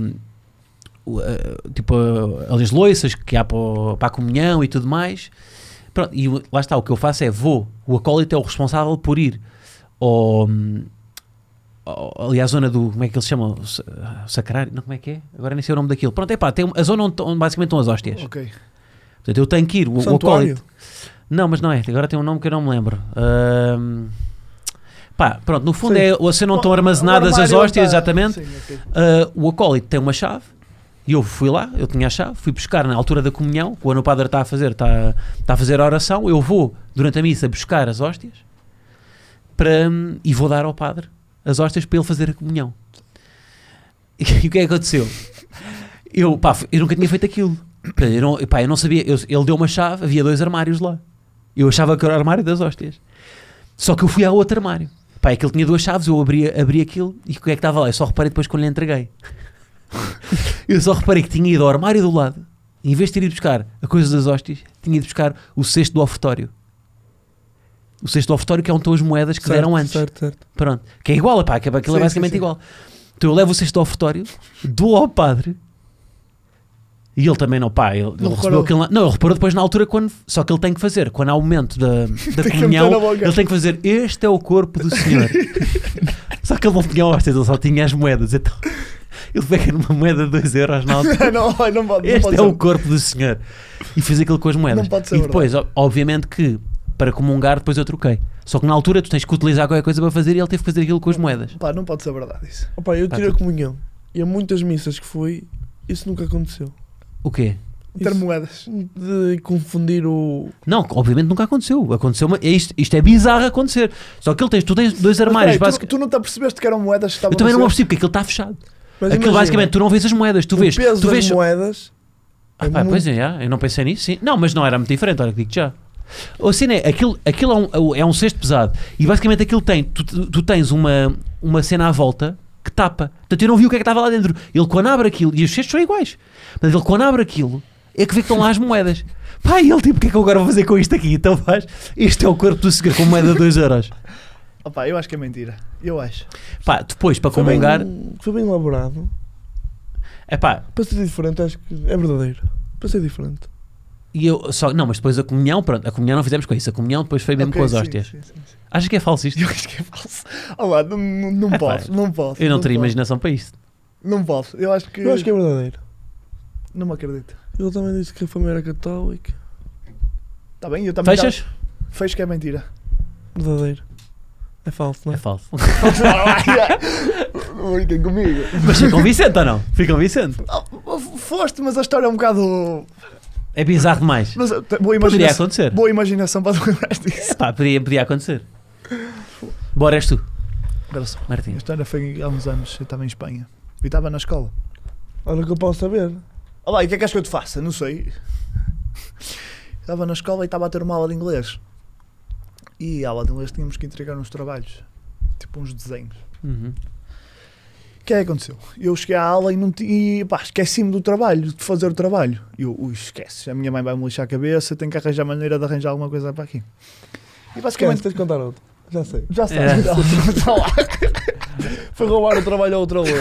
tipo as loiças que há para a comunhão e tudo mais. Pronto, e lá está, o que eu faço é o acólito é o responsável por ir ali à zona do, como é que eles chamam? O sacrário? Não, como é que é? Agora nem sei o nome daquilo. Pronto, tem a zona onde basicamente estão as hóstias. Ok. Portanto, eu tenho que ir, o acólito. Não, mas não é, agora tem um nome que eu não me lembro. Pronto, no fundo é, se não estão armazenadas as hóstias, exatamente. Sim, okay. O acólito tem uma chave. E eu fui lá, eu tinha a chave, fui buscar na altura da comunhão, quando o padre está a fazer a oração, eu vou, durante a missa, buscar as hóstias e vou dar ao padre as hóstias para ele fazer a comunhão. E o que é que aconteceu? Eu nunca tinha feito aquilo. Eu não sabia, ele deu uma chave, havia 2 armários lá. Eu achava que era o armário das hóstias. Só que eu fui ao outro armário. Aquele tinha 2 chaves, eu abri aquilo e o que é que estava lá? Eu só reparei depois quando lhe entreguei. Eu só reparei que tinha ido ao armário do lado, em vez de ter ido buscar a coisa das hóstias, tinha ido buscar o cesto do ofertório. O cesto do ofertório que é onde estão as moedas que deram antes. Certo. Pronto. Que é igual, aquilo é basicamente igual. Então eu levo o cesto do ofertório, dou ao padre, e ele também não, ele recebeu aquilo. Não, ele reparou depois na altura, só que ele tem que fazer, quando há o momento da comunhão, ele tem que fazer, este é o corpo do Senhor. Só que ele não tinha hóstias, ele só tinha as moedas, então... Ele pega numa moeda de 2 euros na altura. Não pode este ser. É o corpo do Senhor. E fiz aquilo com as moedas. Não pode ser e depois, obviamente que, para comungar, depois eu troquei. Só que na altura tu tens que utilizar qualquer coisa para fazer e ele teve que fazer aquilo com as moedas. Não pode ser verdade isso. Eu tirei a comunhão. E a muitas missas que fui, isso nunca aconteceu. O quê? Ter moedas. De confundir o... Não, obviamente nunca aconteceu. Isto é bizarro acontecer. Só que tu tens 2 armários. Tu não te apercebeste que eram moedas que estavam... Eu também não me apercebi porque aquilo está fechado. Mas aquilo basicamente, tu não vês as moedas, tu vês... O peso das moedas... Pois é, eu não pensei nisso, sim. Não, mas não era muito diferente, olha que digo já. Ou assim, aquilo é um cesto pesado. E basicamente aquilo tem... Tu tens uma cena à volta que tapa. Portanto, eu não vi o que é que estava lá dentro. Ele quando abre aquilo... E os cestos são iguais. Mas ele quando abre aquilo... É que vê que estão lá as moedas. E ele tipo, o que é que eu agora vou fazer com isto aqui? Então faz... Isto é o corpo do Senhor com moeda de 2 euros. Eu acho que é mentira. Eu acho. Depois para comungar... Foi bem elaborado. Para ser diferente, acho que é verdadeiro. Para ser diferente. Não, mas depois a comunhão não fizemos com isso. A comunhão depois foi mesmo com as hóstias. Sim. Achas que é falso isto? Eu acho que é falso. Não posso. Eu não teria imaginação para isto. Não posso. Eu acho que é verdadeiro. Não me acredito. Ele também disse que a família era católica. Está bem, eu também... Fechas? Fecho que é mentira. Verdadeiro. É falso, não é? É falso. Não brinquem comigo. Mas fui convincente ou não? Fui convincente. Foste, mas a história é um bocado... É bizarro demais. Mas poderia acontecer. Boa imaginação para te lembrar disso. Podia acontecer. Bora, és tu. Agora só. Martim. A história foi há uns anos, eu estava em Espanha. E estava na escola. Olha o que eu posso saber. Olá, e o que é que és que eu te faça? Não sei. Estava na escola e estava a ter uma aula de inglês. E a aula de inglês tínhamos que entregar uns trabalhos. Tipo uns desenhos. Uhum. O que é que aconteceu? Eu cheguei à aula e pá, esqueci-me do trabalho, de fazer o trabalho. E eu, esquece, a minha mãe vai-me lixar a cabeça, tenho que arranjar maneira de arranjar alguma coisa para aqui. E Esquece, basicamente... tens de contar outro. Já sei. Já sabes, está lá. Foi roubar o trabalho a outro aluno.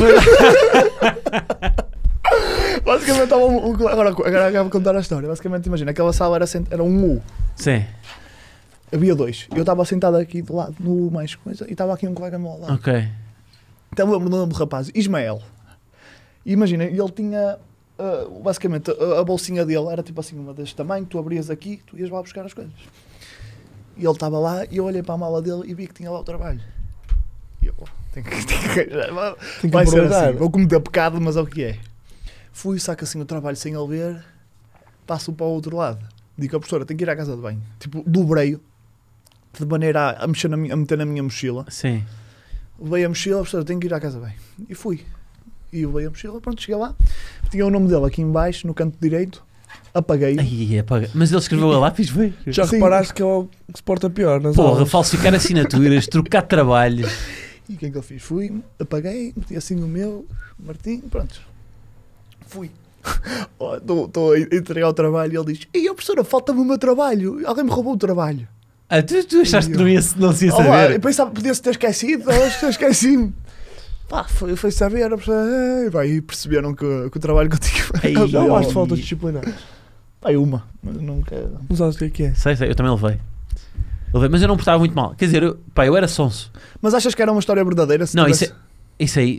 Basicamente estava agora vou contar a história. Basicamente, imagina, aquela sala era um U. Sim. Havia dois. Eu estava sentado aqui do lado, no U mais coisa, e estava aqui um colega meu ao lado. Ok. Então lembro do nome do rapaz, Ismael. E imagina, ele tinha, basicamente, a bolsinha dele era tipo assim, uma deste tamanho, tu abrias aqui, tu ias lá buscar as coisas. E ele estava lá, e eu olhei para a mala dele e vi que tinha lá o trabalho. E eu, tenho que vai ser assim, vou cometer pecado, mas é o que é. Fui, saco assim o trabalho sem ele ver, passo para o outro lado. Digo à professora, tenho que ir à casa de banho. Tipo, dobrei-o, de maneira a meter na minha mochila. Sim. Levei a mochila, a professora, tenho que ir à casa bem. E fui. E levei a mochila, pronto, cheguei lá. Tinha o nome dele aqui em baixo, no canto direito. Apaguei. Ai, apaga. Mas ele escreveu a lápis, foi? Já Sim. reparaste que é o que se porta pior nas Porra, aulas? falsificar assinaturas, trocar trabalho. E o que é que eu fiz? Fui, apaguei, meti assim o meu, Martim, pronto. Fui. Estou a entregar o trabalho e ele diz: ei, professora, falta-me o meu trabalho. Alguém me roubou o trabalho. Ah, tu achaste que não se ia Olá, saber? eu pensava que podia-se ter esquecido, esqueci-me. Pá, foi saber, a professora, e perceberam que o trabalho que eu tinha Ei, Já eu, levaste faltas disciplinares? pá, uma, mas nunca. Não sabes o que é? Sei, eu também levei. Mas eu não me portava muito mal. Quer dizer, eu era sonso. Mas achas que era uma história verdadeira? Se Não, tivesse... isso aí.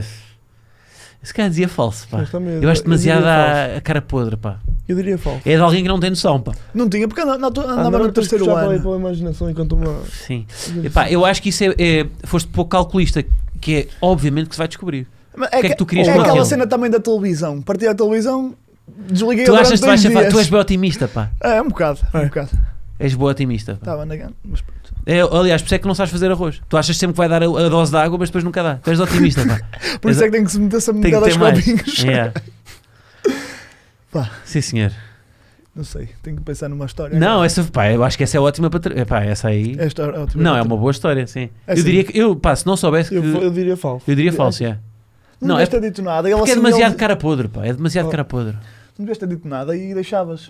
Esse cara dizia falso, pá. Mas também- Eu acho demasiado diria falso. a cara podre, pá. Eu diria falso. É de alguém que não tem noção, pá. Não tinha, porque andava Andava no terceiro Já falei ano. pela imaginação enquanto uma... Sim. Epá, eu acho que isso foste pouco calculista, que é obviamente que se vai descobrir. Mas que é que tu querias é com aquela aquilo? cena também da televisão. Parti a televisão, desliguei Tu a achas que durante 2 dias. tu és bem otimista, pá. É, um bocado. És boa otimista, pá. Estava na gana, mas pronto. Aliás, por isso é que não sabes fazer arroz. Tu achas sempre que vai dar a dose de água, mas depois nunca dá. Tu és otimista, pá. Por isso é que tem que se meter Tem que a ter das mais. copinhos. Yeah. Pá. Sim, senhor. Não sei, tenho que pensar numa história. Não, pá, eu acho que essa é ótima para. Pá, essa aí. Esta é ótima. Não, é uma boa história, sim. É Eu sim. diria que. Pá, se não soubesse que. Eu diria falso. Eu diria falso, é. Não Não, devias ter dito nada. Ele, Porque é assim, demasiado ele- cara podre, pá. É demasiado Oh. cara podre. Não devias ter dito nada e deixavas.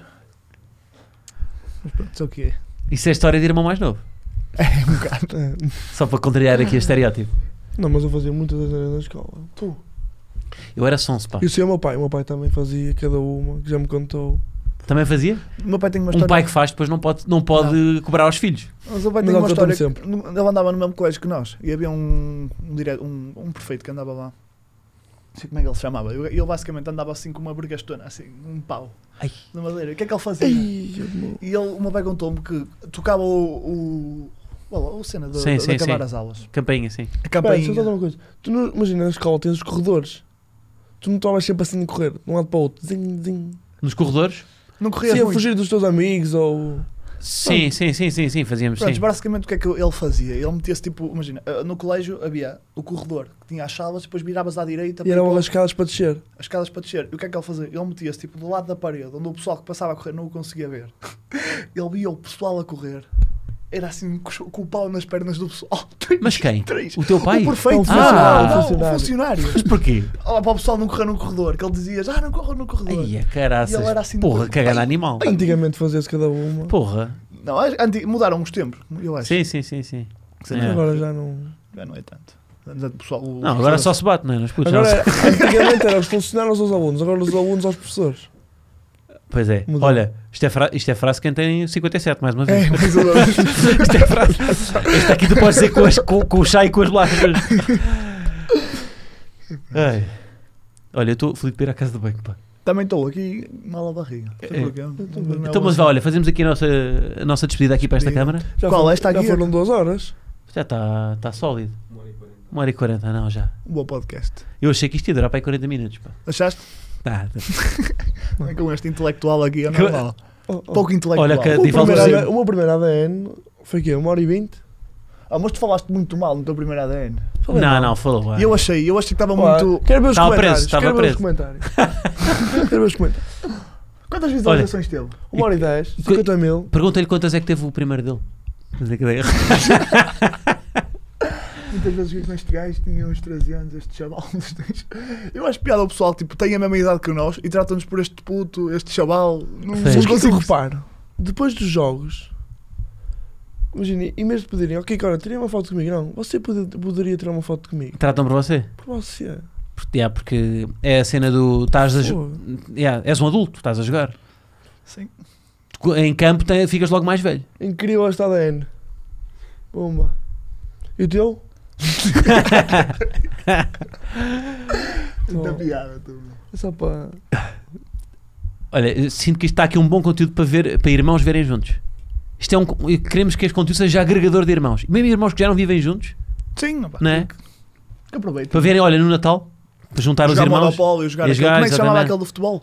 Mas pronto, é o que é. Isso é a história de irmão mais novo. É um bocado. É. Só para contrariar aqui a estereótipo. Não, mas eu fazia muitas asneiras na escola. Tu? Eu era sonso, pá. Eu sei o meu pai. O meu pai também fazia cada uma, que já me contou. Também fazia? O meu pai tem uma Um história. pai que faz depois não pode cobrar aos filhos. Mas o meu pai Mas tem uma ele história. conta-me Que, ele andava no mesmo colégio que nós. E havia um prefeito que andava lá. Não sei como é que ele se chamava. Ele basicamente andava assim com uma bergastona, assim, um pau. Ai. De madeira. O que é que ele fazia? Ei, E ele, o meu pai contou-me que tocava o cena de Sim, sim, acabar sim. as aulas. Campainha, sim. A Pera, deixa eu campainha. só dar uma coisa. Tu não, imagina, na escola tens os corredores. Tu não estavas sempre assim a correr, de um lado para o outro. Zing, zing. Nos corredores? Não corria Sim, a muito. fugir dos teus amigos ou... Sim, fazíamos, Pronto, sim. basicamente o que é que ele fazia? Ele metia-se tipo, imagina, no colégio havia o corredor que tinha as salas, depois viravas à direita E eram para ir as escadas para descer. as escadas para descer. E o que é que ele fazia? Ele metia-se tipo do lado da parede, onde o pessoal que passava a correr não o conseguia ver. Ele via o pessoal a correr. Era assim, com o pau nas pernas do pessoal. Mas quem? Três. O teu pai? O perfeito. É um funcionário. O funcionário. Mas porquê? Olha para o pessoal não correr no corredor, que ele dizia, não corra no corredor. Ai, E ele caraças. era assim, Porra, depois, cagando ai, animal. Antigamente fazia-se cada uma. Porra. Não, mudaram os tempos, eu acho. Sim. Sim. Agora já não... Já não é tanto. Antes o pessoal, Não, agora só se bate, não é? Nos putos, Agora, não se- antigamente eram os funcionários aos alunos, agora os alunos aos professores. Pois é. Mudou. Olha, isto é frase de quem tem 57, mais uma vez. É, mas Isto é frase. Este aqui tu podes dizer com o chá e com as bolachas. Ai. Olha, eu estou feliz de ir à casa do banho, pá. também estou aqui mal a barriga. Não sei É. porquê. Então, mas vá, olha, fazemos aqui a nossa despedida aqui para esta Despedida. câmara. Já Qual? foram- Esta já aqui? foram 2 horas. Já está sólido. 1h40, não, já. Um bom podcast. Eu achei que isto ia durar para aí 40 minutos, pá. Achaste? Tá. Não é com este intelectual aqui, é Que- normal. Oh, oh. Pouco intelectual. Olha que- O meu Divaldo primeiro Sim. ADN, o meu primeiro ADN foi o quê? 1h20? mas tu falaste muito mal no teu primeiro ADN. Não, falou bem. E eu achei que estava muito... Quero ver os Estava comentários. preso, Quero ver os comentários. Quero ver os comentários. Quantas visualizações teve? 1h10, 50 mil. Pergunta-lhe quantas é que teve o primeiro dele. Muitas vezes com este gajo tinha uns 13 anos, este chaval. Eu acho piada o pessoal, tipo, tem a mesma idade que nós e tratam-nos por este puto, este chaval. Não Mas consigo eu reparo, depois dos jogos, imagina, em vez de pedirem, ok, agora tirei uma foto comigo, não, você poderia tirar uma foto comigo. Tratam por você? Por você. Porque é a cena do... és um adulto, estás a jogar. Sim. Em campo ficas logo mais velho. Incrível este ADN. Bomba. E o teu? Muita piada também. É só para... Olha, eu sinto que isto está aqui um bom conteúdo para irmãos verem juntos. Isto é queremos que este conteúdo seja agregador de irmãos. Mesmo irmãos que já não vivem juntos. Sim, não é? Que aproveito. Para verem, olha, no Natal, para juntar os irmãos. Monopólio, jogar aquele, como é que se chamava aquele do futebol?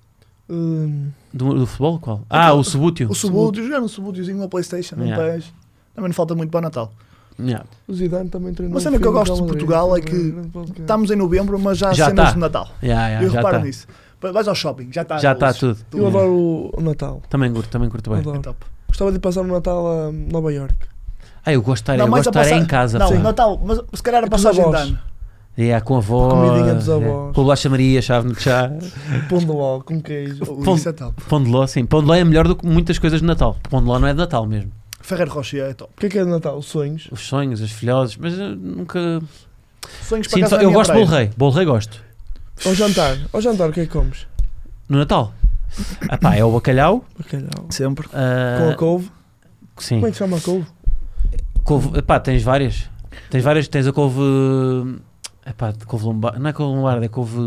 Do futebol? Qual? O Subútil. O Subútil, jogar no Subútiozinho na Playstation, não PES. Também não falta muito para o Natal. O Zidane também treinou. Uma cena que eu gosto de Portugal é que estamos em novembro, mas já há cenas de Natal. Eu reparo nisso. Vais ao shopping, já está. Já está tudo. Eu adoro o Natal. Também curto bem. É top. Gostava de passar o Natal a Nova Iorque. Eu gosto de estar em casa. Não, Natal, mas se calhar a passagem de ano. Com a avó, comidinha dos avós, com a bolacha Maria, chave de chá, pão de ló, com queijo. Isso é top. Pão de ló, sim. Pão de ló é melhor do que muitas coisas de Natal. Pão de ló não é de Natal mesmo. Ferreiro Rocher é top. O que é de Natal? Os sonhos? Os sonhos, as filhoses, mas eu nunca... Sonhos para casa. Eu gosto de bolo rei. Bolo rei gosto. Ao jantar, o que é que comes? No Natal? É o bacalhau. Sempre. Com a couve? Sim. Como é que se chama a couve? Tens várias. Tens a couve... couve lombarda. Não é couve lombarda, é couve...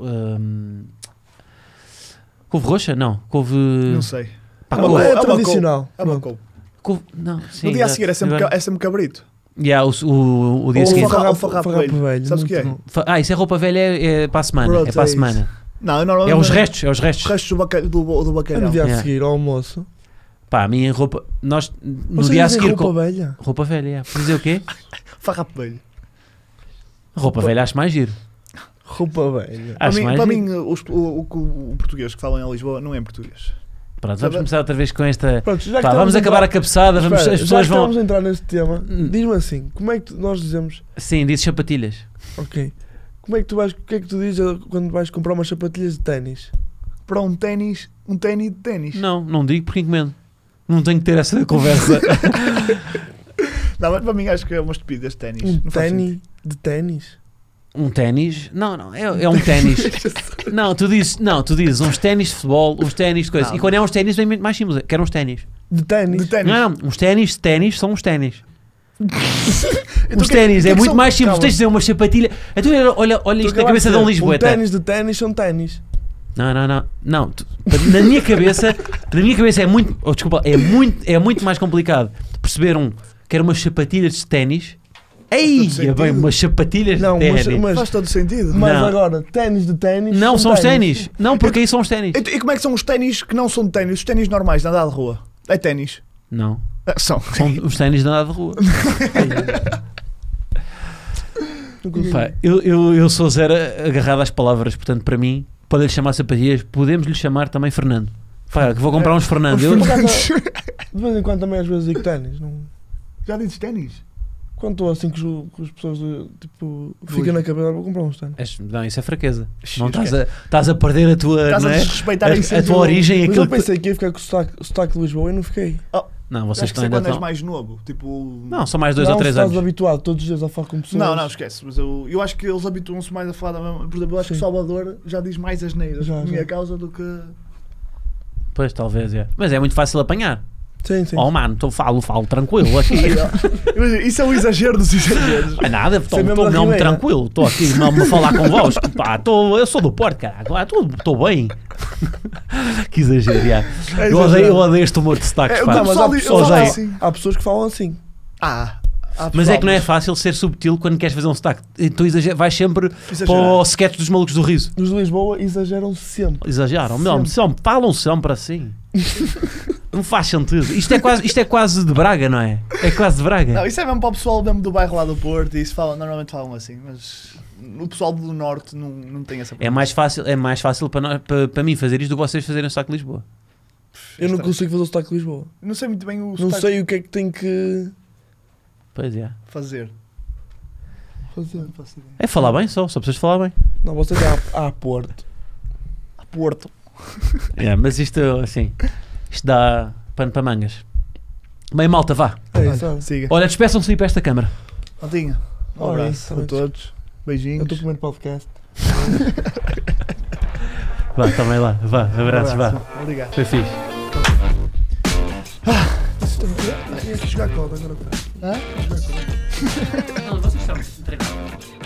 couve roxa? Não. Couve... Não sei. É tradicional. É uma couve. Não, sim, no dia a seguir é sempre cabrito. O dia seguinte. Ou farrapo velho. Sabes o que é? Isso é roupa velha, é para a semana. É para a semana. Não, normalmente... É os restos. Os restos do bacalhau. No dia a seguir, ao almoço. A minha roupa... Nós, no dia a seguir... roupa velha? Roupa velha, Por dizer o quê? Farrapo velho. Roupa velha acho mais giro. Roupa velha. Para mim, o português que falam em Lisboa não é em português. Pronto, vamos começar outra vez com esta... Pronto, vamos acabar a cabeçada, as pessoas vão... Vamos entrar neste tema. Diz-me assim, como é que nós dizemos... Sim, dizes sapatilhas. Ok. Como é que tu vais... O que é que tu dizes quando vais comprar umas sapatilhas de ténis? Para um ténis de ténis. Não digo porque encomendo. Não tenho que ter essa conversa. Não, mas para mim acho que é uma estupidez de ténis. Um ténis de ténis? Um ténis? Não, é um ténis. tu dizes uns ténis de futebol, uns ténis de coisa. E quando é uns ténis, vem muito mais simples. Quero uns ténis. De ténis? Não, uns ténis de ténis são uns ténis. Os ténis é muito mais simples. Tens de dizer uma sapatilha. Então, olha isto na cabeça de um Lisboeta. Um ténis de ténis são ténis. Não. Na minha cabeça é muito. Desculpa, é muito mais complicado perceber quero umas sapatilhas de ténis. Bem, umas sapatilhas de ténis. Mas faz todo sentido. Mas agora, ténis de ténis. Não, são os ténis. Não, porque aí são os ténis. E como é que são os ténis que não são de ténis? Os ténis normais de andar de rua? É ténis? Não. São os ténis de andar de rua. Eu sou zero agarrado às palavras, portanto, para mim, pode-lhe chamar sapatilhas, podemos lhe chamar também Fernando. Que vou comprar uns Fernando. De vez em quando também às vezes digo ténis. Já dizes ténis? Quando estou assim com as pessoas, tipo, fica na cabeça, vou comprar uns ténis. Não, isso é fraqueza. Não estás a perder a tua, estás a desrespeitar a tua origem. Mas eu pensei que ia ficar com o sotaque de Lisboa e não fiquei. Não, vocês estão ainda és mais novo, tipo... Não, são mais 2 ou 3 anos. Estás habituado todos os dias a falar com pessoas. Não, esquece. Mas eu acho que eles habituam-se mais a falar da mesma... Por exemplo, eu acho que Salvador já diz mais asneiras por minha causa do que... Pois, talvez, Mas é muito fácil apanhar. Sim. Mano, falo tranquilo aqui. Isso é um exagero dos exageros. É nada, estou mesmo tranquilo. Estou aqui mesmo a falar convosco. Eu sou do Porto, cara. Estou bem. Que exagero, Eu odeio este humor de sotaques. Há pessoas que falam assim. Mas é que não é fácil ser subtil quando queres fazer um sotaque. Tu vais sempre para o sketch dos malucos do riso. Os de Lisboa exageram sempre. Falam sempre assim. Não faz sentido. Isto é quase de Braga, não é? É quase de Braga. Não, isso é mesmo para o pessoal mesmo do bairro lá do Porto e isso normalmente falam assim, mas o pessoal do Norte não tem essa É mais fácil para mim fazer isto do que vocês fazerem o Sotaque de Lisboa. Eu não consigo fazer o sotaque de Lisboa. Não sei muito bem o Não sotaque sei o que é que tem que Pois é. fazer. fazer. Não faço ideia. É falar bem só precisas falar bem. Não, vocês há Porto. A Porto. Mas isto, assim, isto dá pano para mangas. Bem, malta, vá. É Olha, isso, olha. siga. Olha, despeçam-se aí para esta câmara. Maltinha, um Olha, abraço isso, a todos. É Beijinhos. o teu primeiro podcast. Vá, também lá. Vá, abraços, Um vá. abraço. Obrigado. Foi fixe. Tinha que jogar cola agora. Hã? Não, vocês estão treinados.